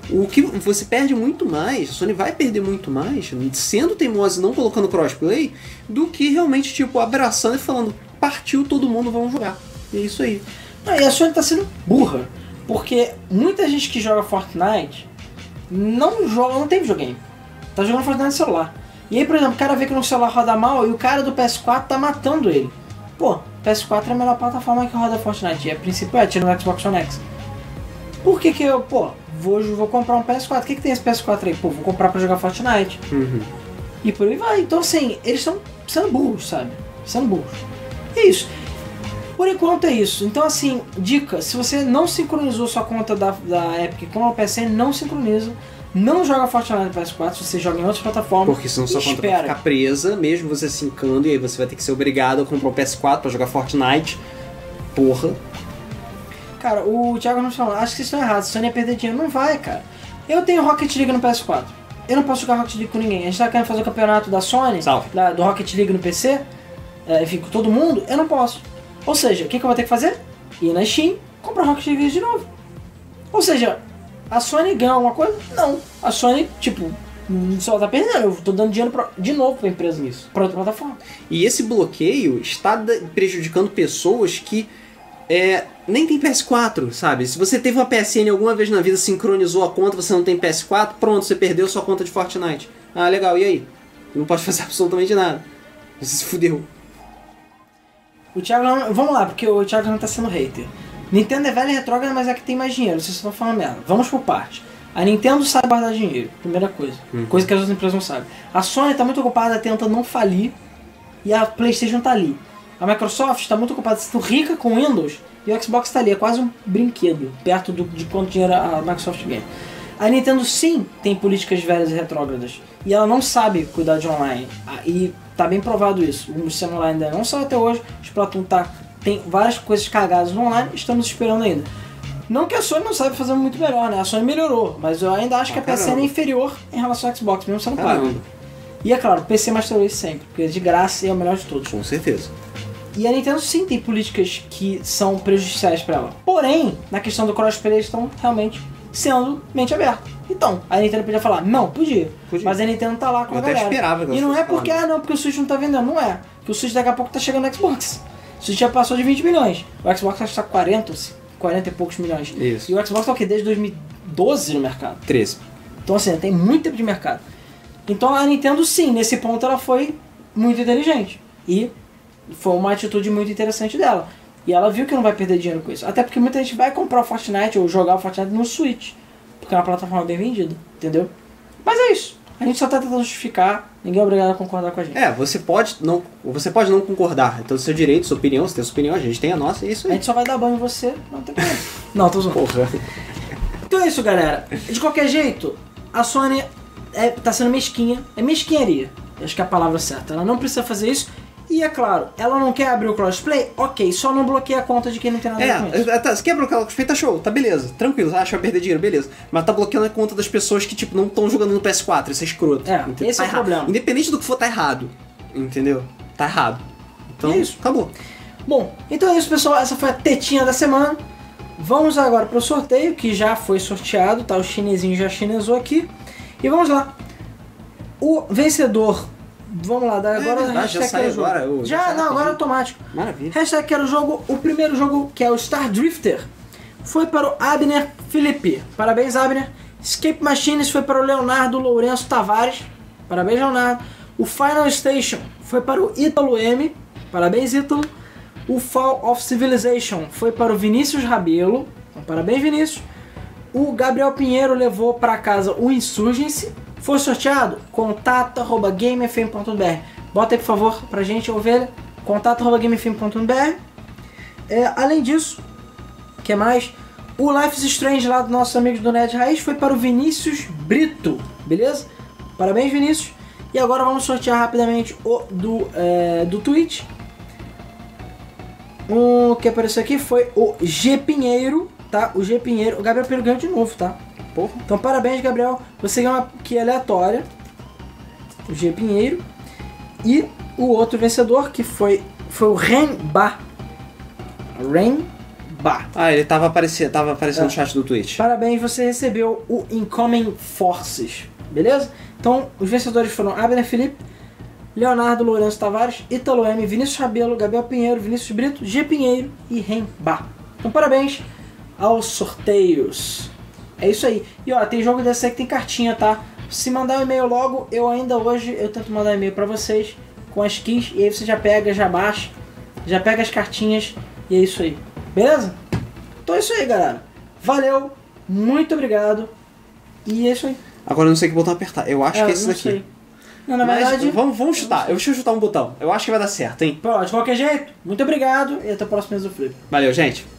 O que você perde muito mais, a Sony vai perder muito mais, sendo teimosa e não colocando crossplay, do que realmente, tipo, abraçando e falando, partiu todo mundo, vamos jogar. E é isso aí. Não, e a Sony tá sendo burra, porque muita gente que joga Fortnite não joga, não tem videogame. Tá jogando Fortnite no celular. E aí, por exemplo, o cara vê que no celular roda mal e o cara do P S quatro tá matando ele. Pô, P S quatro é a melhor plataforma que roda Fortnite. E a princípio é, tira no Xbox One X. Por que que eu, pô, vou, vou comprar um P S quatro? O que que tem esse P S quatro aí? Pô, vou comprar pra jogar Fortnite. Uhum. E por aí vai. Então, assim, eles estão sendo burros, sabe? Sendo burros. É isso. Por enquanto é isso. Então, assim, dica, se você não sincronizou sua conta da, da Epic com a P S N, não sincroniza. Não joga Fortnite no P S quatro, se você joga em outras plataformas. Porque senão sua conta vai espera. ficar presa, mesmo você sincando, e aí você vai ter que ser obrigado a comprar um P S quatro pra jogar Fortnite. Porra. Cara, o Thiago não falou, acho que vocês estão errados, a Sony ia perder dinheiro. Não vai, cara. Eu tenho Rocket League no P S quatro. Eu não posso jogar Rocket League com ninguém. A gente tá querendo fazer o campeonato da Sony, Salve. da, do Rocket League no P C, é, enfim, com todo mundo, eu não posso. Ou seja, o que, que eu vou ter que fazer? Ir na Steam, comprar Rocket League de novo. Ou seja, a Sony ganha alguma coisa? Não. A Sony, tipo, só tá perdendo. Eu tô dando dinheiro pra, de novo pra empresa nisso, pra outra plataforma. E esse bloqueio está da- prejudicando pessoas que é, nem tem P S quatro, sabe? Se você teve uma P S N alguma vez na vida, sincronizou a conta, você não tem P S quatro, pronto, você perdeu sua conta de Fortnite. Ah, legal, e aí? Não pode fazer absolutamente nada. Você se fudeu. O Thiago não, vamos lá, porque o Thiago não tá sendo hater. Nintendo é velha e retrógrada, mas é que tem mais dinheiro, vocês estão falando merda. Vamos por parte. A Nintendo sabe guardar dinheiro, primeira coisa. Uhum. Coisa que as outras empresas não sabem. A Sony tá muito ocupada tentando não falir e a PlayStation tá ali. A Microsoft tá muito ocupada sendo rica com Windows e o Xbox tá ali. É quase um brinquedo, perto do, de quanto dinheiro a Microsoft ganha. A Nintendo sim tem políticas velhas e retrógradas. E ela não sabe cuidar de online. Ah, E tá bem provado isso. O sistema online ainda não saiu até hoje. O Splatoon tá, tem várias coisas cagadas no online. Estamos esperando ainda. Não que a Sony não saiba fazer muito melhor, né? A Sony melhorou. Mas eu ainda acho que a P S N é inferior em relação ao Xbox, mesmo sendo pago. Caramba. E é claro, P C Master Race sempre. Porque é de graça e é o melhor de todos. Com certeza. E a Nintendo sim tem políticas que são prejudiciais para ela. Porém, na questão do crossplay, eles estão realmente sendo mente aberta. Então, a Nintendo podia falar, não, podia. Podia. Mas a Nintendo tá lá com Eu a até galera. esperava que ela E não fosse é porque, falar. ah não, porque o Switch não tá vendendo. Não é. Porque o Switch daqui a pouco tá chegando no Xbox. O Switch já passou de vinte milhões. O Xbox acho que tá com quarenta, quarenta e poucos milhões. Isso. E o Xbox tá o quê? Desde dois mil e doze no mercado. treze. Então assim, tem muito tempo de mercado. Então a Nintendo sim, nesse ponto ela foi muito inteligente. E foi uma atitude muito interessante dela. E ela viu que não vai perder dinheiro com isso. Até porque muita gente vai comprar o Fortnite ou jogar o Fortnite no Switch. Porque é uma plataforma bem vendida, entendeu? Mas é isso. A gente só tá tentando justificar. Ninguém é obrigado a concordar com a gente. É, você pode não, você pode não concordar. Então, seu direito, sua opinião, você tem a sua opinião, a gente tem a nossa, e é isso A aí. gente só vai dar banho em você, não tem problema. Não, tô zoando. Porra. Então é isso, galera. De qualquer jeito, a Sony é, tá sendo mesquinha. É mesquinharia. Acho que é a palavra certa. Ela não precisa fazer isso. E é claro, ela não quer abrir o crossplay? Ok, só não bloqueia a conta de quem não tem nada a ver com isso. É, tá, você quer bloquear o crossplay, tá show, tá beleza, tranquilo, acha que vai perder dinheiro, beleza. Mas tá bloqueando a conta das pessoas que, tipo, não estão jogando no P S quatro, isso é escroto. É, entendeu? esse Tá é o errado. problema. Independente do que for, tá errado. Entendeu? Tá errado. Então, É isso. acabou. Bom, então é isso, pessoal. Essa foi a tetinha da semana. Vamos agora pro sorteio, que já foi sorteado, tá? O chinesinho já chinesou aqui. E vamos lá. O vencedor... Vamos lá, agora É verdade, hashtag já saiu quero jogo. agora, o- já Já, saiu não, agora é rapidinho. automático. Maravilha. Hashtag quero jogo. O primeiro jogo, que é o Star Drifter, foi para o Abner Felipe. Parabéns, Abner. Escape Machines foi para o Leonardo Lourenço Tavares. Parabéns, Leonardo. O Final Station foi para o Ítalo M. Parabéns, Ítalo. O Fall of Civilization foi para o Vinícius Rabelo. Então, parabéns, Vinícius. O Gabriel Pinheiro levou para casa o Insurgency. Foi sorteado? Contato arroba gamefm ponto b r. Bota aí, por favor, pra gente, ovelha. Contato arroba gamefm ponto b r. É, além disso, o que mais? O Life is Strange lá dos nossos amigos do Nerd Raiz foi para o Vinícius Brito. Beleza? Parabéns, Vinícius. E agora vamos sortear rapidamente o do, é, do Twitch. O que apareceu aqui foi o G Pinheiro, tá? O G Pinheiro. O Gabriel Pinheiro ganhou de novo, tá? Porra. Então parabéns, Gabriel. Você ganhou uma que é aleatória. O G Pinheiro. E o outro vencedor que foi, foi o Renba. Renba. Bar. Ah, ele tava aparecendo, tava aparecendo É. no chat do Twitch. Parabéns, você recebeu o Incoming Forces, beleza? Então, os vencedores foram Abner Felipe, Leonardo Lourenço Tavares, Italo M, Vinícius Rabelo, Gabriel Pinheiro, Vinícius Brito, G Pinheiro e Ren Bar. Então, parabéns aos sorteios. É isso aí. E ó, tem jogo desse aí que tem cartinha, tá? Se mandar um e-mail logo, eu ainda hoje eu tento mandar um e-mail pra vocês com as keys e aí você já pega, já baixa, já pega as cartinhas e é isso aí. Beleza? Então é isso aí, galera. Valeu, muito obrigado e é isso aí. Agora eu não sei que botão apertar. Eu acho É, que é esse não daqui. sei. Não, na Mas verdade... vamos, vamos chutar. Eu, deixa eu chutar um botão. Eu acho que vai dar certo, hein? Pronto, de qualquer jeito, muito obrigado e até o próximo Mesmo Flip. Valeu, gente.